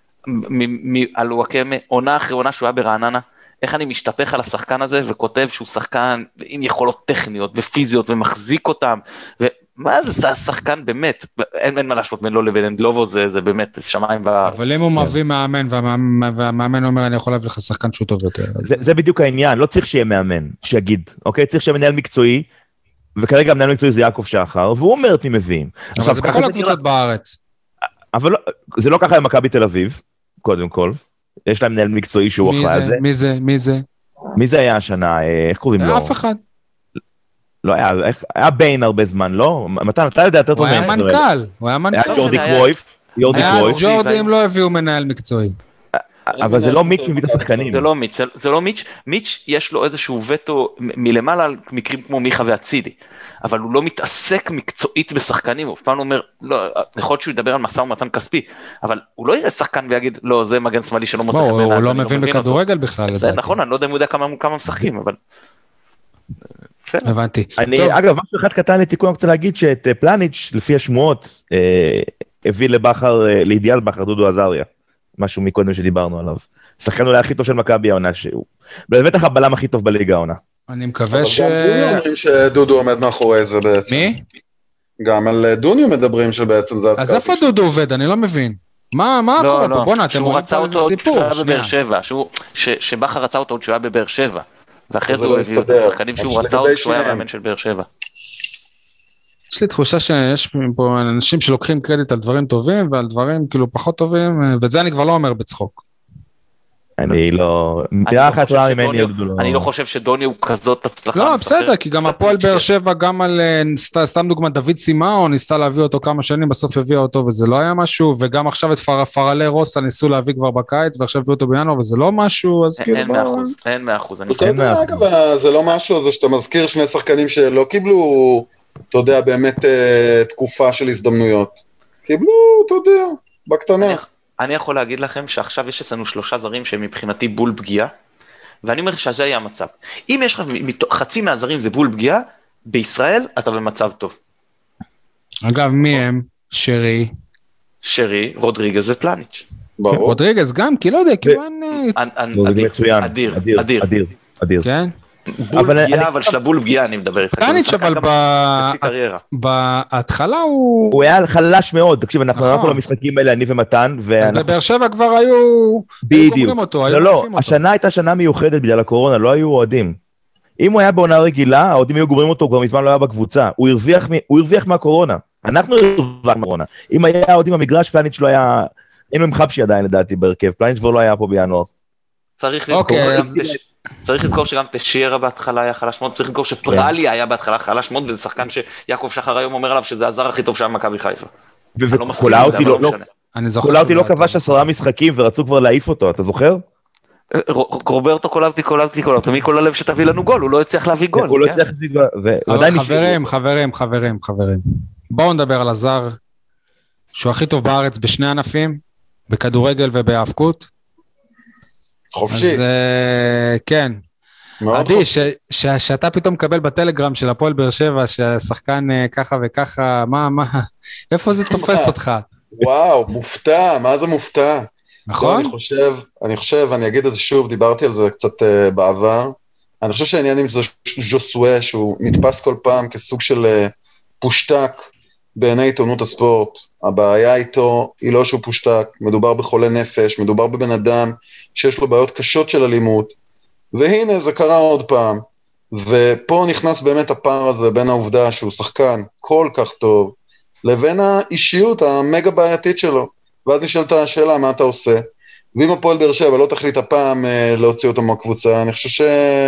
על וואקמה, עונה אחרי עונה שהוא היה ברעננה, איך אני משתפך על השחקן הזה וכותב שהוא שחקן עם יכולות טכניות ופיזיות ומחזיק אותם, ומה זה, זה השחקן באמת, אין, אין מה להשוות בין לא לבין אנדלובו, זה, זה באמת שמיים. אבל אם הוא מביא מאמן, והמאמן אומר אני יכול להביא לך שחקן שהוא טוב יותר. זה, זה בדיוק העניין, לא צריך שיהיה מאמן, שיגיד, אוקיי? צריך שיהיה מנהל מקצועי, וכרגע המנהל מקצועי זה יעקב שחר, והוא אומר את מי מביאים. אבל זה בכל הקבוצות בארץ. אבל זה לא ככה עם מכבי תל אביב, קודם כל. יש להם מנהל מקצועי שהוא אחראי על זה. מי זה? מי זה? מי זה היה השנה? איך קוראים לו? אף אחד. לא היה, היה בין הרבה זמן, לא? מתן, אתה יודע יותר טוב. הוא היה מנכ"ל. הוא היה מנכ"ל. היה ג'ורדי קרויף. אז ג'ורדי הם לא הביאו מנהל מקצועי. אבל זה לא מיץ' מביא את השחקנים. זה לא מיץ', זה לא מיץ', מיץ' יש לו איזשהו וטו מלמעלה על מקרים כמו מיכה ואצילי, אבל הוא לא מתעסק מקצועית בשחקנים, הוא פעם אומר, לא, יכול להיות שהוא ידבר על מסע ומתן כספי, אבל הוא לא יראה שחקן ויגיד, לא, זה מגן שמאלי שלא מוצא חן בעיניי. הוא לא מבין בכדורגל בכלל, זה נכון, אני לא יודע אם הוא יודע כמה משחקים, אבל... הבנתי. אני, אגב, משהו אחד קטן לתיקון, אני רוצה להגיד שאת פלניץ', לפי השמועות, הביא לבחר, לאידיאל בחר דודו עזריה, משהו מקודם שדיברנו עליו. שחקן אולי הכי טוב של מכבי העונה, שהוא בטח הבלם הכי טוב בליגה העונה. אני מקווה ש... אבל גם דוניו אומרים שדודו עומד מאחורי זה בעצם. מי? גם על דוניו מדברים שבעצם זה הסקאוטינג. אז איפה דודו עובד? אני לא מבין. מה קורה פה? בוא נה, אתם רואים פה איזה סיפור. שבחר רצה אותו עוד שהוא היה בבאר שבע. ואחרי זה הוא הביא את השחקנים שהוא רצה עוד שהוא היה מאמן של באר שבע. יש לי תחושה שיש פה אנשים שלוקחים קרדיט על דברים טובים ועל דברים כאילו פחות טובים, ואת זה אני כבר לא אומר בצחוק. אני לא... מילה אחת לא ממני עוד גדולה. אני לא חושב שדוני הוא כזאת הצלחה. לא, בסדר, כי גם הפועל באר שבע, גם על, סתם דוגמא, דוד סימאו, ניסתה להביא אותו כמה שנים, בסוף הביאה אותו וזה לא היה משהו, וגם עכשיו את פרלי רוסה ניסו להביא כבר בקיץ, ועכשיו הביאו אותו בינואר וזה לא משהו, אז כאילו... אין מאה אחוז, אין מאה אחוז. אגב, זה לא משהו, זה שאתה מזכיר שני שחקנים שלא קיבלו, אתה יודע, באמת תקופה של הזדמנויות. קיבלו, אתה יודע, בקטנה. אני יכול להגיד לכם שעכשיו יש אצלנו שלושה זרים שהם מבחינתי בול פגיעה, ואני אומר שזה היה המצב. אם יש לך חצי מהזרים זה בול פגיעה, בישראל אתה במצב טוב. אגב, מי הם? שרי. שרי, רודריגז ופלניץ'. ברור. רודריגז גם, כי לא יודע, כאילו אין... מצוין. אדיר, אדיר. אדיר. כן? בול פגיעה, אבל של הבול פגיעה אני מדבר. פלניץ' אבל בהתחלה הוא... הוא היה חלש מאוד, תקשיב, אנחנו הלכנו למשחקים האלה, אני ומתן, אז בבאר שבע כבר היו... בדיוק. לא, לא, השנה הייתה שנה מיוחדת בגלל הקורונה, לא היו אוהדים. אם הוא היה בעונה רגילה, האוהדים היו גומרים אותו, כבר מזמן לא היה בקבוצה. הוא הרוויח מהקורונה. אנחנו הרוויח מהקורונה. אם היה אוהדים במגרש, פלניץ' לא היה... אין לו מחבשי עדיין לדעתי בהרכב, פלניץ' כבר לא היה פה בינואר. צריך לזכור, צריך לזכור שגם תשיירה בהתחלה היה חלש מאוד, צריך לזכור שפרלי היה בהתחלה חלש מאוד, וזה שחקן שיעקב שחר היום אומר עליו שזה הזר הכי טוב שהיה מכבי חיפה. קולאוטי לא כבש עשרה משחקים ורצו כבר להעיף אותו, אתה זוכר? רוברטו קולאוטי, קולאוטי, קולאוטי, מי כל הלב שתביא לנו גול, הוא לא הצליח להביא גול. הוא לא הצליח להביא גול. חברים, חברים, חברים, חברים. בואו נדבר על הזר, שהוא הכי טוב בארץ בשני ענפים, בכדורגל ובהאבקות. חופשי. אז כן. עדי, שאתה פתאום מקבל בטלגרם של הפועל באר שבע, שהשחקן ככה וככה, מה, מה, איפה זה תופס אותך? וואו, מופתע, מה זה מופתע? נכון? אני חושב, אני חושב, אני אגיד את זה שוב, דיברתי על זה קצת בעבר, אני חושב שהעניין עם זה ז'וסווה, שהוא נתפס כל פעם כסוג של פושטק בעיני עיתונות הספורט. הבעיה איתו היא לא שהוא פושטק, מדובר בחולה נפש, מדובר בבן אדם שיש לו בעיות קשות של אלימות, והנה זה קרה עוד פעם, ופה נכנס באמת הפער הזה בין העובדה שהוא שחקן כל כך טוב, לבין האישיות המגה בעייתית שלו, ואז נשאלת השאלה מה אתה עושה, ואם הפועל באר שבע לא תחליט הפעם להוציא אותו מהקבוצה, אני חושב ש...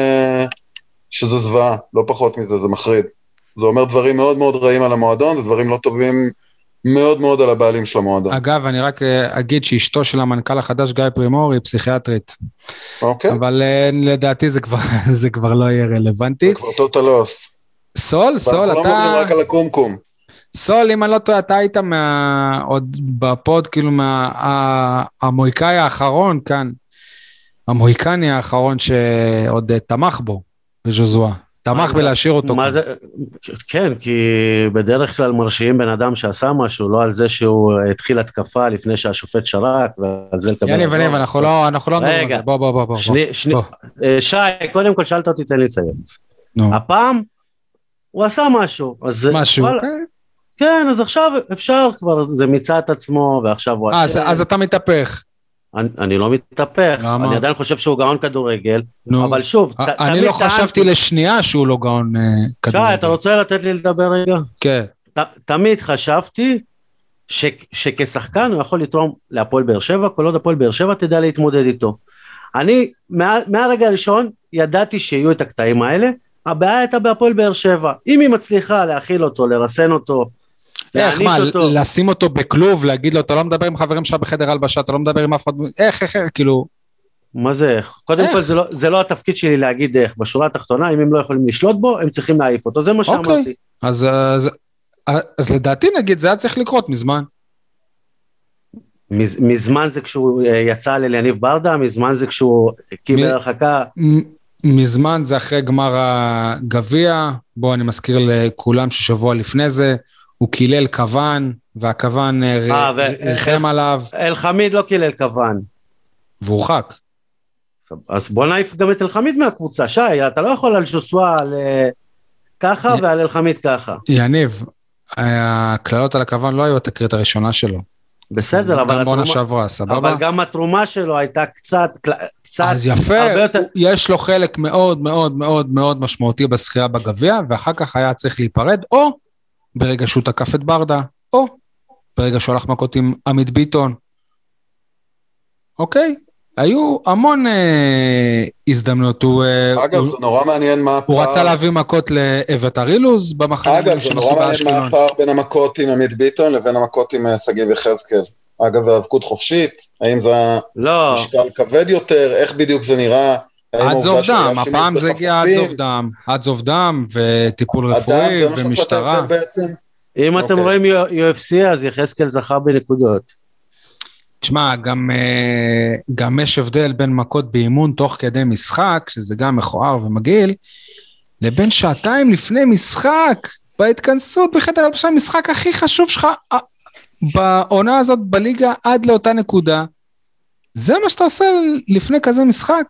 שזה זוועה, לא פחות מזה, זה מחריד. זה אומר דברים מאוד מאוד רעים על המועדון, ודברים לא טובים מאוד מאוד על הבעלים של המועדון. אגב, אני רק אגיד שאשתו של המנכ"ל החדש, גיא פרימור, היא פסיכיאטרית. אוקיי. אבל לדעתי זה כבר, זה כבר לא יהיה רלוונטי. זה כבר טוטלוס. סול, סול, אתה... אנחנו לא מדברים רק על הקומקום. סול, אם אני לא טועה, אתה היית מה... עוד בפוד, כאילו, מה... המויקאי האחרון כאן, המויקני האחרון שעוד תמך בו, בז'וזואה. תמך בלהשאיר אותו. כן, כי בדרך כלל מרשיעים בן אדם שעשה משהו, לא על זה שהוא התחיל התקפה לפני שהשופט שרק, ועל זה לקבל... יניב, יניב, אנחנו לא נדבר על זה, בוא, בוא, בוא, בוא. שי, קודם כל שאלת אותי, תן לי לציין. הפעם, הוא עשה משהו. משהו. כן, אז עכשיו אפשר כבר, זה מיצה את עצמו, ועכשיו הוא... אז אתה מתהפך. אני לא מתהפך, אני עדיין חושב שהוא גאון כדורגל, אבל שוב... אני לא חשבתי לשנייה שהוא לא גאון כדורגל. שי, אתה רוצה לתת לי לדבר רגע? כן. תמיד חשבתי שכשחקן הוא יכול לתרום להפועל באר שבע, כל עוד הפועל באר שבע תדע להתמודד איתו. אני, מהרגע הראשון, ידעתי שיהיו את הקטעים האלה, הבעיה הייתה בהפועל באר שבע. אם היא מצליחה להכיל אותו, לרסן אותו, איך, מה, לשים אותו בכלוב, להגיד לו, אתה לא מדבר עם חברים שלך בחדר הלבשה, אתה לא מדבר עם אף אחד, איך, איך, איך, כאילו, מה זה איך? קודם כל זה לא, זה לא התפקיד שלי להגיד איך, בשורה התחתונה, אם הם לא יכולים לשלוט בו, הם צריכים להעיף אותו, זה מה שאמרתי. אוקיי, אז, אז, אז לדעתי נגיד, זה היה צריך לקרות מזמן. מזמן זה כשהוא יצא לאליניב ברדה, מזמן זה כשהוא קיבל הרחקה. מזמן זה אחרי גמר הגביע, בוא אני מזכיר לכולם ששבוע לפני זה, הוא קילל כוון, והכוון רחם עליו. אל חמיד לא קילל כוון. והורחק. אז בוא נעיף גם את אל חמיד מהקבוצה, שי, אתה לא יכול על שוסווה ככה ועל אל חמיד ככה. יניב, הכללות על הכוון לא היו התקרית הראשונה שלו. בסדר, אבל, התרומה, שעברה, אבל גם התרומה שלו הייתה קצת, קצת אז יפה, יותר... יש לו חלק מאוד מאוד מאוד מאוד משמעותי בשחייה בגביע, ואחר כך היה צריך להיפרד, או ברגע שהוא תקף את ברדה, או ברגע שהוא הלך מכות עם עמית ביטון. אוקיי? היו המון אה, הזדמנות. הוא, אגב, הוא, זה נורא מעניין מה הפער... הוא רצה להביא מכות לאביתר אילוז במחנה. אגב, זה נורא מעניין מה הפער בין המכות עם עמית ביטון לבין המכות עם שגיב יחזקאל. אגב, האבקות חופשית, האם זה לא. משקל כבד יותר, איך בדיוק זה נראה? עד זוב דם, הפעם זה הגיע עד זוב דם, עד זוב דם וטיפול רפואי ומשטרה. אם אתם רואים יו אף סי, אז יחזקאל זכה בנקודות. תשמע, גם, גם יש הבדל בין מכות באימון תוך כדי משחק, שזה גם מכוער ומגעיל, לבין שעתיים לפני משחק, בהתכנסות בחדר הלבשה, המשחק הכי חשוב שלך, בעונה הזאת בליגה עד לאותה נקודה, זה מה שאתה עושה לפני כזה משחק.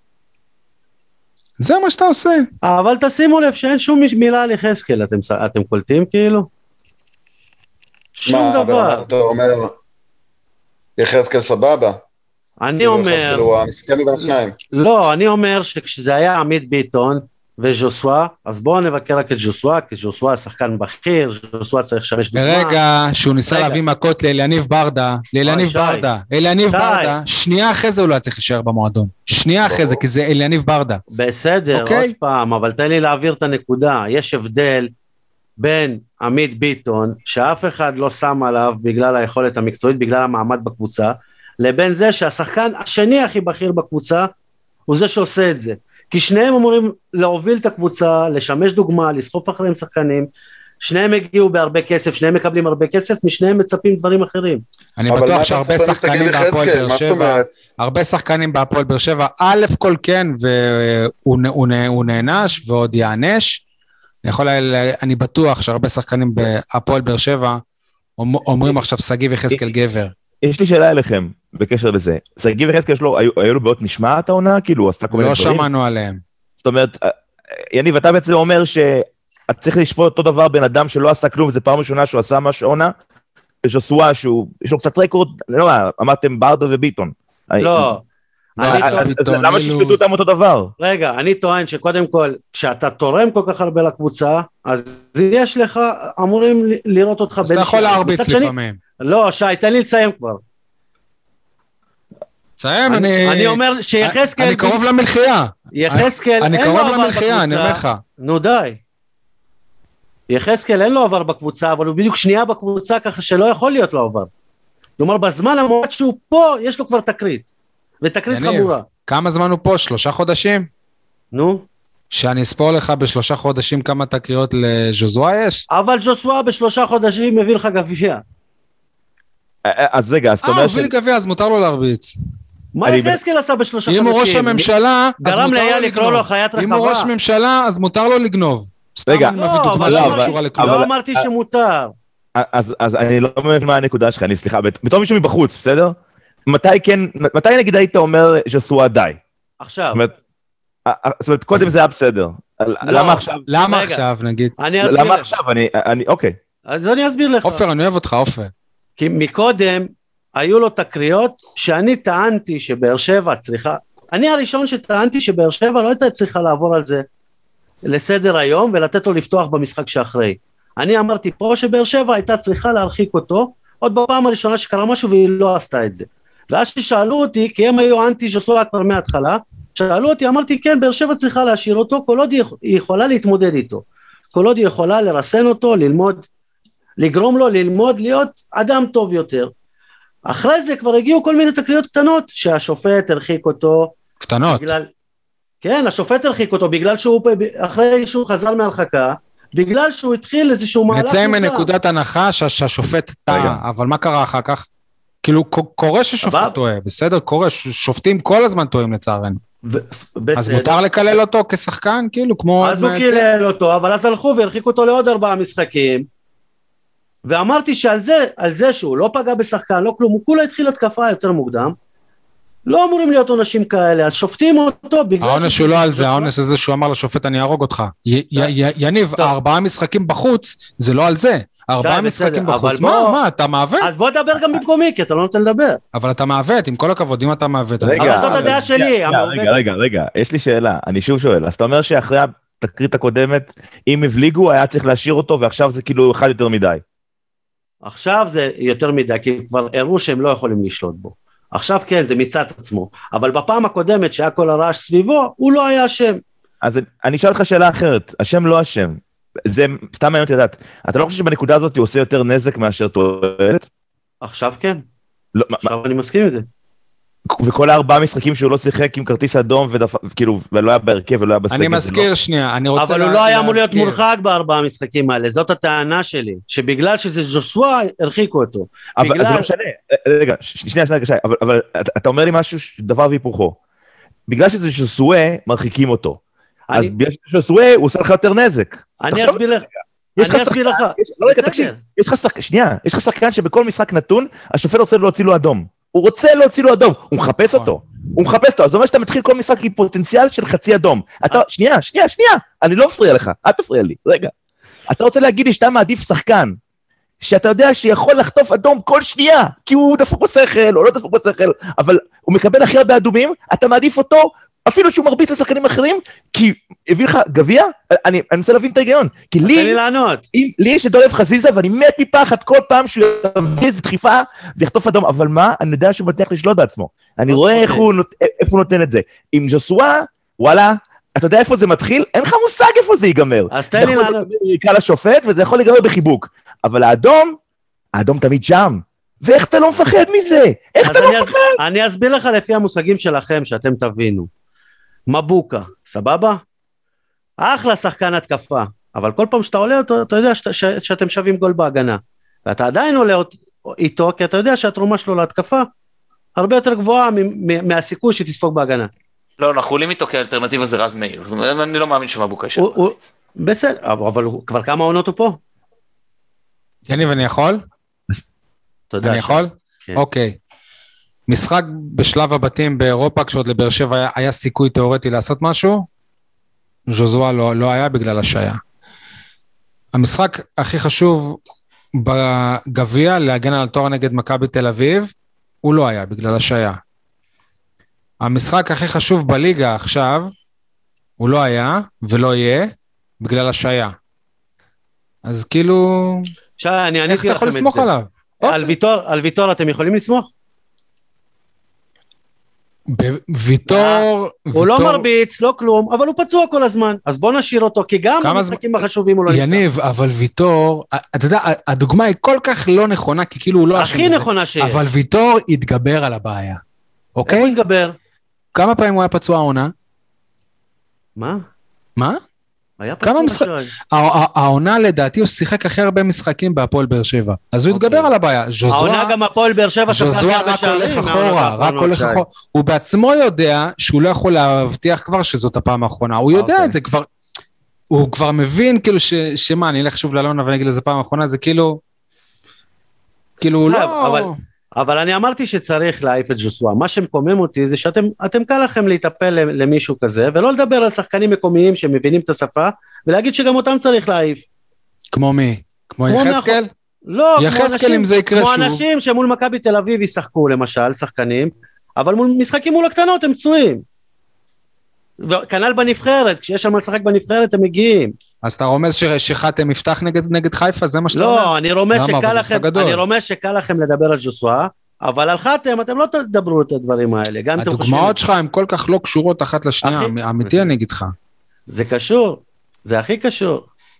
זה מה שאתה עושה. אבל תשימו לב שאין שום מילה על יחזקאל, אתם, אתם קולטים כאילו? שום מה, דבר. אתה אומר... יחזקאל סבבה. אני אומר... לא, אני אומר שכשזה היה עמית ביטון וז'וסווה, אז בואו נבקר רק את ז'וסווה, כי ז'וסווה שחקן בכיר, ז'וסווה צריך לשמש דוגמה. ברגע שהוא ניסה להביא מכות לאליניב ברדה, לאליניב ברדה, אליניב ברדה, שנייה אחרי זה הוא לא צריך להישאר במועדון. שנייה אחרי זה, כי זה אליניב ברדה. בסדר, עוד פעם, אבל תן לי להעביר את הנקודה. יש הבדל בין עמית ביטון, שאף אחד לא שם עליו בגלל היכולת המקצועית, בגלל המעמד בקבוצה, לבין זה שהשחקן השני הכי בכיר בקבוצה, הוא זה שעושה את זה. כי שניהם אמורים להוביל את הקבוצה, לשמש דוגמה, לסחוף אחריהם שחקנים, שניהם הגיעו בהרבה כסף, שניהם מקבלים הרבה כסף, משניהם מצפים דברים אחרים. אני בטוח שהרבה שחקנים בהפועל באר שבע, הרבה שחקנים בהפועל באר שבע, א' כל כן, והוא נענש ועוד יענש, אני יכול, אני בטוח שהרבה שחקנים בהפועל באר שבע אומרים עכשיו שגיב יחזקאל גבר. יש לי שאלה אליכם בקשר לזה. שגיב יחזקאל שלו, היו לו בעיות נשמעת העונה? כאילו, עשה כל מיני דברים? לא שמענו עליהם. זאת אומרת, יניב, אתה בעצם אומר שאת צריך לשפוט אותו דבר בן אדם שלא עשה כלום, זה פעם ראשונה שהוא עשה משהו עונה, ז'וסווה שהוא, יש לו קצת רקורד, לא מה, אמרתם ברדה וביטון. לא. למה ששפטו אותם אותו דבר? רגע, אני טוען שקודם כל, כשאתה תורם כל כך הרבה לקבוצה, אז יש לך, אמורים לראות אותך... אז אתה יכול להרביץ לפעמים. לא, שי, תן לי לסיים כבר. סיים, אני... אני אומר שיחזקאל... אני קרוב למלחייה. יחזקאל... אני קרוב למלחייה, אני אומר לך. נו די. יחזקאל אין לו עבר בקבוצה, אבל הוא בדיוק שנייה בקבוצה, ככה שלא יכול להיות לו עבר. כלומר, בזמן המועד שהוא פה, יש לו כבר תקרית. ותקרית חמורה. כמה זמן הוא פה? שלושה חודשים? נו? שאני אספור לך בשלושה חודשים כמה תקריות לז'וזווה יש? אבל ז'וזווה בשלושה חודשים מביא לך גביע. אז רגע, אז אה, הוא מביא לי גביע, אז מותר לו להרביץ. מה יחזקאל עשה בשלושה חודשים? אם הוא ראש הממשלה, אז גרם לאייל לקרוא לו חיית רחבה. אם הוא ראש ממשלה, אז מותר לו לגנוב. רגע, לא אמרתי שמותר. אז אני לא מבין מה הנקודה שלך, אני סליחה, בתור מישהו מבחוץ, בסדר? מתי כן, מתי נגיד היית אומר ז'וסווה די? עכשיו. זאת אומרת, קודם זה היה בסדר. למה עכשיו? למה עכשיו, נגיד? למה עכשיו? אני, אוקיי. אז אני אסביר לך. עופר, אני אוהב אותך, עופר. כי מקודם, היו לו תקריות, שאני טענתי שבאר שבע צריכה, אני הראשון שטענתי שבאר שבע לא הייתה צריכה לעבור על זה לסדר היום, ולתת לו לפתוח במשחק שאחרי. אני אמרתי פה שבאר שבע הייתה צריכה להרחיק אותו, עוד בפעם הראשונה שקרה משהו והיא לא עשתה את זה. ואז ששאלו אותי, כי הם היו אנטי ז'וסווה כבר מההתחלה, שאלו אותי, אמרתי כן, באר שבע צריכה להשאיר אותו, כל עוד היא יכולה להתמודד איתו, כל עוד היא יכולה לרסן אותו, ללמוד, לגרום לו ללמוד להיות אדם טוב יותר. אחרי זה כבר הגיעו כל מיני תקריות קטנות, שהשופט הרחיק אותו. קטנות. בגלל, כן, השופט הרחיק אותו, בגלל שהוא, אחרי שהוא חזר מהרחקה, בגלל שהוא התחיל איזשהו מהלך. נצא מנקודת הנחה שהשופט טעה, אבל מה קרה אחר כך? כאילו, קורה ששופט טועה, בסדר? קורה, שופטים כל הזמן טועים לצערנו. אז מותר לקלל אותו כשחקן, כאילו, כמו... אז הוא קילל אותו, אבל אז הלכו והרחיקו אותו לעוד ארבעה משחקים, ואמרתי שעל זה, על זה שהוא לא פגע בשחקן, לא כלום, הוא כולה התחיל התקפה יותר מוקדם, לא אמורים להיות עונשים כאלה, אז שופטים אותו בגלל... העונש הוא לא על זה, העונש הזה שהוא אמר לשופט אני ארוג אותך. יניב, ארבעה משחקים בחוץ, זה לא על זה. ארבעה משחקים בחוץ, מה, מה, אתה מעוות? אז בוא דבר גם במקומי, כי אתה לא נותן לדבר. אבל אתה מעוות, עם כל הכבוד, אם אתה מעוות. אבל זאת הדעה שלי. רגע, רגע, רגע, יש לי שאלה, אני שוב שואל, אז אתה אומר שאחרי התקרית הקודמת, אם הבליגו, היה צריך להשאיר אותו, ועכשיו זה כאילו אחד יותר מדי. עכשיו זה יותר מדי, כי כבר הראו שהם לא יכולים לשלוט בו. עכשיו כן, זה מצד עצמו, אבל בפעם הקודמת שהיה כל הרעש סביבו, הוא לא היה אשם. אז אני אשאל אותך שאלה אחרת, השם לא אשם, זה סתם מעניין אותי לדעת, אתה לא חושב שבנקודה הזאת הוא עושה יותר נזק מאשר תועלת? עכשיו כן, לא, עכשיו מה, אני מסכים עם זה. וכל הארבעה משחקים שהוא לא שיחק עם כרטיס אדום, וכאילו, ולא היה בהרכב ולא היה בסגל. אני מזכיר לא... שנייה, אני רוצה... אבל הוא לא היה אמור להיות מורחק בארבעה המשחקים האלה, זאת הטענה שלי, שבגלל שזה ז'וסווה, הרחיקו אותו. אבל בגלל... זה לא משנה, רגע, שנייה, שנייה, שנייה, אבל, אבל אתה, אתה אומר לי משהו, דבר והיפוכו. בגלל שזה ז'וסווה, מרחיקים אותו. אני... אז בגלל שזה ז'וסווה, הוא עושה לך יותר נזק. אני אסביר לך. אני אסביר לך. לא רגע, תקשיב, יש לך שחקן, שנייה, יש לך שחקן שבכל משחק נתון, השופט רוצה להוציא לו אדום. הוא רוצה להוציא לו אדום, הוא מחפש אותו, הוא מחפש אותו, אז זה אומר שאתה מתחיל כל משחק עם פוטנציאל של חצי אדום. אתה, שנייה, שנייה, שנייה, אני לא מפריע לך, אל תפריע לי, רגע. אתה רוצה להגיד לי שאתה מעדיף שחקן, שאתה יודע שיכול לחטוף אדום כל שנייה, כי הוא דפוק בשכל, או לא דפוק בשכל, אבל הוא מקבל הכי הרבה אדומים, אתה מעדיף אותו, אפילו שהוא מרביץ לשחקנים אחרים, כי הביא לך גביע, אני, אני רוצה להבין את ההיגיון, כי לי, לי יש את דולב חזיזה, ואני מת מפחד כל פעם שהוא יביא איזו דחיפה, ויחטוף אדום, אבל מה? אני יודע שהוא מצליח לשלוט בעצמו, אני רואה איך הוא, איפה הוא נותן את זה, עם ז'וסווה, וואלה, אתה יודע איפה זה מתחיל? אין לך מושג איפה זה ייגמר, אז תן לי לענות. זה יקרא לשופט, וזה יכול להיגמר בחיבוק, אבל האדום, האדום תמיד שם, ואיך אתה לא מפחד מזה? איך אתה לא מפחד? אני אסביר לך לפי המושגים שלכם, שאתם תבינו. מבוקה, סבבה? אחלה שחקן התקפה, אבל כל פעם שאתה עולה אותו, אתה יודע שאת, ש, שאתם שווים גול בהגנה, ואתה עדיין עולה איתו, כי אתה יודע שהתרומה שלו להתקפה, הרבה יותר גבוהה מהסיכוי שתספוג בהגנה. לא, אנחנו עולים איתו כאלטרנטיבה זה רז מאיר, זאת אומרת, אני לא מאמין שמבוקה יש. בסדר, אבל כבר כמה עונות הוא פה? יניב, אני יכול? תודה. אני יכול? אוקיי. משחק בשלב הבתים באירופה, כשעוד לבאר שבע היה, היה סיכוי תיאורטי לעשות משהו, ז'וזואה לא, לא היה בגלל השעיה. המשחק הכי חשוב בגביע, להגן על תואר נגד מכבי תל אביב, הוא לא היה בגלל השעיה. המשחק הכי חשוב בליגה עכשיו, הוא לא היה ולא יהיה בגלל השעיה. אז כאילו, שי, אני איך אתה יכול לסמוך עליו? על ויתור, על ויתור אתם יכולים לסמוך? ויתור, הוא לא מרביץ, לא כלום, אבל הוא פצוע כל הזמן, אז בוא נשאיר אותו, כי גם המשחקים החשובים הוא לא נמצא. יניב, אבל ויתור, אתה יודע, הדוגמה היא כל כך לא נכונה, כי כאילו הוא לא... הכי נכונה שיש. אבל ויתור יתגבר על הבעיה, אוקיי? איך הוא יתגבר? כמה פעמים הוא היה פצוע העונה? מה? מה? היה פצוע משחק... העונה לדעתי הוא שיחק הכי הרבה משחקים בהפועל באר שבע, אז הוא יתגבר על הבעיה. העונה גם הפועל באר שבע ז'וזואה רק הולך אחורה, רק הולך אחורה. הוא בעצמו יודע שהוא לא יכול להבטיח כבר שזאת הפעם האחרונה, הוא יודע את זה כבר, הוא כבר מבין כאילו שמה, אני אלך שוב לאלונה ואני אגיד לזה פעם האחרונה, זה כאילו, כאילו לא... אבל אני אמרתי שצריך להעיף את ז'וסווה, מה שמקומם אותי זה שאתם, אתם קל לכם להיטפל למישהו כזה, ולא לדבר על שחקנים מקומיים שמבינים את השפה, ולהגיד שגם אותם צריך להעיף. כמו מי? כמו יחזקאל? לא, יחזקאל אם זה יקרה שוב. כמו אנשים שמול מכבי תל אביב ישחקו למשל, שחקנים, אבל מול משחקים מול הקטנות הם פצועים. וכנ"ל בנבחרת, כשיש שם לשחק בנבחרת הם מגיעים. אז אתה רומז שחתם יפתח נגד, נגד חיפה, זה מה שאתה אומר? לא, אני רומז שקל לכם, אני רומז שקל לכם לדבר על ז'וסווה, אבל על חתם אתם לא תדברו את הדברים האלה, גם אתם חושבים... הדוגמאות שלך הן כל כך לא קשורות אחת לשנייה, אמיתי אני אגיד לך. זה קשור, זה הכי קשור.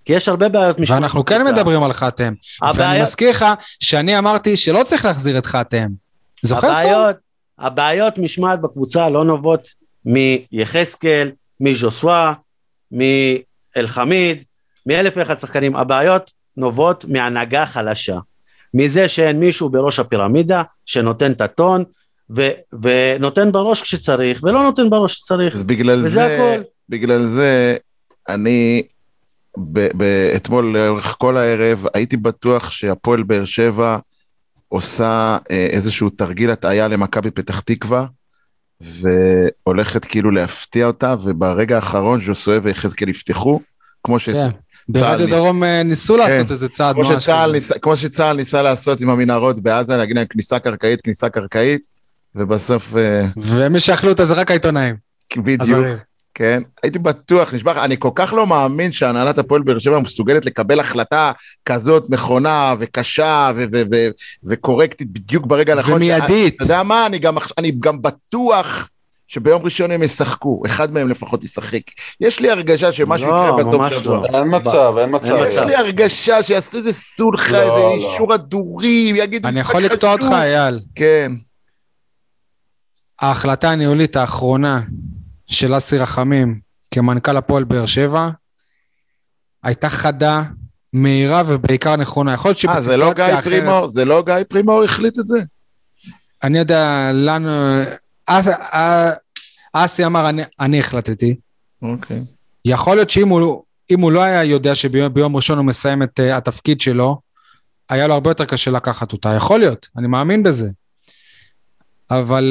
כי יש הרבה בעיות משמעת. ואנחנו כן מדברים על חתם. ואני מזכיר לך שאני אמרתי שלא צריך להחזיר את חתם. זוכר סול? הבעיות משמעת בקבוצה לא נובעות מיחזקאל, מז'וסווה, מאל-חמיד, מאלף ואחד שחקנים. הבעיות נובעות מהנהגה חלשה. מזה שאין מישהו בראש הפירמידה שנותן את הטון, ו- ונותן בראש כשצריך, ולא נותן בראש כשצריך. אז בגלל וזה זה, הכל. בגלל זה, אני, ב- ב- אתמול לאורך כל הערב, הייתי בטוח שהפועל באר שבע, עושה אה, איזשהו תרגיל הטעיה למכבי פתח תקווה, והולכת כאילו להפתיע אותה, וברגע האחרון ז'וסואה ויחזקאל יפתחו, כמו ש... כן. ברדיו דרום ניסו לעשות איזה צעד ממש כזה. כמו שצהל ניסה לעשות עם המנהרות בעזה, להגיד להם כניסה קרקעית, כניסה קרקעית, ובסוף... ומי שאכלו אותה זה רק העיתונאים. בדיוק, כן. הייתי בטוח, נשבח, אני כל כך לא מאמין שהנהלת הפועל באר שבע מסוגלת לקבל החלטה כזאת נכונה וקשה וקורקטית בדיוק ברגע הנכון. ומיידית. אתה יודע מה, אני גם בטוח... שביום ראשון הם ישחקו, אחד מהם לפחות ישחק. יש לי הרגשה שמשהו יקרה בסוף שבוע. אין מצב, אין מצב. יש לי הרגשה שיעשו איזה סולחה, איזה אישור הדורים, יגידו... אני יכול לקטוע אותך, אייל. כן. ההחלטה הניהולית האחרונה של אסי רחמים, כמנכ"ל הפועל באר שבע, הייתה חדה, מהירה ובעיקר נכונה. יכול להיות שבסיטואציה אחרת... זה לא גיא פרימור החליט את זה? אני יודע, לנו... אסי אמר, אני החלטתי. אוקיי. יכול להיות שאם הוא לא היה יודע שביום ראשון הוא מסיים את התפקיד שלו, היה לו הרבה יותר קשה לקחת אותה. יכול להיות, אני מאמין בזה. אבל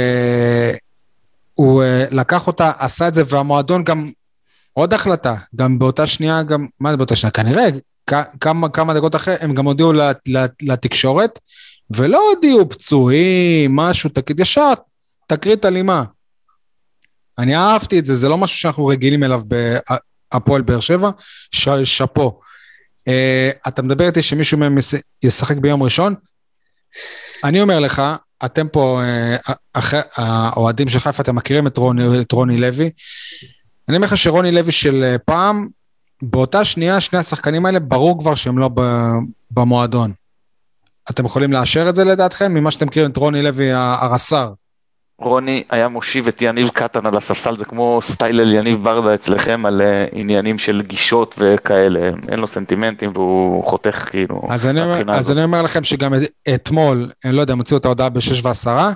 הוא לקח אותה, עשה את זה, והמועדון גם, עוד החלטה, גם באותה שנייה, גם, מה זה באותה שנייה? כנראה, כמה דקות אחרי, הם גם הודיעו לתקשורת, ולא הודיעו פצועים, משהו, ישר, תקרית אלימה. אני אהבתי את זה, זה לא משהו שאנחנו רגילים אליו בהפועל באר שבע, שפו. אתה מדבר איתי שמישהו מהם ישחק ביום ראשון? אני אומר לך, אתם פה, האוהדים של חיפה, אתם מכירים את רוני, את רוני לוי, אני אומר לך שרוני לוי של פעם, באותה שנייה, שני השחקנים האלה, ברור כבר שהם לא במועדון. אתם יכולים לאשר את זה לדעתכם, ממה שאתם מכירים את רוני לוי הרס"ר? רוני היה מושיב את יניב קטן על הספסל, זה כמו סטייל אל יניב ברדה אצלכם, על עניינים של גישות וכאלה, אין לו סנטימנטים והוא חותך כאילו. אז אני אומר, אז אני אומר לכם שגם אתמול, אני לא יודע, מוציאו את ההודעה בשש ועשרה,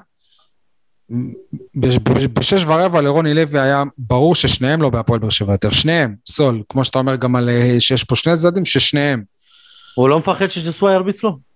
בשש ורבע לרוני לוי היה ברור ששניהם לא בהפועל באר שבע יותר, שניהם, סול, כמו שאתה אומר גם על שיש פה שני צדדים, ששניהם. הוא לא מפחד שג'סווה ירביץ לו?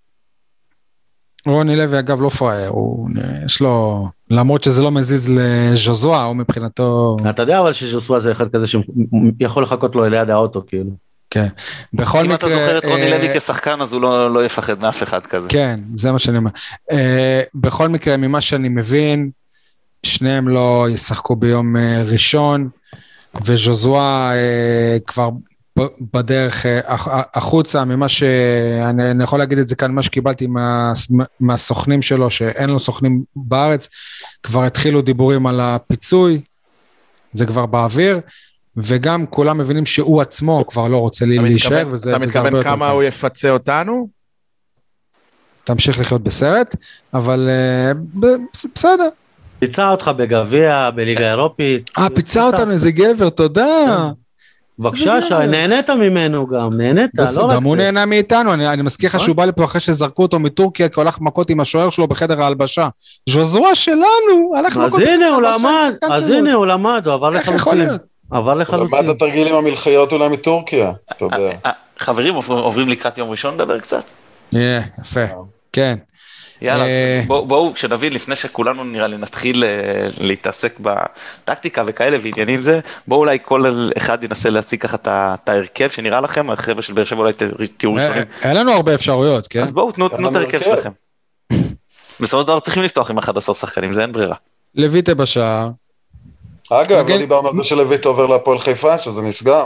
רוני לוי אגב לא פראייר, יש לו, למרות שזה לא מזיז לז'וזואה, הוא מבחינתו... אתה יודע אבל שז'וזואה זה אחד כזה שיכול לחכות לו ליד האוטו, כאילו. כן, בכל מקרה... אם אתה זוכר את רוני לוי כשחקן, אז הוא לא יפחד מאף אחד כזה. כן, זה מה שאני אומר. בכל מקרה, ממה שאני מבין, שניהם לא ישחקו ביום ראשון, וז'וזואה כבר... בדרך החוצה, ממה שאני יכול להגיד את זה כאן, מה שקיבלתי מה, מהסוכנים שלו, שאין לו סוכנים בארץ, כבר התחילו דיבורים על הפיצוי, זה כבר באוויר, וגם כולם מבינים שהוא עצמו כבר לא רוצה לי להישאר, וזה, אתה מתכוון כמה הוא יפצה אותנו? תמשיך לחיות בסרט, אבל בסדר. פיצה אותך בגביע, בליגה אירופית. אה, פיצה אותנו, איזה גבר, תודה. בבקשה, שי, נהנית ממנו גם, נהנית, לא רק זה. גם הוא נהנה מאיתנו, אני מזכיר לך שהוא בא לפה אחרי שזרקו אותו מטורקיה, כי הולך מכות עם השוער שלו בחדר ההלבשה. ז'וזואה שלנו, הלך מכות עם השוער. אז הנה הוא למד, אז הנה הוא למד, הוא עבר לחלוצים. עבר לחלוצים. הוא למד את התרגילים המלחיות אולי מטורקיה, אתה יודע. חברים, עוברים לקראת יום ראשון לדבר קצת? יפה, כן. יאללה, בואו שנבין לפני שכולנו נראה לי נתחיל להתעסק בטקטיקה וכאלה ועניינים זה, בואו אולי כל אחד ינסה להציג ככה את ההרכב שנראה לכם, החבר'ה של באר שבע אולי תראו ראשונים. אין לנו הרבה אפשרויות, כן? אז בואו תנו את ההרכב שלכם. בסופו של דבר צריכים לפתוח עם אחד עשר שחקנים, זה אין ברירה. לויטה בשער. אגב, לא דיברנו על זה שלויטה עובר להפועל חיפה, שזה נסגר.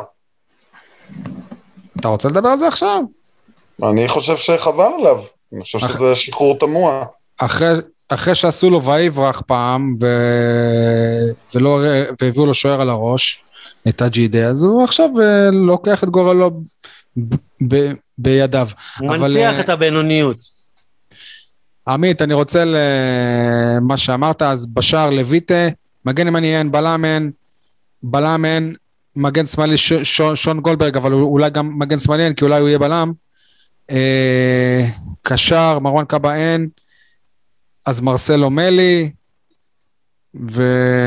אתה רוצה לדבר על זה עכשיו? אני חושב שחבל עליו. אני חושב שזה שחרור תמוה. אחרי, אחרי שעשו לו ויברח פעם, ו... ולא... והביאו לו שוער על הראש, את הג'ידה, אז הוא עכשיו לוקח את גורלו בידיו. הוא מנציח את הבינוניות. עמית, אני רוצה למה שאמרת, אז בשער לויטה, מגן ימני אין, בלם אין, בלם אין, מגן שמאלי שון גולדברג, אבל אולי גם מגן שמאלי אין, כי אולי הוא יהיה בלם. קשר, מרואן קאבה אין, אז מרסלו מלי, ו...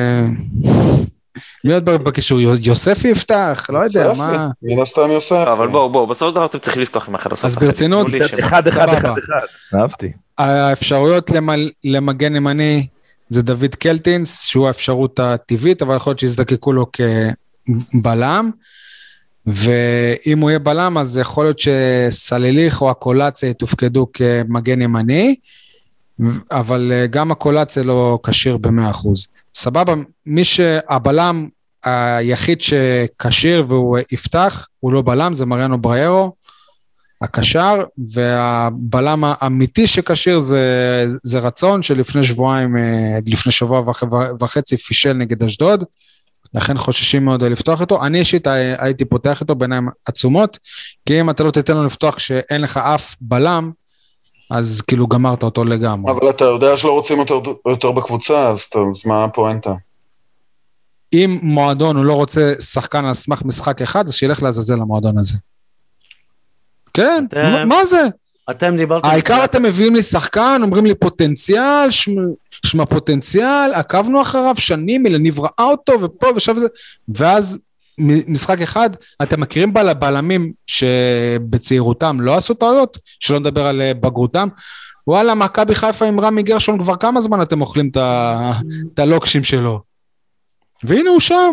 מי עוד בקישור? יוספי יפתח? לא יודע, מה... מן הסתם יוספי. אבל בואו, בואו, בסוף דבר אתם צריכים לפתוח עם אחד. אז ברצינות, אחד, אחד, אחד, אחד. אהבתי. האפשרויות למגן ימני זה דוד קלטינס, שהוא האפשרות הטבעית, אבל יכול להיות שיזדקקו לו כבלם, ואם הוא יהיה בלם, אז יכול להיות שסליליך או הקולציה יתופקדו כמגן ימני, אבל גם הקולציה לא קשיר ב-מאה אחוז. סבבה, מי שהבלם היחיד שקשיר והוא יפתח, הוא לא בלם, זה מריאנו בריירו, הקשר, והבלם האמיתי שקשיר זה, זה רצון, שלפני שבועיים, לפני שבוע וחצי פישל נגד אשדוד, לכן חוששים מאוד לפתוח איתו. אני אישית הייתי פותח איתו בעיניים עצומות, כי אם אתה לא תיתן לו לפתוח כשאין לך אף בלם, אז כאילו גמרת אותו לגמרי. אבל אתה יודע שלא רוצים יותר, יותר בקבוצה, אז, אז מה הפואנטה? אם מועדון הוא לא רוצה שחקן על סמך משחק אחד, אז שילך לעזאזל למועדון הזה. כן, אתם, מה זה? אתם דיברתם... העיקר אתם מביאים לי שחקן, אומרים לי פוטנציאל, שמה פוטנציאל, עקבנו אחריו שנים, נבראה אותו ופה ושם וזה, ואז משחק אחד, אתם מכירים בלמים שבצעירותם לא עשו טעויות, שלא נדבר על בגרותם, וואלה, מכבי חיפה עם רמי גרשון כבר כמה זמן אתם אוכלים את הלוקשים שלו, והנה הוא שם.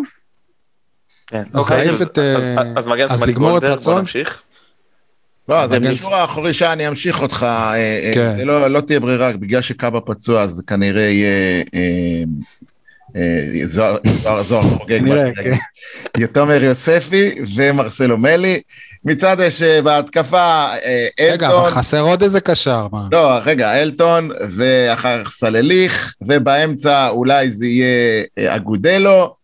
אז לגמור את רצון. לא, אז במישור האחורי שאני אמשיך אותך, לא תהיה ברירה, בגלל שקאבה פצוע, אז כנראה יהיה... זוהר חוגג, יתומר יוספי ומרסלו מלי, מצד שבהתקפה אלטון, רגע, אבל חסר עוד איזה קשר, לא, רגע, אלטון ואחר סלליך, ובאמצע אולי זה יהיה אגודלו,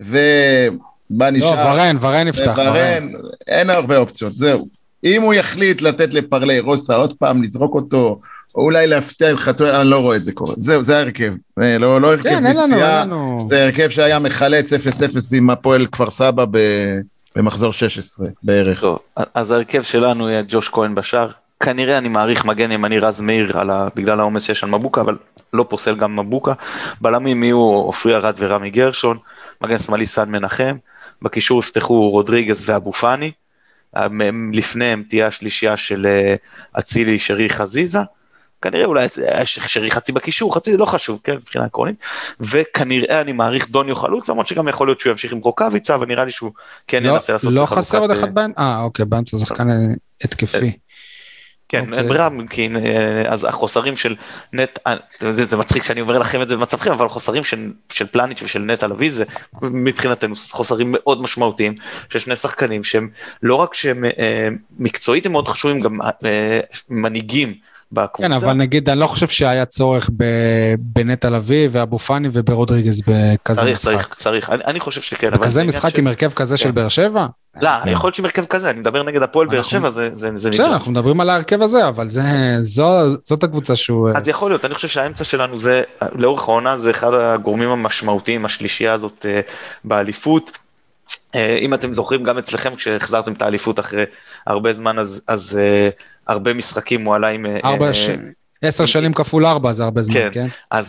ובה נשאר, לא, ורן, ורן יפתח, ורן, אין הרבה אופציות, זהו, אם הוא יחליט לתת לפרלי רוסה עוד פעם, לזרוק אותו, או אולי להפתיע עם חתואל, אני לא רואה את זה קורה. זהו, זה הרכב. זה לא, לא הרכב כן, אין לנו, אין לנו. זה הרכב שהיה מחלץ אפס אפס עם הפועל כפר סבא במחזור שש עשרה בערך. טוב, אז הרכב שלנו יהיה ג'וש כהן בשער. כנראה אני מעריך מגן ימני רז מאיר ה... בגלל העומס שיש על מבוקה, אבל לא פוסל גם מבוקה. בלמים יהיו אופרי ארד ורמי גרשון, מגן שמאלי סן מנחם, בקישור יפתחו רודריגז ואבו פאני, לפניהם תהיה השלישייה של אצילי, שרי, חזיזה, כנראה אולי שרי חצי בקישור, חצי זה לא חשוב, כן, מבחינה עקרונית, וכנראה אני מעריך דוניו חלוץ, למרות שגם יכול להיות שהוא ימשיך עם רוקאביצה, אבל נראה לי שהוא כן ינסה לעשות... לא חסר עוד אחד באמצע, אה, אוקיי, באמצע זה שחקן התקפי. כן, ברם, אז החוסרים של נט, זה מצחיק שאני אומר לכם את זה במצבכם, אבל החוסרים של פלניץ' ושל נט הלוי, זה מבחינתנו חוסרים מאוד משמעותיים, של שני שחקנים שהם לא רק שהם מקצועית, הם מאוד חשובים, גם מנהיגים בקבוצה. כן, אבל נגיד, אני לא חושב שהיה צורך בנט הלוי ואבו פאני וברודריגז בכזה משחק. צריך, צריך, אני חושב שכן. בכזה משחק עם הרכב כזה של באר שבע? לא, אני יכול להיות שעם הרכב כזה, אני מדבר נגד הפועל באר שבע, זה נדבר. בסדר, אנחנו מדברים על ההרכב הזה, אבל זאת הקבוצה שהוא... אז יכול להיות, אני חושב שהאמצע שלנו זה, לאורך העונה, זה אחד הגורמים המשמעותיים, השלישייה הזאת באליפות. אם אתם זוכרים גם אצלכם, כשהחזרתם את האליפות אחרי הרבה זמן, אז הרבה משחקים הוא עלה עם... עשר שנים כפול ארבע, זה הרבה זמן, כן?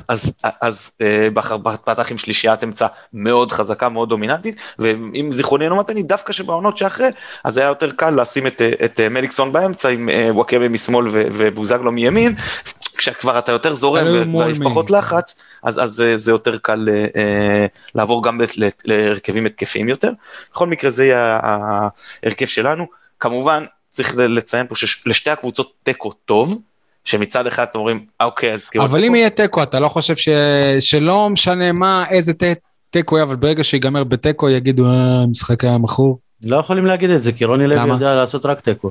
אז פתח עם שלישיית אמצע מאוד חזקה, מאוד דומיננטית, ואם זיכרוני אינו מתני, דווקא שבעונות שאחרי, אז היה יותר קל לשים את מליקסון באמצע, עם וואקמה משמאל ובוזגלו מימין, כשכבר אתה יותר זורם ויש פחות לחץ, אז זה יותר קל לעבור גם להרכבים התקפיים יותר. בכל מקרה זה יהיה ההרכב שלנו. כמובן, צריך לציין פה שלשתי הקבוצות טקו טוב, שמצד אחד אתם אומרים, אוקיי, אז... אבל אם יהיה טקו, אתה לא חושב שלא משנה מה, איזה טקו יהיה, אבל ברגע שיגמר בטקו, יגידו, אה, משחק היה מכור. לא יכולים להגיד את זה, כי רוני לוי יודע לעשות רק טקו.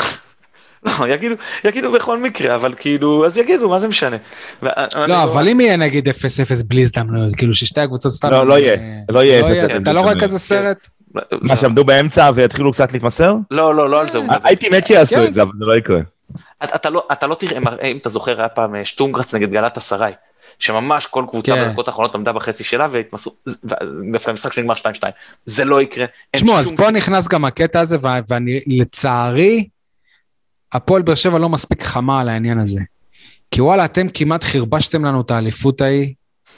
לא, יגידו, יגידו בכל מקרה, אבל כאילו, אז יגידו, מה זה משנה? לא, אבל אם יהיה נגיד אפס אפס בלי סתם, כאילו ששתי הקבוצות סתם... לא, לא יהיה, לא יהיה אפס אפס. אתה לא רואה כזה סרט? מה, שעמדו באמצע ויתחילו קצת להתמסר? לא, לא, לא על זה הוא מדבר. הייתי מת שיעשו את זה, אבל זה לא יקרה. אתה לא, אתה לא תראה, אם אתה זוכר, היה פעם שטונגרץ נגד גלת הסריי, שממש כל קבוצה בדקות האחרונות עמדה בחצי שלה, והתמסרו, דווקא המשחק שנגמר שתיים שתיים, זה לא יקרה. תשמעו, אז פה נכנס גם הקטע הזה, ואני, לצערי, הפועל באר שבע לא מספיק חמה על העניין הזה. כי וואלה, אתם כמעט חרבשתם לנו את האליפות ההיא,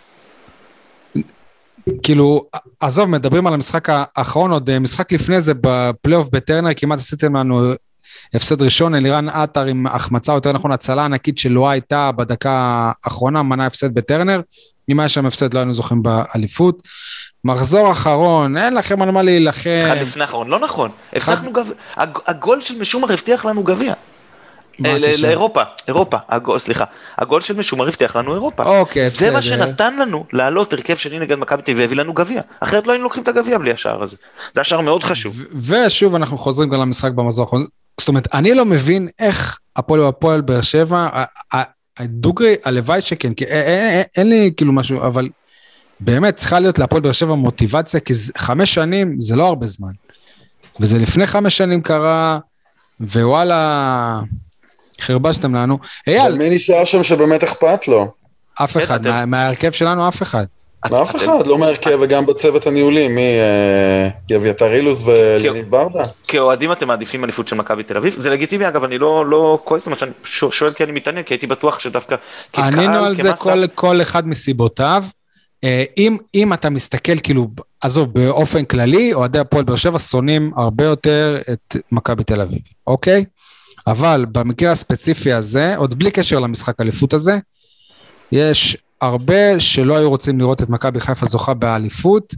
כאילו, עזוב, מדברים על המשחק האחרון, עוד משחק לפני זה, בפלייאוף בטרנר, כמעט עשיתם לנו הפסד ראשון, אלירן עטר עם החמצה, יותר נכון, הצלה ענקית שלא הייתה בדקה האחרונה, מנה הפסד בטרנר, אם היה שם הפסד לא היינו זוכים באליפות, מחזור אחרון, אין לכם על מה להילחם. אחד לפני האחרון, לא נכון, הבטחנו גביע, הגול של משומר הבטיח לנו גביע. לאירופה, אירופה, סליחה, הגול של משומר הבטיח לנו אירופה. אוקיי, בסדר. זה מה שנתן לנו לעלות הרכב שני נגד מכבי תל אביב והביא לנו גביע. אחרת לא היינו לוקחים את הגביע בלי השער הזה. זה השער מאוד חשוב. ושוב אנחנו חוזרים גם למשחק במחזור האחרון. זאת אומרת, אני לא מבין איך הפועל הפועל באר שבע, דוגרי, הלוואי שכן, כי אין לי כאילו משהו, אבל באמת צריכה להיות להפועל באר שבע מוטיבציה, כי חמש שנים זה לא הרבה זמן. וזה לפני חמש שנים קרה, ווואלה, חרבשתם לנו. אייל. מי נשאר שם שבאמת אכפת לו? אף אחד, מההרכב שלנו אף אחד. אף אחד, לא מהרכב וגם בצוות הניהולי, מי אביתר אילוז וליניב ברדה? כאוהדים אתם מעדיפים אליפות של מכבי תל אביב, זה לגיטימי אגב, אני לא כועס, מה שאני שואל כי אני מתעניין, כי הייתי בטוח שדווקא כקהל, ענינו על זה כל אחד מסיבותיו, אם אתה מסתכל כאילו, עזוב, באופן כללי, אוהדי הפועל באר שבע שונאים הרבה יותר את מכבי תל אביב, אוקיי? אבל במקרה הספציפי הזה, עוד בלי קשר למשחק האליפות הזה, יש הרבה שלא היו רוצים לראות את מכבי חיפה זוכה באליפות.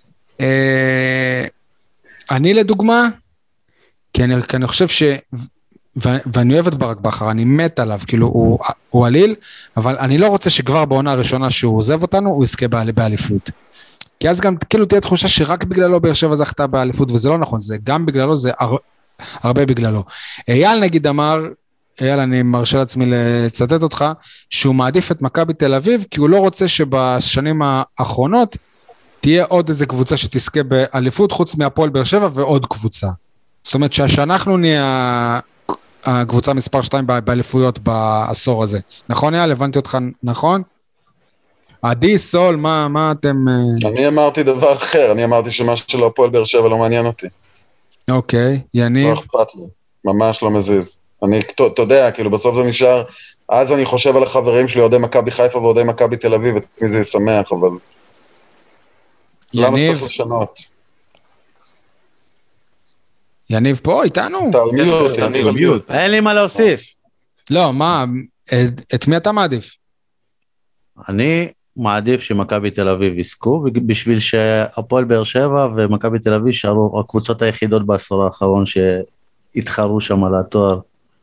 אני לדוגמה, כי אני, כי אני חושב ש... ואני אוהב את ברק בכר, אני מת עליו, כאילו הוא, הוא עליל, אבל אני לא רוצה שכבר בעונה הראשונה שהוא עוזב אותנו, הוא יזכה באליפות. כי אז גם כאילו תהיה תחושה שרק בגללו באר שבע זכתה באליפות, וזה לא נכון, זה גם בגללו, זה הר... הרבה בגללו. אייל נגיד אמר, אייל אני מרשה לעצמי לצטט אותך, שהוא מעדיף את מכבי תל אביב, כי הוא לא רוצה שבשנים האחרונות, תהיה עוד איזה קבוצה שתזכה באליפות, חוץ מהפועל באר שבע ועוד קבוצה. זאת אומרת שאנחנו נהיה הקבוצה מספר שתיים באליפויות בעשור הזה. נכון אייל? הבנתי אותך נכון? עדי, סול, מה, מה אתם... אני אמרתי דבר אחר, אני אמרתי שמה שלא הפועל באר שבע לא מעניין אותי. אוקיי, יניב. לא אכפת לי, ממש לא מזיז. אני, אתה יודע, כאילו בסוף זה נשאר, אז אני חושב על החברים שלי, אוהדי מכבי חיפה ואוהדי מכבי תל אביב, את מי זה ישמח, אבל... למה צריך לשנות? יניב פה, איתנו? תעלמיות, תעלמיות. אין לי מה להוסיף. לא, מה, את מי אתה מעדיף? אני מעדיף שמכבי תל אביב יזכו, בשביל שהפועל באר שבע ומכבי תל אביב שערו הקבוצות היחידות בעשור האחרון שהתחרו שם על התואר.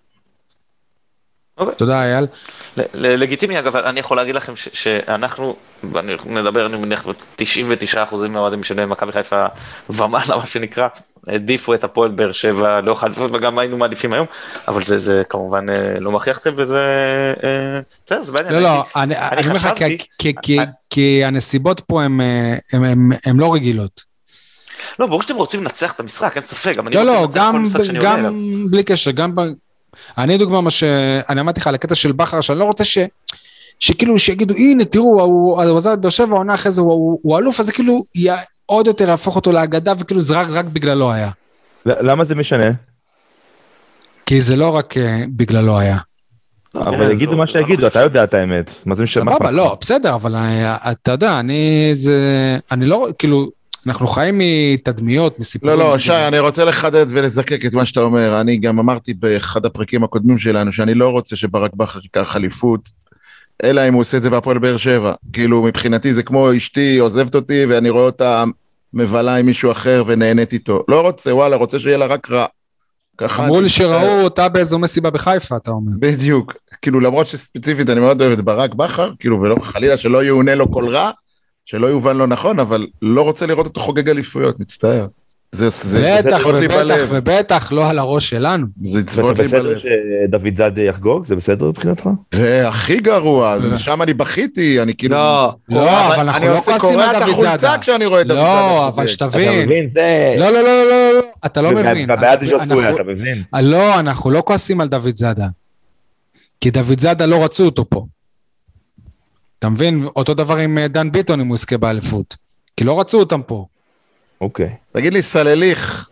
תודה אייל. לגיטימי אגב, אני יכול להגיד לכם שאנחנו, ואני נדבר, אני מניח, תשעים ותשעה אחוז מהאוהדים של מכבי חיפה ומעלה, מה שנקרא, העדיפו את הפועל באר שבע, לא חלפות, וגם היינו מעדיפים היום, אבל זה כמובן לא מכריח אתכם, וזה, זה בעניין. לא, לא, אני אומר לך, כי הנסיבות פה הן לא רגילות. לא, ברור שאתם רוצים לנצח את המשחק, אין ספק, גם אני רוצה לנצח כל משחק שאני עולה אליו. גם בלי קשר, גם... אני דוגמה מה שאני אמרתי לך על הקטע של בכר, שאני לא רוצה ש... שכאילו שיגידו, הנה תראו, הוא עזר את באר שבע, העונה אחרי זה, הוא אלוף, אז זה כאילו עוד יותר יהפוך אותו להגדה, וכאילו זה רק בגללו היה. למה זה משנה? כי זה לא רק בגללו היה. אבל יגידו מה שיגידו, אתה יודע את האמת. סבבה, לא, בסדר, אבל אתה יודע, אני זה, אני לא, כאילו, אנחנו חיים מתדמיות, מסיפורים. לא, לא, שי, אני רוצה לחדד ולזקק את מה שאתה אומר. אני גם אמרתי באחד הפרקים הקודמים שלנו, שאני לא רוצה שברק בכר ייקח חליפות, אלא אם הוא עושה את זה בהפועל באר שבע. כאילו, מבחינתי זה כמו אשתי עוזבת אותי, ואני רואה אותה מבלה עם מישהו אחר ונהנית איתו. לא רוצה, וואלה, רוצה שיהיה לה רק רע. אמרו לי שראו אותה באיזו מסיבה בחיפה, אתה אומר. בדיוק. כאילו, למרות שספציפית אני מאוד אוהב את ברק בכר, כאילו, ולא חלילה שלא יאונה לו כל רע, שלא יובן לא נכון, אבל לא רוצה לראות אותו חוגג אליפויות, מצטער. זה בטח יצבות לי ובטח בלב. ובטח לא על הראש שלנו. זה ואתה יצבות לי בסדר בלב. שדוד זאדה יחגוג? זה בסדר מבחינתך? זה הכי גרוע, שם אני בכיתי, אני כאילו... לא, לא, אבל אנחנו לא כועסים על דוד זאדה. אני עושה קורע את החולצה כשאני רואה את דוד זאדה. לא, אבל שתבין. אתה מבין? זה... לא, לא, לא, לא, לא, אתה לא מבין. ובעד ז'וסוי, אנחנו- אתה מבין? לא, אנחנו לא כועסים על דוד זאדה. כי דוד זאדה לא רצו אותו פה. אתה מבין? אותו דבר עם דן ביטון אם הוא יזכה באליפות. כי לא רצו אותם פה. אוקיי. תגיד לי, סלליך,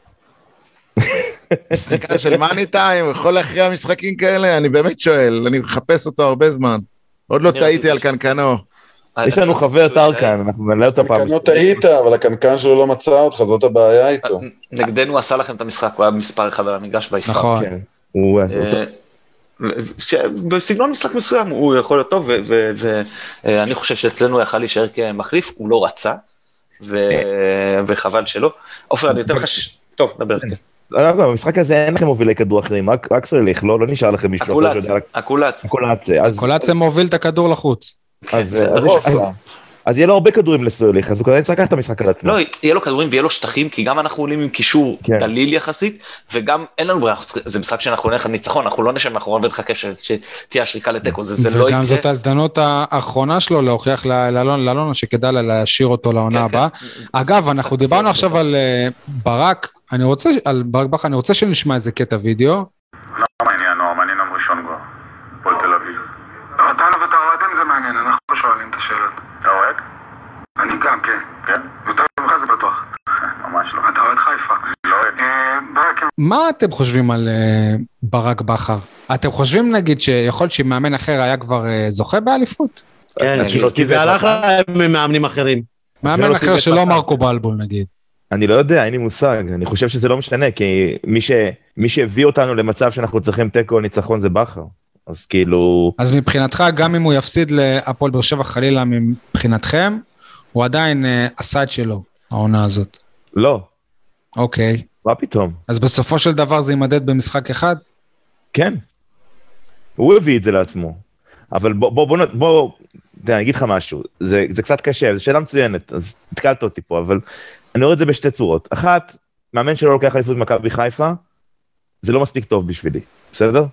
שחקן של מאני טיים, יכול להכריע משחקים כאלה? אני באמת שואל, אני מחפש אותו הרבה זמן. עוד לא אני טעיתי רציתי על ש- קנקנו. יש לנו חבר טרקן, אנחנו נעלה אותו פעם. קנקנו טעית, אבל הקנקן שלו לא מצא אותך, זאת הבעיה איתו. נגדנו עשה לכם את המשחק, הוא היה מספר אחד על המגרש ביפר. נכון. כן. הוא... אה, ש- בסגנון משחק מסוים הוא יכול להיות טוב, ואני חושב שאצלנו הוא יכל להישאר כמחליף, הוא לא רצה, ו- וחבל שלא. עופר, אני אתן לך... ש- טוב, דבר. כן. לא, לא, במשחק הזה אין לכם מובילי כדור אחרים, רק רק סרליך, לא לא נשאר לכם מישהו אחר הקולץ, שיודע... הקולץ. הקולציה. אז- קולציה מוביל את הכדור לחוץ. אז- זה אז- לא אז- עושה. אז יהיה לו הרבה כדורים לסרליך, אז הוא כנראה צריך לקחת את המשחק על עצמו. לא, יהיה לו כדורים ויהיה לו שטחים, כי גם אנחנו עולים עם קישור כן. דליל יחסית, וגם אין לנו ברירה, זה משחק שאנחנו נלך על ניצחון, אנחנו לא נשב מאחורי ונחכה ש- שתהיה השריקה לתיקו, זה זה לא וגם זאת יקרה. ההזדמנות האחרונה שלו להוכיח ל- לאלון לאלונה שכדאי לה להשאיר אותו לעונה כן, הבאה. כן. אגב, אנחנו דיברנו עכשיו על אה, ברק, אני רוצה, על ברק בכר, אני רוצה שנשמע איזה קטע וידאו. לא מעניין, נועם, אני נם ראשון כבר. פועל תל אביב. אותנו ואת האוהדים זה מעניין, אנחנו שואלים את השאלות. אתה אוהד? אני גם, כן. כן? יותר ממך זה בטוח. ממש לא. אתה אוהד חיפה. לא אוהד. ברק... מה אתם חושבים על אה, ברק בכר? אתם חושבים נגיד שיכול להיות שמאמן אחר היה כבר אה, זוכה באליפות? כן, אז כי- לא כי זה קיבל הלך להם ממאמנים אחרים. מאמן לא אחר קיבל שלא פתח. מרקו בלבול נגיד. אני לא יודע, אין לי מושג, אני חושב שזה לא משנה, כי מי ש- מי שהביא אותנו למצב שאנחנו צריכים תיקו או ניצחון זה בכר. אז כאילו... אז מבחינתך, גם אם הוא יפסיד להפועל באר שבע חלילה מבחינתכם, הוא עדיין אה, עשה את שלו, העונה הזאת. לא, אוקיי. מה פתאום? אז בסופו של דבר זה יימדד במשחק אחד? כן. הוא הביא את זה לעצמו. אבל בוא, בוא, בוא, בוא, בוא תראה, אני אגיד לך משהו, זה, זה קצת קשה, זו שאלה מצוינת, אז התקלת אותי פה, אבל אני רואה את זה בשתי צורות. אחת, מאמן שלא לוקח אליפות מכבי חיפה, זה לא מספיק טוב בשבילי, בסדר?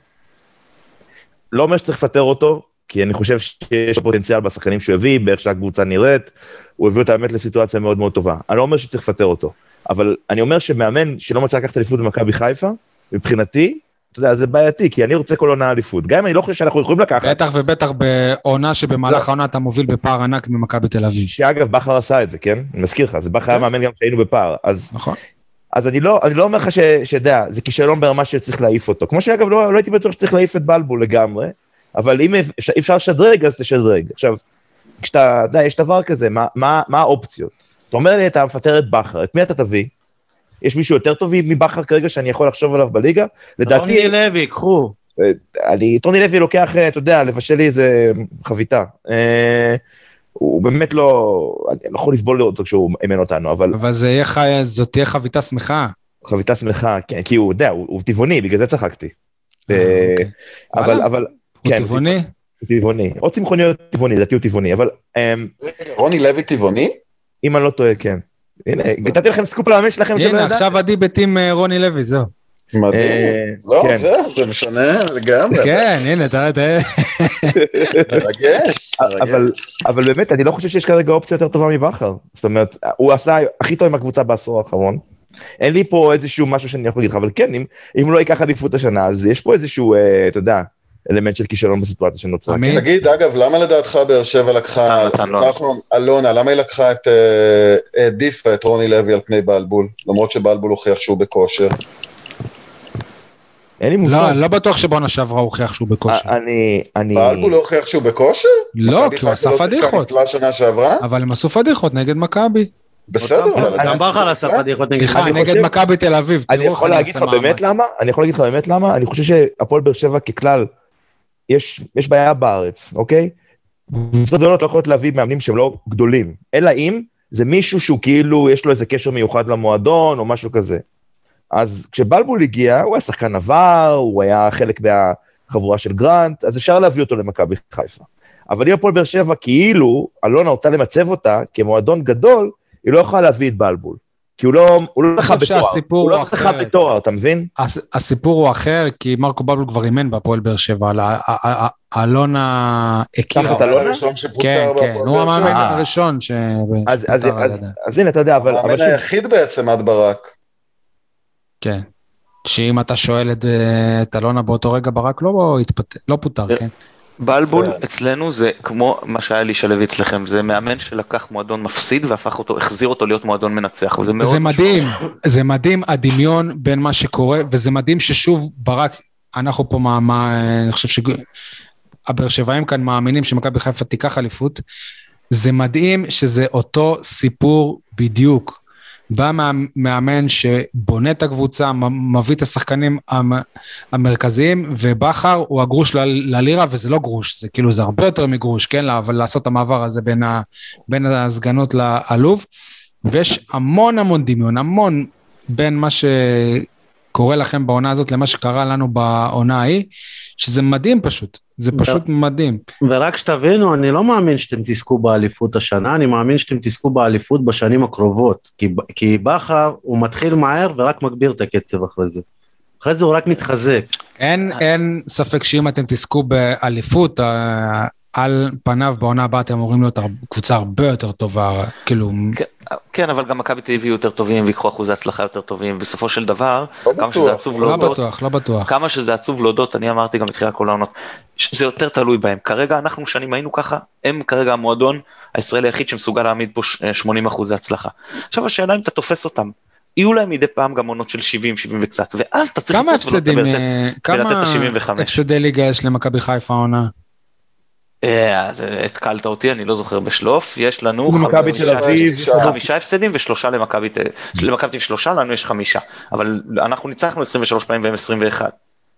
לא אומר שצריך לפטר אותו, כי אני חושב שיש לו פוטנציאל בשחקנים שהוא הביא, באיך שהקבוצה נראית, הוא הביא אותה באמת לסיטואציה מאוד מאוד טובה. אני לא אומר שצריך לפטר אותו, אבל אני אומר שמאמן שלא מצא לקחת אליפות במכבי חיפה, מבחינתי, אתה יודע, זה בעייתי, כי אני רוצה כל עונה אליפות. גם אם אני לא חושב שאנחנו יכולים לקחת. בטח ובטח בעונה שבמהלך העונה אתה מוביל בפער ענק ממכבי תל אביב. שאגב, בכר עשה את זה, כן? אני מזכיר לך, זה בכר היה מאמן גם שהיינו בפער. אז, נכון. אז אני לא, אני לא אומר לך ש, שדע, זה כישלון ברמה שצריך להעיף אותו. כמו שאגב, לא, לא הייתי בטוח שצריך להעיף את בלבול לגמרי, אבל אם אפשר, אפשר לשדרג, אז תשדרג. עכשיו, כשאתה, אתה יודע, יש דבר כזה, מה, מה, מה האופציות? אתה אומר לי, אתה מפטר את בכר, את מי אתה תביא? יש מישהו יותר טוב מבכר כרגע שאני יכול לחשוב עליו בליגה? לדעתי... רוני לוי, קחו. אני, טוני לוי לוקח, אתה יודע, לבשל לי איזה חביתה. הוא באמת לא, אני לא יכול לסבול אותו כשהוא אימן אותנו, אבל... אבל זה יהיה חי... זאת תהיה חביתה שמחה. חביתה שמחה, כן, כי הוא יודע, הוא, הוא טבעוני, בגלל זה צחקתי. אה, אוקיי. אבל, וואלה? אבל... הוא כן, טבעוני? הוא טבעוני. או צמחוני או טבעוני, לדעתי הוא טבעוני, אבל אמ, רוני לוי טבעוני? אם אני לא טועה, כן. הנה, נתתי לכם סקופ על המאמן שלכם שלא הנה, ידעתם. עכשיו עדי בטים אה, רוני לוי, זהו. מדהים. אה, לא, כן. זהו, זה משנה לגמרי. כן, הנה, אתה יודע. מרגש. אבל, אבל באמת, אני לא חושב שיש כרגע אופציה יותר טובה מבכר. זאת אומרת, הוא עשה הכי טוב עם הקבוצה בעשור האחרון. אין לי פה איזשהו משהו שאני יכול להגיד לך, אבל כן, אם, אם הוא לא ייקח עדיפות השנה, אז יש פה איזשהו, אה, אתה יודע, אלמנט של כישלון בסיטואציה שנוצרה. עמית? תגיד, אגב, למה לדעתך באר שבע לקחה, נתן לו. אנחנו, אלונה, למה היא לקחה את, אה, העדיפה את רוני לוי על פני בלבול, למרות שבלבול הוכיח שהוא בכושר? אין לי לא, מושג. לא בטוח שבעונה שעברה הוכיח שהוא בכושר. אני, אני... בלבול לא הוכיח שהוא בכושר? לא, מכבי כי הוא חיפה עשה לא שיחקה פדיחות. נפלא שנה שעברה? אבל הם עשו פדיחות נגד מכבי. בסדר, אבל גם עדיין בכר שיחקה עשה נפלא. פדיחות נגד... סליחה, אני נגד חושב- מכבי תל אביב. אני תראו איך יכול אני להגיד עושה לך באמת מאמץ. למה? אני יכול להגיד לך באמת למה? אני חושב שהפועל באר שבע ככלל, יש, יש בעיה בארץ, אוקיי? קבוצות גדולות לא יכולות להביא מאמנים שהם לא גדולים, אלא אם זה מישהו שהוא כאילו, יש לו איזה קשר מיוחד למועדון או משהו כזה. אז כשבלבול הגיע, הוא היה שחקן עבר, הוא היה חלק מהחבורה של גרנט, אז אפשר להביא אותו למכבי חיפה. אבל אם הפועל באר שבע כאילו, אלונה רוצה למצב אותה כמועדון גדול, היא לא יכולה להביא את בלבול. כי הוא לא, הוא לא אני זכה חושב בתואר, שהסיפור הוא לא הוא זכה אחרת. בתואר, אתה מבין? הס- הסיפור הוא אחר, כי מרקו בבלול כבר אימן בהפועל באר שבע, ה- ה- ה- אלונה הכירה. תחת המאמן אלונה? הראשון כן, שפוצר כן, בהפועל הוא באר המאמן שבע. הראשון ש- אז, אז, שפוטר על אז, ידה. אז הנה, אתה יודע, אבל, אבל המאמן שוב, היחיד בעצם עד ברק. כן. שאם אתה שואל את, את אלונה באותו רגע, ברק לא, התפט... לא פוטר, כן? בלבול כן. אצלנו זה כמו מה שהיה לי שלב אצלכם, זה מאמן שלקח מועדון מפסיד והפך אותו, החזיר אותו להיות מועדון מנצח, וזה מאוד זה מדהים, משמעות. זה מדהים הדמיון בין מה שקורה, וזה מדהים ששוב ברק, אנחנו פה, מה, מה, אני חושב שהבאר שבעים כאן מאמינים שמכבי חיפה תיקח אליפות, זה מדהים שזה אותו סיפור בדיוק, בא מאמן שבונה את הקבוצה, מביא את השחקנים המרכזיים, ובחר הוא הגרוש ללירה, וזה לא גרוש, זה כאילו זה הרבה יותר מגרוש, כן, אבל לעשות את המעבר הזה בין, ה, בין הסגנות לעלוב, ויש המון המון דמיון, המון בין מה שקורה לכם בעונה הזאת, למה שקרה לנו בעונה ההיא, שזה מדהים פשוט, זה פשוט מדהים. ורק שתבינו, אני לא מאמין שאתם תזכו באליפות השנה, אני מאמין שאתם תזכו באליפות בשנים הקרובות, כי, כי בחר הוא מתחיל מהר ורק מגביר את הקצב אחרי זה. אחרי זה הוא רק מתחזק. אין, אין ספק שאם אתם תזכו באליפות, על פניו בעונה הבאה אתם אמורים להיות קבוצה הרבה יותר טובה, כאילו... כן, כן, אבל גם מכבי תל אביב יהיו יותר טובים, ויקחו אחוזי הצלחה יותר טובים, בסופו של דבר, לא כמה בטוח. שזה עצוב לא להודות, בטוח, לא בטוח. כמה שזה עצוב להודות, אני אמרתי גם בתחילת כל העונות, זה יותר תלוי בהם. כרגע אנחנו שנים היינו ככה, הם כרגע המועדון הישראלי היחיד שמסוגל להעמיד פה שמונים אחוזי הצלחה. עכשיו השאלה אם אתה תופס אותם, יהיו להם מדי פעם גם עונות של שבעים, שבעים וקצת, ואז אתה צריך... כמה הפסדים, כמה שבעים וחמש. הפסדי ליגה יש למכבי חיפה העונה? אז התקלת אותי, אני לא זוכר בשלוף, יש לנו מכבי תל אביב, חמישה הפסדים ושלושה למכבי תל אביב, למכבי תל אביב שלושה, לנו יש חמישה, אבל אנחנו ניצחנו עשרים ושלוש פעמים והם עשרים ואחת.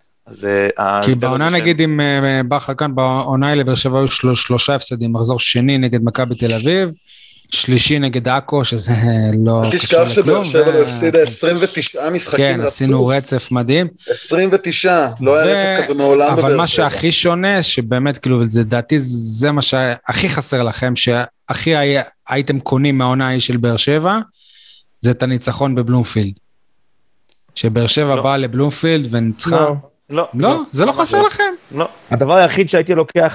כי בעונה נגיד עם בחר כאן, בעונה לבאר שבע היו שלושה הפסדים, מחזור שני נגד מכבי תל אביב, שלישי נגד עכו, שזה לא... אל תשכח שבאר שבע לא הפסידה עשרים ותשעה משחקים רצוף. כן, עשינו רצף מדהים. עשרים ותשע, לא היה רצף כזה מעולם בבאר שבע. אבל מה שהכי שונה, שבאמת, כאילו, זה דעתי, זה מה שהכי חסר לכם, שהכי הייתם קונים מהעונה ההיא של באר שבע, זה את הניצחון בבלומפילד. שבאר שבע באה לבלומפילד וניצחה. לא, לא, זה לא חסר לכם. לא. הדבר היחיד שהייתי לוקח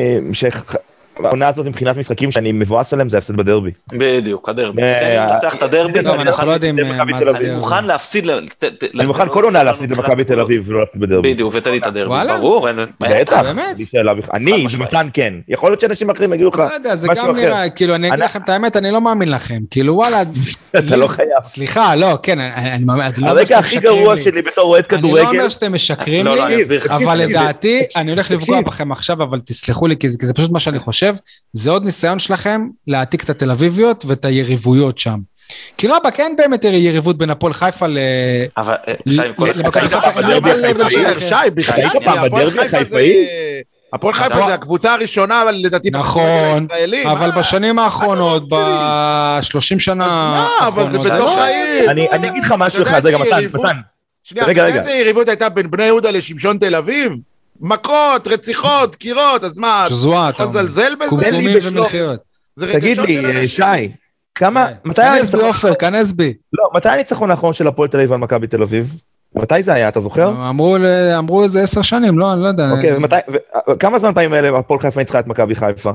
העונה הזאת מבחינת משחקים שאני מבואס עליהם זה ההפסד בדרבי. בדיוק, הדרבי. תן לי לנצח את הדרבי. אנחנו לא יודעים מה זה אני מוכן להפסיד. אני מוכן כל עונה להפסיד למכבי תל אביב ולא להפסיד בדרבי. בדיוק, ותן לי את הדרבי. וואלה? ברור. בטח. באמת? אני, במתן כן. יכול להיות שאנשים אחרים יגידו לך לא יודע, זה משהו גם אחר. נראה, כאילו, אני אגיד לכם את האמת, אני לא מאמין לכם. כאילו, וואלה... אתה לא חייב. סליחה, לא, כן, אני לא אומר הרגע שאתם הכי משקרים גרוע לי. שלי בתור אוהד אני לא כדורגל. אומר שאתם משקרים לא, לא, אני לי, אסביר לך. אבל תקשיב, לדעתי, אני הולך לפגוע תקשיב. בכם עכשיו, אבל תסלחו לי, כי זה- כי זה פשוט מה שאני חושב, זה עוד ניסיון שלכם להעתיק את התל אביביות ואת היריבויות שם. כי רבק, אין באמת יריבות בין הפועל חיפה ל... אבל, שי, עם כל למכבי הכבוד, חיפה, הם לא בדרבי ב-level החיפאי. שלכם. שי, בחייאת, היית פעם הפועל בדרבי חיפה החיפאי? זה- הפועל חיפה נכון. זה הקבוצה הראשונה, אבל לדעתי... נכון, בישראלים, אבל מה? בשנים האחרונות, אתה לא ב-שלושים שנה אז מה, אבל זה האחרונות, בתוך לא- העיר. אני אני אגיד לך משהו אתה יודע אחד, רגע, איזה מתן, יריבות? מתן. שנייה, רגע, אתה יודע רגע. איזה יריבות הייתה בין בני יהודה לשמשון תל אביב? מכות, רציחות, דקירות, אז מה, שזוהה, אתה אתה אומר. מזלזל בזה? קומקומים בשלוף. ומלחיות. זה תגיד רגשות לי, של אנשים. שי, כמה, מתי היה כנס בי הניצחון- עופר, כנס בי. לא, מתי הניצחון האחרון של הפועל תל אביב על מכבי תל אביב? מתי זה היה, אתה זוכר? אמרו ל- אמרו איזה עשר שנים, לא, אני לא יודע. אוקיי, ומתי, ו- כמה זמן פעמים האלה הפועל חיפה ניצחה את מכבי חיפה?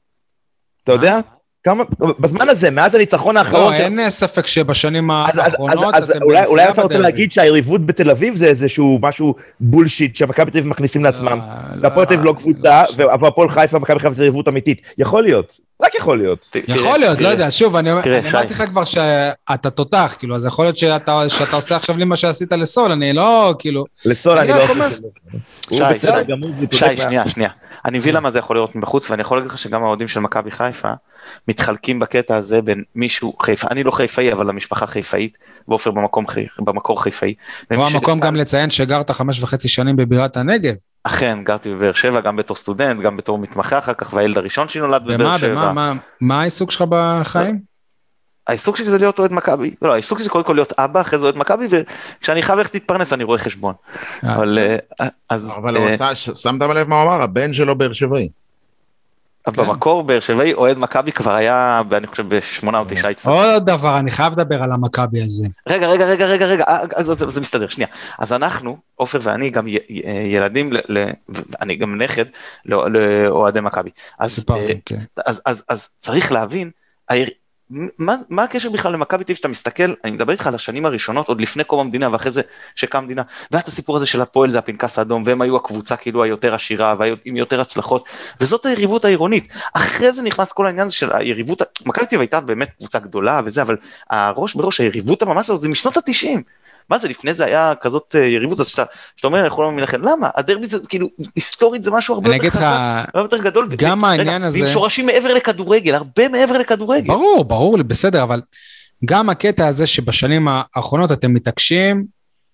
אתה יודע? כמה, בזמן הזה, מאז הניצחון לא, האחרון, של- אין ספק שבשנים אז- אז- האחרונות אז- אז אתם אולי- בנפילה אולי אתה רוצה בדרבי. להגיד שהיריבות בתל אביב זה איזשהו משהו בולשיט שמכבי תל אביב מכניסים לעצמם, לא, והפועל תל אביב לא קבוצה, והפועל חיפה ומכבי חיפה זה יריבות אמיתית, יכול להיות, רק יכול להיות. ת- תראה, יכול להיות, לא תראה. יודע, שוב, אני תראה, אני שי. אמרתי לך כבר שאתה תותח, כאילו, אז יכול להיות שאתה שאתה עושה עכשיו לי מה שעשית לסול, אני לא, כאילו... לסול אני אני רק לא אומר- עושה שלא. הוא שי, בסדר שי, גמור, הוא שי, צודק מה- שנייה, שנייה. אני מבין למה זה יכול לראות מבחוץ, ואני יכול להגיד לך שגם האוהדים של מכבי חיפה מתחלקים בקטע הזה בין מישהו חיפה, אני לא חיפאי, אבל המשפחה חיפאית, ועופר במקום חי- במקור חיפאי. הוא ומי המקום שדווקא- גם לציין שגרת חמש וחצי שנים בבירת הנגב. אכן, גרתי בבאר שבע, גם בתור סטודנט, גם בתור מתמחה אחר כך, והילד הראשון שנולד בבאר במה, שבע. במה, מה- מה העיסוק שלך בחיים? העיסוק שלי זה להיות אוהד מכבי, לא, העיסוק שלי זה קודם כל להיות אבא, אחרי זה אוהד מכבי, וכשאני חייב ללכת להתפרנס אני רואה חשבון. אה, אבל, אה, אז... אבל הוא אה, עשה, ש- שמת לב מה הוא אמר, הבן שלו באר שבעי. במקור באר שבעי אוהד מכבי כבר היה, אני חושב, בשמונה או תשעה יצטדיונים. עוד דבר, אני חייב לדבר על המכבי הזה. רגע, רגע, רגע, רגע, רגע, זה מסתדר, שנייה. אז אנחנו, עופר ואני, גם ילדים, אני גם נכד, לאוהדי מכבי. סיפרתם, כן. אז צריך להבין, מה, מה הקשר בכלל למכבי תל אביב שאתה מסתכל, אני מדבר איתך על השנים הראשונות, עוד לפני קום המדינה ואחרי זה שקם המדינה, ואת הסיפור הזה של הפועל זה הפנקס האדום, והם היו הקבוצה כאילו היותר עשירה, ועם יותר הצלחות, וזאת היריבות העירונית. אחרי זה נכנס כל העניין הזה של היריבות, מכבי תל אביב הייתה באמת קבוצה גדולה וזה, אבל הראש בראש היריבות הממש הזאת זה משנות התשעים. מה זה, לפני זה היה כזאת יריבות, אז שאתה, שאתה אומר, יכול להאמין לכם, למה? הדרבי זה, כאילו, היסטורית זה משהו הרבה יותר חזק, הרבה יותר גדול. גם העניין הזה... ועם שורשים מעבר לכדורגל, הרבה מעבר לכדורגל. ברור, ברור לי, בסדר, אבל גם הקטע הזה שבשנים האחרונות אתם מתעקשים,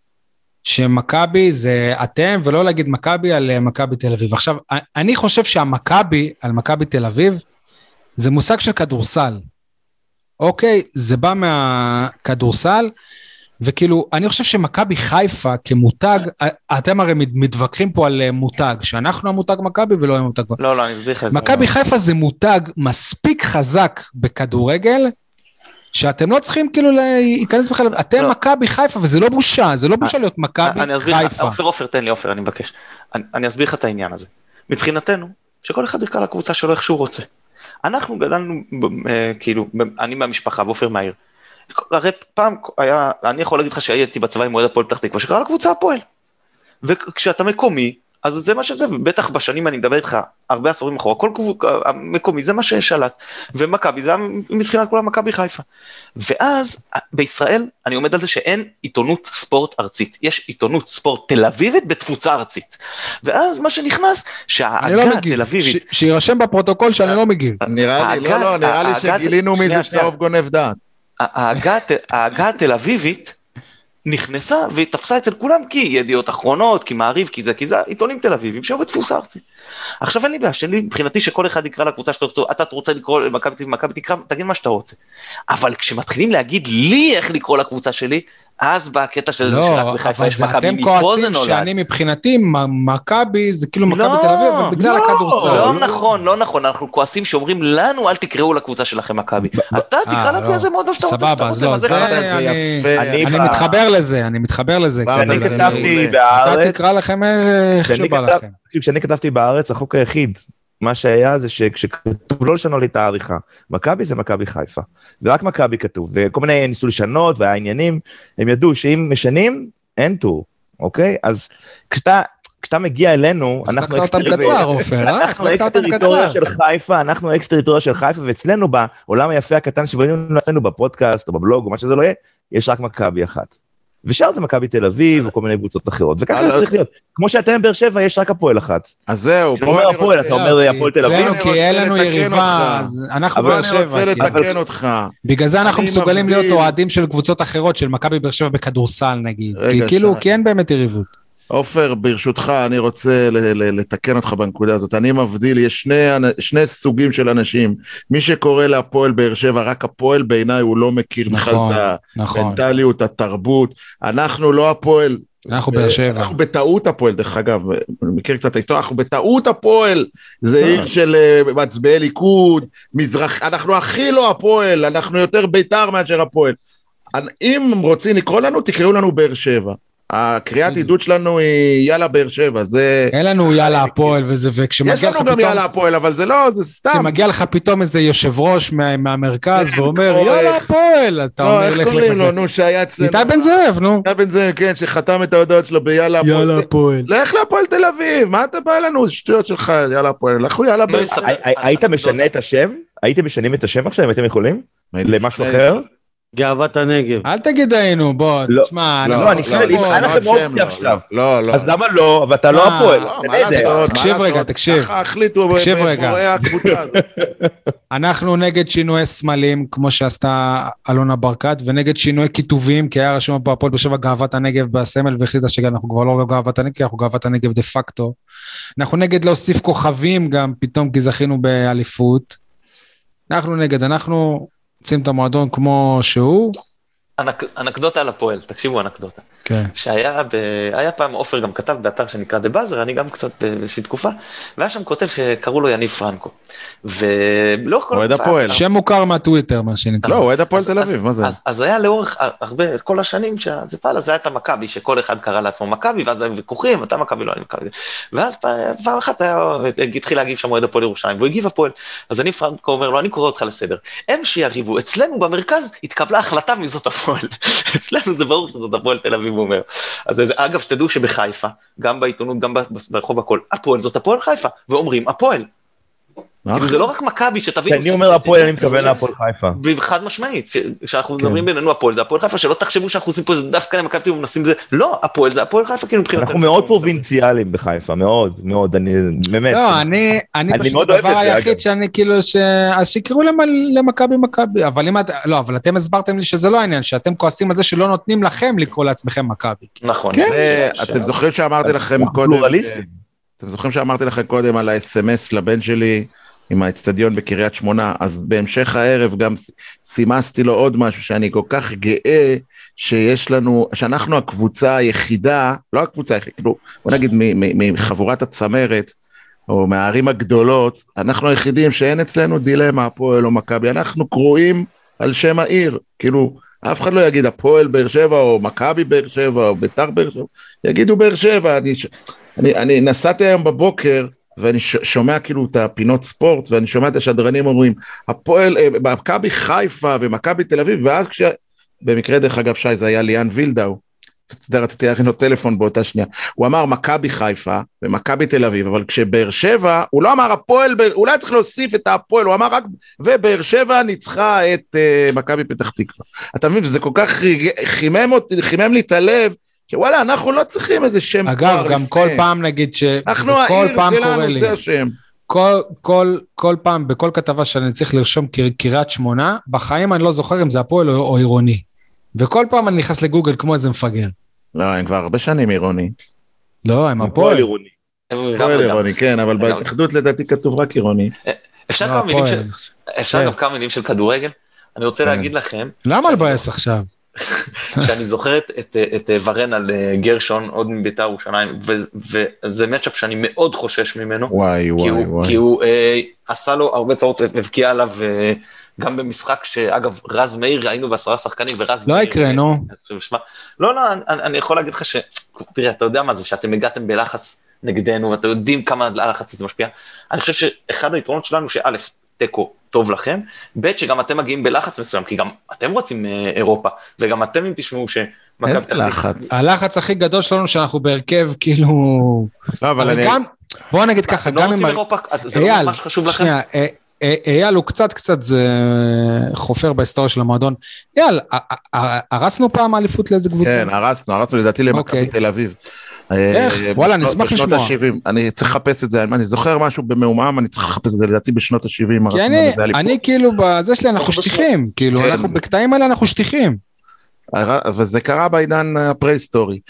שמכבי זה אתם, ולא להגיד מכבי על מכבי תל אביב. עכשיו, אני חושב שהמכבי על מכבי תל אביב, זה מושג של כדורסל. אוקיי, זה בא מהכדורסל, וכאילו, אני חושב שמכבי חיפה כמותג, אתם הרי מתווכחים פה על מותג, שאנחנו המותג מכבי ולא המותג. לא, לא, אני אסביר לך. מכבי חיפה זה מותג מספיק חזק בכדורגל, שאתם לא צריכים כאילו להיכנס בכלל, אתם מכבי חיפה, וזה לא בושה, זה לא בושה להיות מכבי חיפה. עופר, עופר, תן לי, עופר, אני מבקש. אני אסביר לך את העניין הזה. מבחינתנו, שכל אחד ירקע לקבוצה שלו איך שהוא רוצה. אנחנו גדלנו, כאילו, אני מהמשפחה, ועופר מהעיר. הרי פעם היה, אני יכול להגיד לך שהייתי בצבא עם מועד הפועל פתח תקווה, שקרה לקבוצה הפועל. וכשאתה מקומי, אז זה מה שזה, ובטח בשנים אני מדבר איתך הרבה עשורים אחורה, כל מקומי זה מה ששלט, ומכבי זה מבחינת כולה מכבי חיפה. ואז בישראל אני עומד על זה שאין עיתונות ספורט ארצית, יש עיתונות ספורט תל אביבית בתפוצה ארצית. ואז מה שנכנס, שההגה התל אביבית... שירשם בפרוטוקול שאני לא מגיב. נראה לי, לא, לא, נראה לי שגילינו מי זה צהוב גונב דעת. ההגה התל אביבית נכנסה ותפסה אצל כולם, כי ידיעות אחרונות, כי מעריב, כי זה, כי זה, עיתונים תל אביבים שעובד דפוס ארצי. עכשיו אין לי בעיה, שלי מבחינתי שכל אחד יקרא לקבוצה שאתה רוצה, אתה רוצה לקרוא למכבי תל אביב, מכבי תקרא, תגיד מה שאתה רוצה. אבל כשמתחילים להגיד לי איך לקרוא לקבוצה שלי, אז בקטע של זה שרק בחיפה יש מכבי מפה זה נולד. אתם כועסים שאני מבחינתי, מכבי זה כאילו מכבי תל אביב, אבל בגלל הכדורסל. לא נכון, לא נכון, אנחנו כועסים שאומרים לנו, אל תקראו לקבוצה שלכם מכבי. אתה תקרא לקבוצה זה מאוד לא שאתה רוצה. סבבה, אז לא, אני מתחבר לזה, אני מתחבר לזה. כשאני כתבתי בארץ, אתה תקרא לכם איך שבא לכם. כשאני כתבתי בארץ, החוק היחיד, מה שהיה זה שכתוב לא לשנות לי את העריכה, מכבי זה מכבי חיפה, ורק מכבי כתוב, וכל מיני ניסו לשנות, והעניינים, הם ידעו שאם משנים, אין טור, אוקיי? אז כשאתה, כשאתה מגיע אלינו, אנחנו אקס-טריטוריה של חיפה, אנחנו אקס-טריטוריה של חיפה, ואצלנו בעולם היפה הקטן שבנינו אצלנו בפודקאסט, או בבלוג, או מה שזה לא יהיה, יש רק מכבי אחת. ושאר זה מכבי תל אביב, או כל מיני קבוצות אחרות, וככה זה צריך להיות. כמו שאתם באר שבע, יש רק הפועל אחת. אז זהו, אתה אומר הפועל, אתה אומר הפועל תל אביב. כי אין לנו יריבה, אנחנו באר שבע. אני רוצה לתקן אותך. בגלל זה אנחנו מסוגלים להיות אוהדים של קבוצות אחרות, של מכבי באר שבע בכדורסל נגיד. כאילו, כי אין באמת יריבות. עופר, ברשותך, אני רוצה לתקן אותך בנקודה הזאת. אני מבדיל, יש שני, שני סוגים של אנשים. מי שקורא להפועל באר שבע, רק הפועל בעיניי הוא לא מכיר בכלל את המנטליות, התרבות. אנחנו לא הפועל. אנחנו באר שבע. אנחנו בטעות הפועל, דרך אגב, אני מכיר קצת את ההיסטוריה, אנחנו בטעות הפועל. זה עיר של מצביעי ליכוד, מזרח, אנחנו הכי לא הפועל, אנחנו יותר בית"ר מאשר הפועל. אם רוצים לקרוא לנו, תקראו לנו באר שבע. הקריאת עידוד שלנו היא יאללה באר שבע, זה... אין לנו יאללה הפועל וזה, וכשמגיע לך פתאום... יש לנו גם יאללה הפועל, אבל זה לא, זה סתם. כשמגיע לך פתאום איזה יושב ראש מהמרכז ואומר יאללה הפועל, אתה אומר לך לך לך. נו, שהיה אצלנו... איתי בן זאב, נו. איתי בן זאב, כן, שחתם את ההודעות שלו ביאללה הפועל. יאללה הפועל. לך להפועל תל אביב, מה אתה בא לנו? שטויות שלך, יאללה הפועל. לכו יאללה באר שבע. היית משנה את השם? הייתם משנים את השם עכשיו, אם אתם יכולים? למשהו אחר? גאוות הנגב. אל תגיד היינו, בוא, תשמע. לא, אני שואל, אם אין לכם אופציה עכשיו. לא, לא. אז למה לא? ואתה לא הפועל. תקשיב רגע, תקשיב. ככה החליטו בפורעי הקבוצה הזאת. אנחנו נגד שינוי סמלים, כמו שעשתה אלונה ברקת, ונגד שינוי כיתובים, כי היה רשום פה הפועל בשבע גאוות הנגב בסמל, והחליטה שאנחנו כבר לא גאוות הנגב, כי אנחנו גאוות הנגב דה פקטו. אנחנו נגד להוסיף כוכבים גם, פתאום כי זכינו באליפות. אנחנו נגד, אנחנו... רוצים את המועדון כמו שהוא. אנקדוטה על הפועל, תקשיבו אנקדוטה. שהיה ב... היה פעם אופר גם כתב באתר שנקרא דה באזר, אני גם קצת באיזושהי תקופה, והיה שם כותב שקראו לו יניב פרנקו. ולא כל אוהד הפועל. שם מוכר מהטוויטר, מה שנקרא. לא, אוהד הפועל תל אביב, מה זה? אז היה לאורך הרבה, כל השנים שזה פעל, אז היה את המכבי, שכל אחד קרא לעצמו מכבי, ואז היו ויכוחים, אתה מכבי לא, אני מכבי. ואז פעם אחת התחיל להגיב שם אוהד הפועל ירושלים, והוא הגיב הפועל. אז יניב פרנקו אומר לו, אני קורא אותך לסדר. הם שיריבו, אצלנו במרכז התקבלה החלטה מזאת הפועל. אצלנו זה ברור שזאת הפועל תל אביב, הוא אומר. אז אגב, שתדעו שבחיפה, גם בעיתונות, גם ברחוב הכל, הפועל זאת הפועל חיפה, ואומרים הפועל. כאילו זה לא רק מכבי שתבינו... אני אומר הפועל, אני מתכוון להפועל חיפה. חד משמעית, כשאנחנו מדברים בינינו הפועל, זה הפועל חיפה, שלא תחשבו שאנחנו עושים פה דווקא למכבי ומנסים זה, לא, הפועל זה הפועל חיפה, כאילו מבחינת... אנחנו מאוד פרובינציאליים בחיפה, מאוד, מאוד, אני באמת... לא, אני, אני פשוט הדבר היחיד שאני כאילו, אז שיקראו למכבי מכבי, אבל אם את, לא, אבל אתם הסברתם לי שזה לא העניין, שאתם כועסים על זה שלא נותנים לכם לקרוא לעצמכם מכבי. נכון. אתם זוכרים שאמרתי לכם קודם, אתם זוכרים שאמרתי לכם קודם על ה-אס אם אס לבן שלי, עם האצטדיון בקריית שמונה, אז בהמשך הערב גם סימסתי לו עוד משהו, שאני כל כך גאה, שיש לנו, שאנחנו הקבוצה היחידה, לא הקבוצה היחידה, כאילו, בוא נגיד מחבורת הצמרת, או מהערים הגדולות, אנחנו היחידים שאין אצלנו דילמה, הפועל או מכבי, אנחנו קרואים על שם העיר, כאילו, אף אחד לא יגיד הפועל באר שבע, או מכבי באר שבע, או בית"ר באר שבע, יגידו באר שבע, אני, אני, אני נסעתי היום בבוקר, ואני שומע כאילו את הפינות ספורט, ואני שומע את השדרנים אומרים, הפועל, מכבי חיפה ומכבי תל אביב, ואז כש... במקרה דרך אגב שי, זה היה ליאן וילדאו, רציתי להכין לו טלפון באותה שנייה, הוא אמר מכבי חיפה ומכבי תל אביב, אבל כשבאר שבע, הוא לא אמר הפועל, אולי צריך להוסיף את הפועל, הוא אמר רק, ובאר שבע ניצחה את uh, מכבי פתח תקווה. אתה מבין, זה כל כך חימם, חימם לי את הלב, שוואלה, אנחנו לא צריכים איזה שם. אגב, גם כל פעם נגיד ש... אנחנו העיר שלנו, זה השם. כל, כל, כל פעם, בכל כתבה שאני צריך לרשום קריית שמונה, בחיים אני לא זוכר אם זה הפועל או, או עירוני. וכל פעם אני נכנס לגוגל כמו איזה מפגר. לא, הם כבר הרבה שנים עירוני. לא, הם הפועל. עירוני. הפועל עירוני, כן, אבל בהתאחדות לדעתי כתוב רק עירוני. אפשר כמה מילים של... אפשר גם כמה מילים של כדורגל? אני רוצה להגיד לכם... למה לבאס עכשיו? שאני זוכרת את, את ורן על גרשון עוד מביתר ירושלים, וזה מצ'אפ שאני מאוד חושש ממנו, וואי, וואי, כי הוא, וואי. כי הוא אה, עשה לו הרבה צרות, הבקיע עליו, אה, גם במשחק שאגב, רז מאיר, היינו בעשרה שחקנים, ורז לא מאיר... יקרה, אה, נו. לא, לא, אני, אני יכול להגיד לך ש... תראה, אתה יודע מה זה, שאתם הגעתם בלחץ נגדנו, ואתה יודעים כמה הלחץ הזה משפיע, אני חושב שאחד היתרונות שלנו, שא', טקו טוב לכם, ב' שגם אתם מגיעים בלחץ מסוים, כי גם אתם רוצים אירופה, וגם אתם אם תשמעו ש... איזה לחץ? הלחץ הכי גדול שלנו שאנחנו בהרכב, כאילו... לא, אבל אני... גם, בוא נגיד ככה, גם אם... לא רוצים אירופה, זה לא ממש חשוב לכם? שנייה, אייל הוא קצת קצת חופר בהיסטוריה של המועדון. אייל, הרסנו פעם אליפות לאיזה קבוצה? כן, הרסנו, הרסנו לדעתי למכבי תל אביב. איך? וואלה, נשמח לשמוע. אני צריך לחפש את זה, אני זוכר משהו במאומם, אני צריך לחפש את זה לדעתי בשנות ה-שבעים. כי אני כאילו, בזה שלי אנחנו שטיחים, כאילו, אנחנו בקטעים האלה אנחנו שטיחים. וזה קרה בעידן הפרה-היסטורי.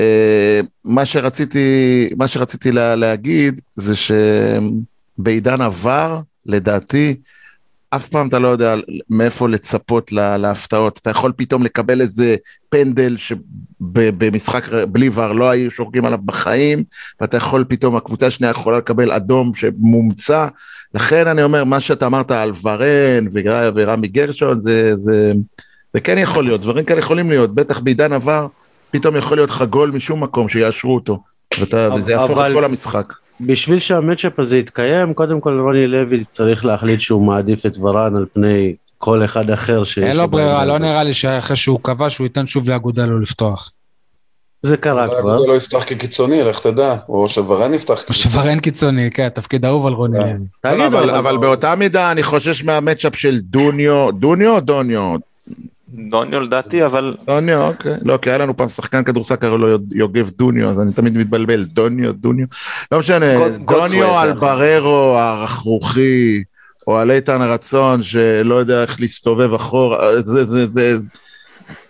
מה שרציתי, מה שרציתי להגיד, זה שבעידן עבר, לדעתי, אף פעם אתה לא יודע מאיפה לצפות להפתעות, אתה יכול פתאום לקבל איזה פנדל שבמשחק בלי ור לא היו שורקים עליו בחיים, ואתה יכול פתאום, הקבוצה השנייה יכולה לקבל אדום שמומצא, לכן אני אומר, מה שאתה אמרת על ורן ורמי גרשון, זה, זה, זה כן יכול להיות, דברים כאלה יכולים להיות, בטח בעידן עבר, פתאום יכול להיות חגול משום מקום שיאשרו אותו, ואתה, וזה יהפוך את כל המשחק. בשביל שהמצ'אפ הזה יתקיים, קודם כל רוני לוי צריך להחליט שהוא מעדיף את ורן על פני כל אחד אחר. אין לו ברירה, לא נראה לי שאחרי שהוא קבע שהוא ייתן שוב לאגודה לו לפתוח. זה קרה כבר. אגודה לא יפתח כקיצוני, לך תדע, או שוורן יפתח כקיצוני. או שוורן קיצוני, כן, תפקיד אהוב על רוני לוי. אבל באותה מידה אני חושש מהמצ'אפ של דוניו, דוניו או דוניו? דוניו לדעתי, אבל... דוניו, אוקיי. לא, כי היה לנו פעם שחקן כדורסל קראו לו יוגב דוניו, אז אני תמיד מתבלבל, דוניו, דוניו. לא משנה, דוניו על בררו, הרכרוכי, או על איתן הרצון, שלא יודע איך להסתובב אחורה, זה, זה, זה...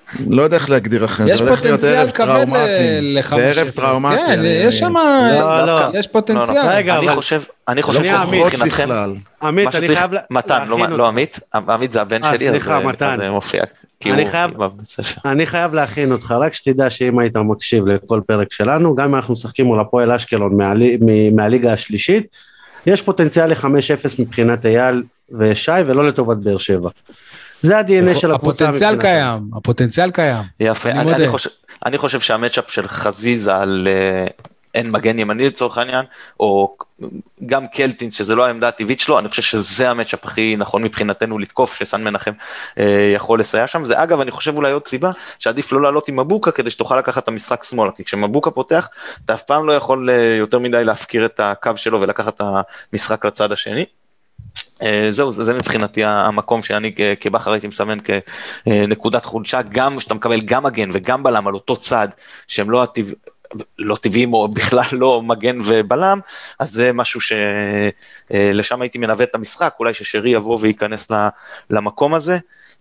לא יודע איך להגדיר לכם. יש פוטנציאל כבד ל-חמש אפס. זה ערב טראומטי. כן, יש שם, יש פוטנציאל. אני חושב, אני חושב מבחינתכם, עמית, אני חייב מתן, לא עמית, עמית זה הבן שלי, סליחה, מתן. זה מופיע. אני חייב להכין אותך, רק שתדע שאם היית מקשיב לכל פרק שלנו, גם אם אנחנו משחקים מול הפועל אשקלון מהליגה השלישית, יש פוטנציאל ל-חמש אפס מבחינת אייל ושי, ולא לטובת באר שבע. זה ה-די אן איי של הקבוצה. הפוטנציאל קיים, הפוטנציאל קיים. יפה, אני חושב שהמצ'אפ של חזיזה על אין מגן ימני לצורך העניין, או גם קלטינס, שזה לא העמדה הטבעית שלו, אני חושב שזה המצ'אפ הכי נכון מבחינתנו לתקוף, שסן מנחם יכול לסייע שם. זה אגב, אני חושב אולי עוד סיבה, שעדיף לא לעלות עם מבוקה, כדי שתוכל לקחת את המשחק שמאלה, כי כשמבוקה פותח, אתה אף פעם לא יכול יותר מדי להפקיר את הקו שלו, ולקחת את המשחק לצד השני. זהו, זה מבחינתי המקום שאני כבחר הייתי מסמן כנקודת חולשה, גם שאתה מקבל גם מגן וגם בלם על אותו צד, שהם לא הטבע, לא טבעיים או בכלל לא מגן ובלם, אז זה משהו שלשם הייתי מנווה את המשחק, אולי ששרי יבוא וייכנס למקום הזה.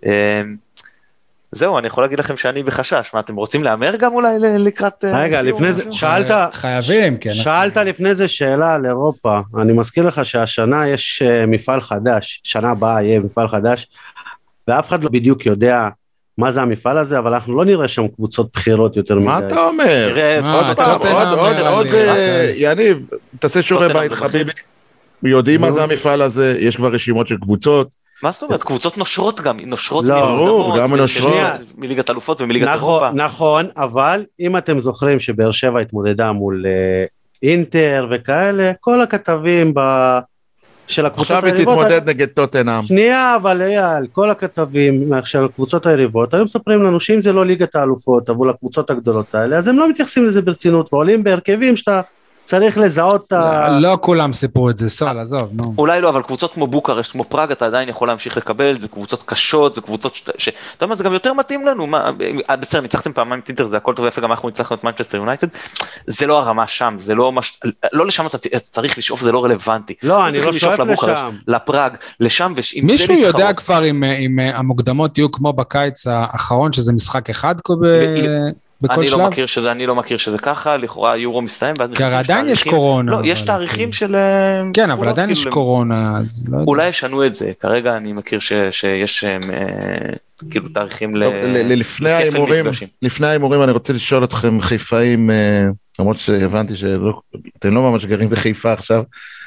זהו, אני יכול להגיד לכם שאני בחשש, מה אתם רוצים לאמר גם אולי לקראת... רגע, לפני זה, שאלת... חייבים, כן. שאלת לפני זה שאלה על אירופה, אני מזכיר לך שהשנה יש מפעל חדש, שנה הבאה יהיה מפעל חדש, ואף אחד לא בדיוק יודע מה זה המפעל הזה, אבל אנחנו לא נראה שם קבוצות בחירות יותר מדי. מה אתה אומר? עוד פעם, עוד, עוד, יניב, תעשה שיעורי בית חביבי, יודעים מה זה המפעל הזה, יש כבר רשימות של קבוצות, מה זאת אומרת? קבוצות נושרות גם, נושרות ברור, גם נושרות מליגת אלופות ומליגת אירופה. נכון, אבל אם אתם זוכרים שבאר שבע התמודדה מול אינטר וכאלה, כל הכתבים של הקבוצות היריבות... עכשיו היא תתמודד נגד טוטנהאם. שנייה, אבל אייל, כל הכתבים של הקבוצות היריבות, היום מספרים לנו שאם זה לא ליגת האלופות, עבור הקבוצות הגדולות האלה, אז הם לא מתייחסים לזה ברצינות, ועולים בהרכבים שאתה... צריך לזהות את ה... לא כולם סיפרו את זה, סול, עזוב, נו. אולי לא, אבל קבוצות כמו בוקרשט, כמו פראג, אתה עדיין יכול להמשיך לקבל, זה קבוצות קשות, זה קבוצות ש... אתה יודע מה, זה גם יותר מתאים לנו, בסדר, ניצחתם פעמיים טינטר, זה הכל טוב ויפה, גם אנחנו ניצחנו את מנצ'סטר יונייטד, זה לא הרמה שם, זה לא מש... לא לשם אתה צריך לשאוף, זה לא רלוונטי. לא, אני לא שואף לשם. לפראג, לשם, מישהו יודע כבר אם המוקדמות יהיו כמו בקיץ האחרון, שזה משחק אחד אני לא מכיר שזה, אני לא מכיר שזה ככה, לכאורה יורו מסתיים, כי עדיין יש קורונה. לא, יש תאריכים של... כן, אבל עדיין יש קורונה, אולי ישנו את זה, כרגע אני מכיר שיש כאילו תאריכים ל... לפני האימורים, לפני האימורים אני רוצה לשאול אתכם חיפאים, למרות שהבנתי שאתם לא ממש גרים בחיפה עכשיו,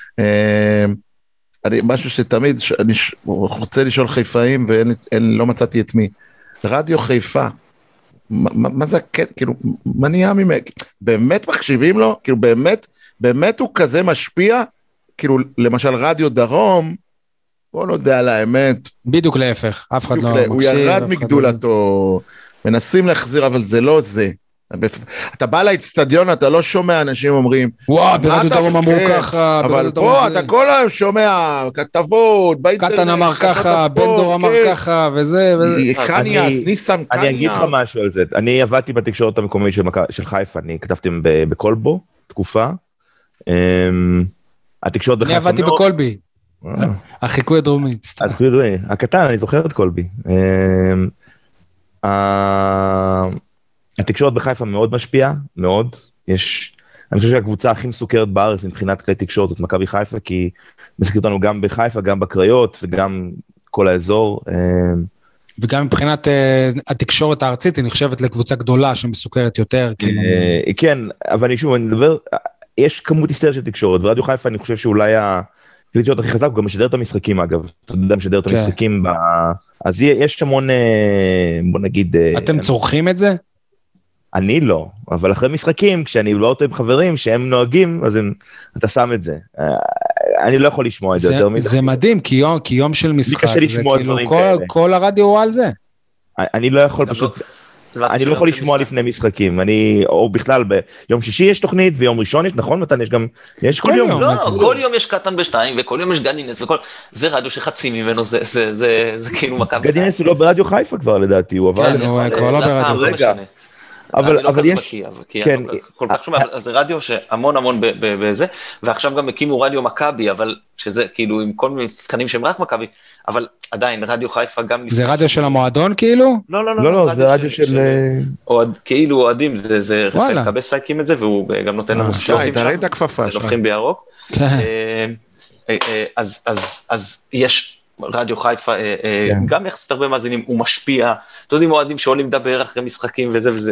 משהו שתמיד, אני רוצה לשאול חיפאים ולא מצאתי את מי, רדיו חיפה, מה, מה זה הקטע, כאילו, מה נהיה ממך? באמת מקשיבים לו? כאילו, באמת, באמת הוא כזה משפיע? כאילו, למשל, רדיו דרום, בוא לא יודע על האמת. בדיוק להפך, אף אחד לא מקשיב. הוא ירד מגדולתו, מנסים להחזיר, אבל זה לא זה. אתה בא לאצטדיון, אתה לא שומע אנשים אומרים, וואו, ברדיו דרום אמרו ככה, אבל פה אתה כל היום שומע כתבות, קטן אמר ככה, בן דור אמר ככה, וזה, קניאס, ניסן קניאס. אני אגיד לך משהו על זה, אני עבדתי בתקשורת המקומית של חיפה, אני כתבתי בקולבו, תקופה, התקשורת בחיפה... אני עבדתי בקולבי, החיקוי הדרומי. הקטן, אני זוכר את קולבי. התקשורת בחיפה מאוד משפיעה, מאוד, יש, אני חושב שהקבוצה הכי מסוכרת בארץ מבחינת כלי תקשורת זאת מכבי חיפה, כי מסכים אותנו גם בחיפה, גם בקריות וגם כל האזור. וגם מבחינת התקשורת הארצית, היא נחשבת לקבוצה גדולה שמסוכרת יותר. כן, אבל אני שוב, אני מדבר, יש כמות היסטריה של תקשורת, ורדיו חיפה אני חושב שאולי הכלי תקשורת הכי חזק, הוא גם משדר את המשחקים אגב, אתה יודע, משדר את המשחקים, אז יש המון, בוא נגיד... אתם צורכים את זה? אני לא, אבל אחרי משחקים, כשאני לא אותם חברים שהם נוהגים, אז הם, אתה שם את זה. אני לא יכול לשמוע את זה, זה יותר מדי. זה מדהים, כי יום, כי יום של משחק, זה כאילו כל, כל הרדיו הוא על זה. אני לא יכול פשוט, אני לא יכול לשמוע לפני משחקים, אני, או בכלל ביום שישי יש תוכנית, ויום ראשון יש, נכון מתן, יש גם, יש כל יום. לא, כל יום יש קטן בשתיים, וכל יום יש גדינס, וכל, זה רדיו שחצי ממנו, זה, זה, זה, זה כאילו מכבי. גדינס הוא לא ברדיו חיפה כבר לדעתי, הוא עבר... כן, הוא כבר לא ברדיו חיפה. אבל, אני לא אבל כזה יש... בקיא, כי כן, אני לא כל כך שומע, אבל זה רדיו שהמון המון בזה, ועכשיו גם הקימו רדיו מכבי, אבל שזה כאילו עם כל מיני שחקנים שהם רק מכבי, אבל עדיין רדיו חיפה גם... זה רדיו של המועדון כאילו? לא, לא, לא, לא, זה רדיו של... כאילו אוהדים, זה רפאל קבס הקים את זה, והוא גם נותן לנו סלוטים שם. תראי את הכפפה. נובחים בירוק. אז יש... רדיו חיפה, גם יחסית הרבה מאזינים, הוא משפיע, אתה יודעים, אוהדים שעולים לדבר אחרי משחקים וזה וזה,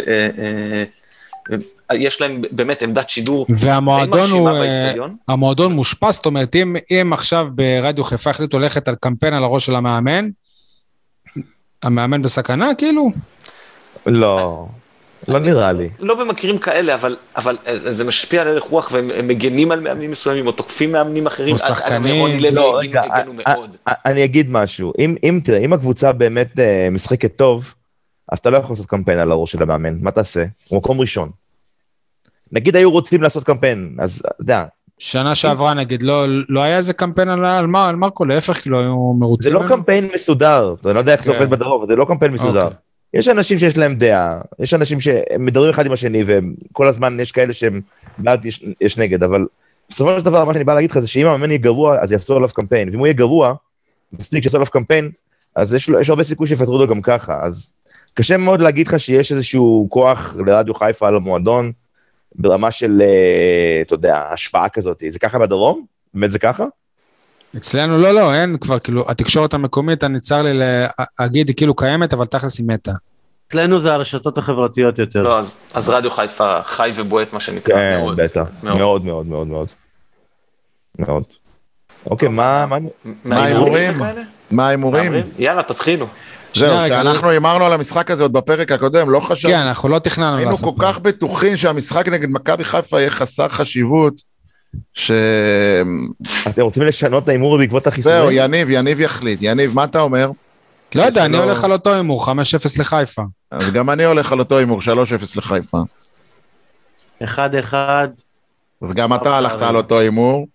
יש להם באמת עמדת שידור, והמועדון הוא, המועדון מושפע, זאת אומרת, אם עכשיו ברדיו חיפה החליטו ללכת על קמפיין על הראש של המאמן, המאמן בסכנה כאילו? לא, לא נראה לי. לא במקרים כאלה, אבל זה משפיע על ערך רוח, והם מגנים על מאמנים מסוימים, או תוקפים מאמנים אחרים. או שחקנים. לא, רגע, אני אגיד משהו. אם תראה, אם הקבוצה באמת משחקת טוב, אז אתה לא יכול לעשות קמפיין על הראש של המאמן. מה תעשה? הוא מקום ראשון. נגיד היו רוצים לעשות קמפיין, אז אתה יודע. שנה שעברה נגיד, לא היה איזה קמפיין על מרקו, להפך, כאילו היו מרוצים. זה לא קמפיין מסודר, אני לא יודע איך זה עובד בדרום, זה לא קמפיין מסודר. יש אנשים שיש להם דעה, יש אנשים שמדברים אחד עם השני, וכל הזמן יש כאלה שהם בעד, יש, יש נגד, אבל בסופו של דבר, מה שאני בא להגיד לך זה שאם המאמן יהיה גרוע, אז יעשו עליו קמפיין, ואם הוא יהיה גרוע, מספיק שיעשו עליו קמפיין, אז יש, יש הרבה סיכוי שיפטרו אותו גם ככה, אז קשה מאוד להגיד לך שיש איזשהו כוח לרדיו חיפה על המועדון, ברמה של, אתה יודע, השפעה כזאת, זה ככה בדרום? באמת זה ככה? אצלנו לא, לא, אין כבר, כאילו, התקשורת המקומית, אני צר לי להגיד, היא כאילו קיימת, אבל תכלס היא מתה. אצלנו זה הרשתות החברתיות יותר. לא, אז, אז רדיו חיפה חי ובועט, מה שנקרא, כן, מאוד. בטח, מאוד, מאוד, מאוד, מאוד. מאוד. אוקיי, מה... מה ההימורים? מה ההימורים? יאללה, תתחילו. זהו, שאנחנו הימרנו על המשחק הזה עוד בפרק הקודם, לא חשבנו. כן, אנחנו לא תכננו לעשות. היינו כל כך בטוחים שהמשחק נגד מכבי חיפה יהיה חסר חשיבות, ש... אתם רוצים לשנות את ההימור בעקבות החיסונים? זהו, יניב, יניב יחליט. יניב, מה אתה אומר? לא יודע, אני הולך על אותו הימור, חמש אפס לחיפה. אז גם אני הולך על אותו הימור, שלוש אפס לחיפה. אחד אחד. אז גם אתה הלכת על אותו הימור.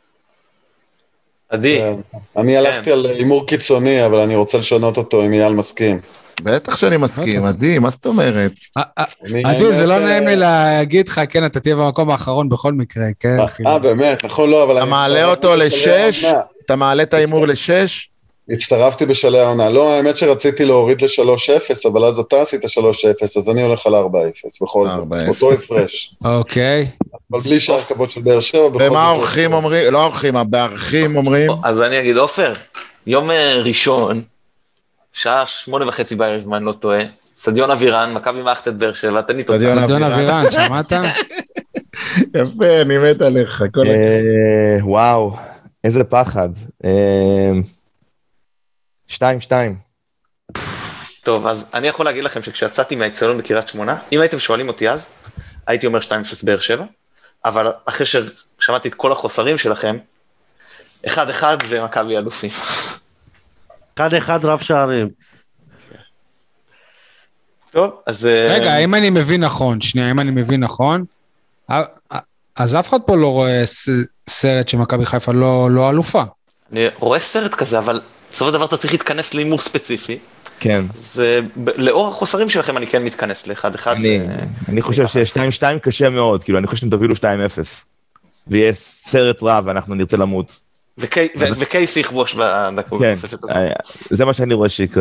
עדי. אני הלכתי על הימור קיצוני, אבל אני רוצה לשנות אותו אם אייל מסכים. בטח שאני מסכים, עדי, מה זאת אומרת? עדי, זה לא נעים לי להגיד לך, כן, אתה תהיה במקום האחרון בכל מקרה, כן? אה, באמת, נכון, לא, אבל... אתה מעלה אותו לשש? אתה מעלה את ההימור לשש? הצטרפתי בשלהי העונה, לא, האמת שרציתי להוריד ל-שלוש אפס, אבל אז אתה עשית שלוש אפס, אז אני הולך על ארבע אפס, בכל זאת, אותו הפרש. אוקיי. אבל בלי שאר כבוד של באר שבע, בכל זאת. ומה האורחים אומרים, לא האורחים, הבארחים אומרים? אז אני אגיד, עופר, יום ראשון, שעה שמונה וחצי בערב, מה אני לא טועה, סטדיון אבירן, מכבי מערכת את באר שבע, תן לי תוצאה. סטדיון אבירן, שמעת? יפה, אני מת עליך. וואו, איזה פחד. שתיים, שתיים. טוב, אז אני יכול להגיד לכם שכשיצאתי מהאצטדיון בקריית שמונה, אם הייתם שואלים אותי אז, הייתי אומר שתיים אפס באר שבע, אבל אחרי ששמעתי את כל החוסרים שלכם, אחד אחד ומכבי אלופים. אחד אחד רב שערים. טוב, אז... רגע, אם אני מבין נכון, שנייה, אם אני מבין נכון, אז אף אחד פה לא רואה סרט שמכבי חיפה לא אלופה. אני רואה סרט כזה, אבל בסופו של דבר אתה צריך להתכנס להימור ספציפי. כן. זה, לאור החוסרים שלכם אני כן מתכנס לאחד אחד. אני חושב ששתיים שתיים קשה מאוד, כאילו אני חושב שאתם תובילו שתיים אפס. ויהיה סרט רע ואנחנו נרצה למות. וקייס יכבוש בדקות נוספת הזאת. זה מה שאני רואה שיקרה.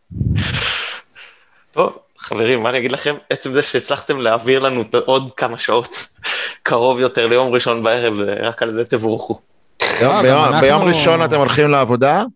טוב, חברים, מה אני אגיד לכם? עצם זה שהצלחתם להעביר לנו עוד כמה שעות קרוב יותר ליום ראשון בערב, רק על זה תבורכו. ביום ראשון אתם הולכים לעבודה?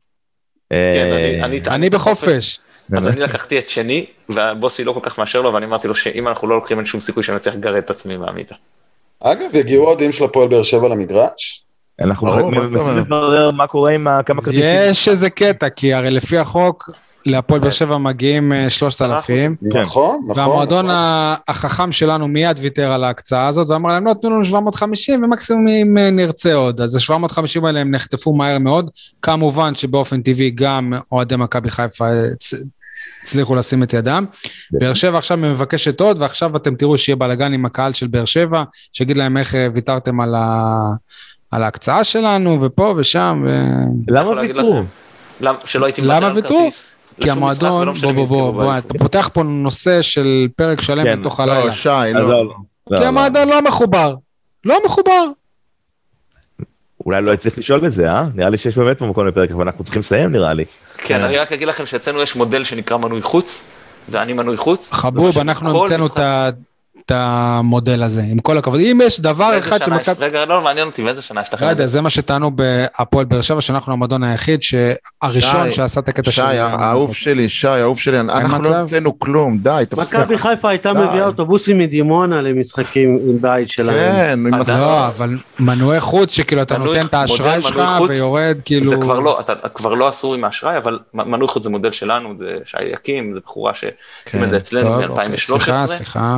אני בחופש. אז אני לקחתי את שני, והבוסי לא כל כך מאשר לו, ואני אמרתי לו שאם אנחנו לא לוקחים אין שום סיכוי שאני צריך לגרד את עצמי מהמיטה. אגב, יגיעו עודים של הפועל באר שבע למגרש? אנחנו מנסים לברר מה קורה עם כמה כרטיסים. יש איזה קטע, כי הרי לפי החוק, להפועל באר שבע מגיעים שלושת אלפים. נכון, נכון. והמועדון החכם שלנו מיד ויתר על ההקצאה הזאת, ואמר להם, לא, תנו לנו שבע מאות וחמישים, ומקסימום אם נרצה עוד. אז ה-שבע מאות וחמישים האלה הם נחטפו מהר מאוד, כמובן שבאופן טבעי גם אוהדי מכבי חיפה הצליחו לשים את ידם. באר שבע עכשיו מבקשת עוד, ועכשיו אתם תראו שיהיה בלגן עם הקהל של באר שבע, שיגיד להם איך ויתרתם על על ההקצאה שלנו, ופה ושם. למה ויתרו? שלא הייתי למה ויתרו? כי המועדון, בוא בוא בוא, בוא, אתה פותח פה נושא של פרק שלם כן, לתוך לא, הלילה. שי, לא. כי המועדון לא מחובר. לא מחובר. אולי לא צריך לשאול את זה, אה? נראה לי שיש באמת במקום לפרק, אבל אנחנו צריכים לסיים נראה לי. כן, אני רק אגיד לכם שאצלנו יש מודל שנקרא מנוי חוץ, זה אני מנוי חוץ. חבוב, אנחנו המצאנו את המודל הזה, עם כל הכבוד. אם יש דבר אחד שמכבי... רגע, לא מעניין אותי, באיזה שנה יש לכם? לא יודע, זה מה שטענו בהפועל באר שבע, שאנחנו המועדון היחיד, שהראשון שעשה את הקטע שי, האהוב שלי, שי, האהוב שלי, אנחנו לא המצאנו כלום, די, תפסיק. מכבי חיפה הייתה מביאה אוטובוסים מדימונה למשחקים עם בית שלהם. כן, לא, אבל מנועי חוץ, שכאילו אתה נותן את האשראי שלך ויורד, כאילו... זה כבר לא, אתה כבר לא אסור עם האשראי, אבל מנועי חוץ זה מודל שלנו, זה שי יקים, זה בחורה שעומד אצלנו ב-אלפיים ושלוש עשרה. סליחה, סליחה.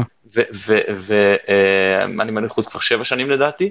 ואני מנוי חוץ כבר שבע שנים לדעתי,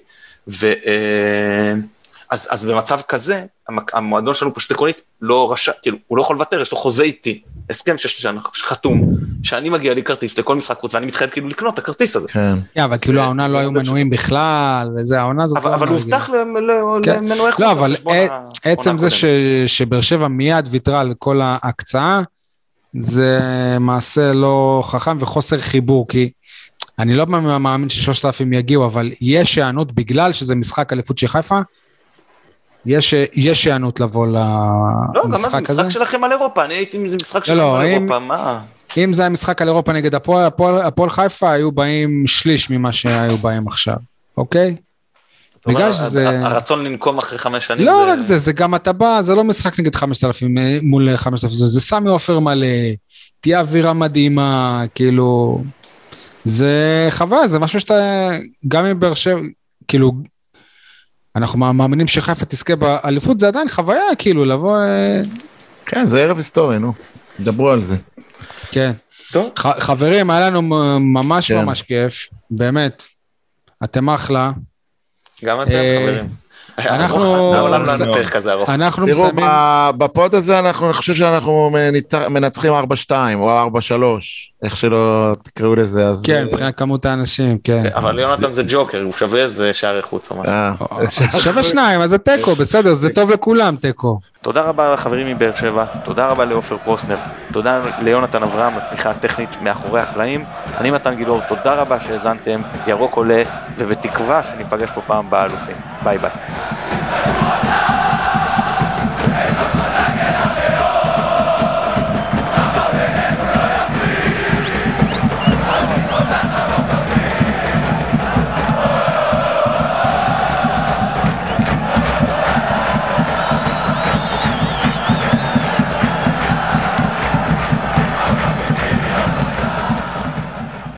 אז במצב כזה, המועדון שלנו פשוט עקרונית לא רשע, כאילו, הוא לא יכול לוותר, יש לו חוזה איתי, הסכם שחתום, שאני מגיע לי כרטיס לכל משחק חוץ, ואני מתחייב כאילו לקנות את הכרטיס הזה. כן, אבל כאילו העונה לא היו מנויים בכלל, וזה, העונה הזאת... אבל הוא הובטח למנועי חוץ. לא, אבל עצם זה שבאר שבע מיד ויתרה על כל ההקצאה, זה מעשה לא חכם וחוסר חיבור, כי אני לא מאמין ששלושת אלפים יגיעו, אבל יש שענות בגלל שזה משחק אליפות של חיפה, יש שענות לבוא למשחק הזה. לא, גם זה משחק שלכם על אירופה, אני הייתי מזה משחק שלכם על אירופה, מה? אם זה היה משחק על אירופה נגד הפועל חיפה, היו באים שליש ממה שהיו באים עכשיו, אוקיי? בגלל שזה... הרצון לנקום אחרי חמש שנים... לא רק זה, זה גם אתה בא, זה לא משחק נגד חמשת אלפים, מול חמשת אלפים, זה סמי עופר מלא, תהיה אווירה מדהימה, כאילו... זה חוויה, זה משהו שאתה... גם אם באר שבע, כאילו... אנחנו מאמינים שחיפה תזכה באליפות, זה עדיין חוויה, כאילו, לבוא... כן, זה ערב היסטורי, נו. דברו על זה. כן. טוב. חברים, היה לנו ממש ממש כיף, באמת. אתם אחלה. גם אתם חברים. אנחנו אנחנו מסיימים בפוד הזה, אנחנו חושב שאנחנו מנצחים ארבע שתיים או ארבע שלוש, איך שלא תקראו לזה. כן, מבחינת כמות האנשים, כן. אבל יונתן זה ג'וקר, הוא שווה איזה שערי חוץ. שווה שניים, אז זה טקו, בסדר, זה טוב לכולם טקו. תודה רבה לחברים מבאר שבע, תודה רבה לעופר פרוסנר, תודה ליונתן אברהם, לתמיכה הטכנית מאחורי הקלעים. אני מתן גילאור, תודה רבה שהזנתם, ירוק עולה, ובתקווה שניפגש פה פעם באלופים. ביי ביי.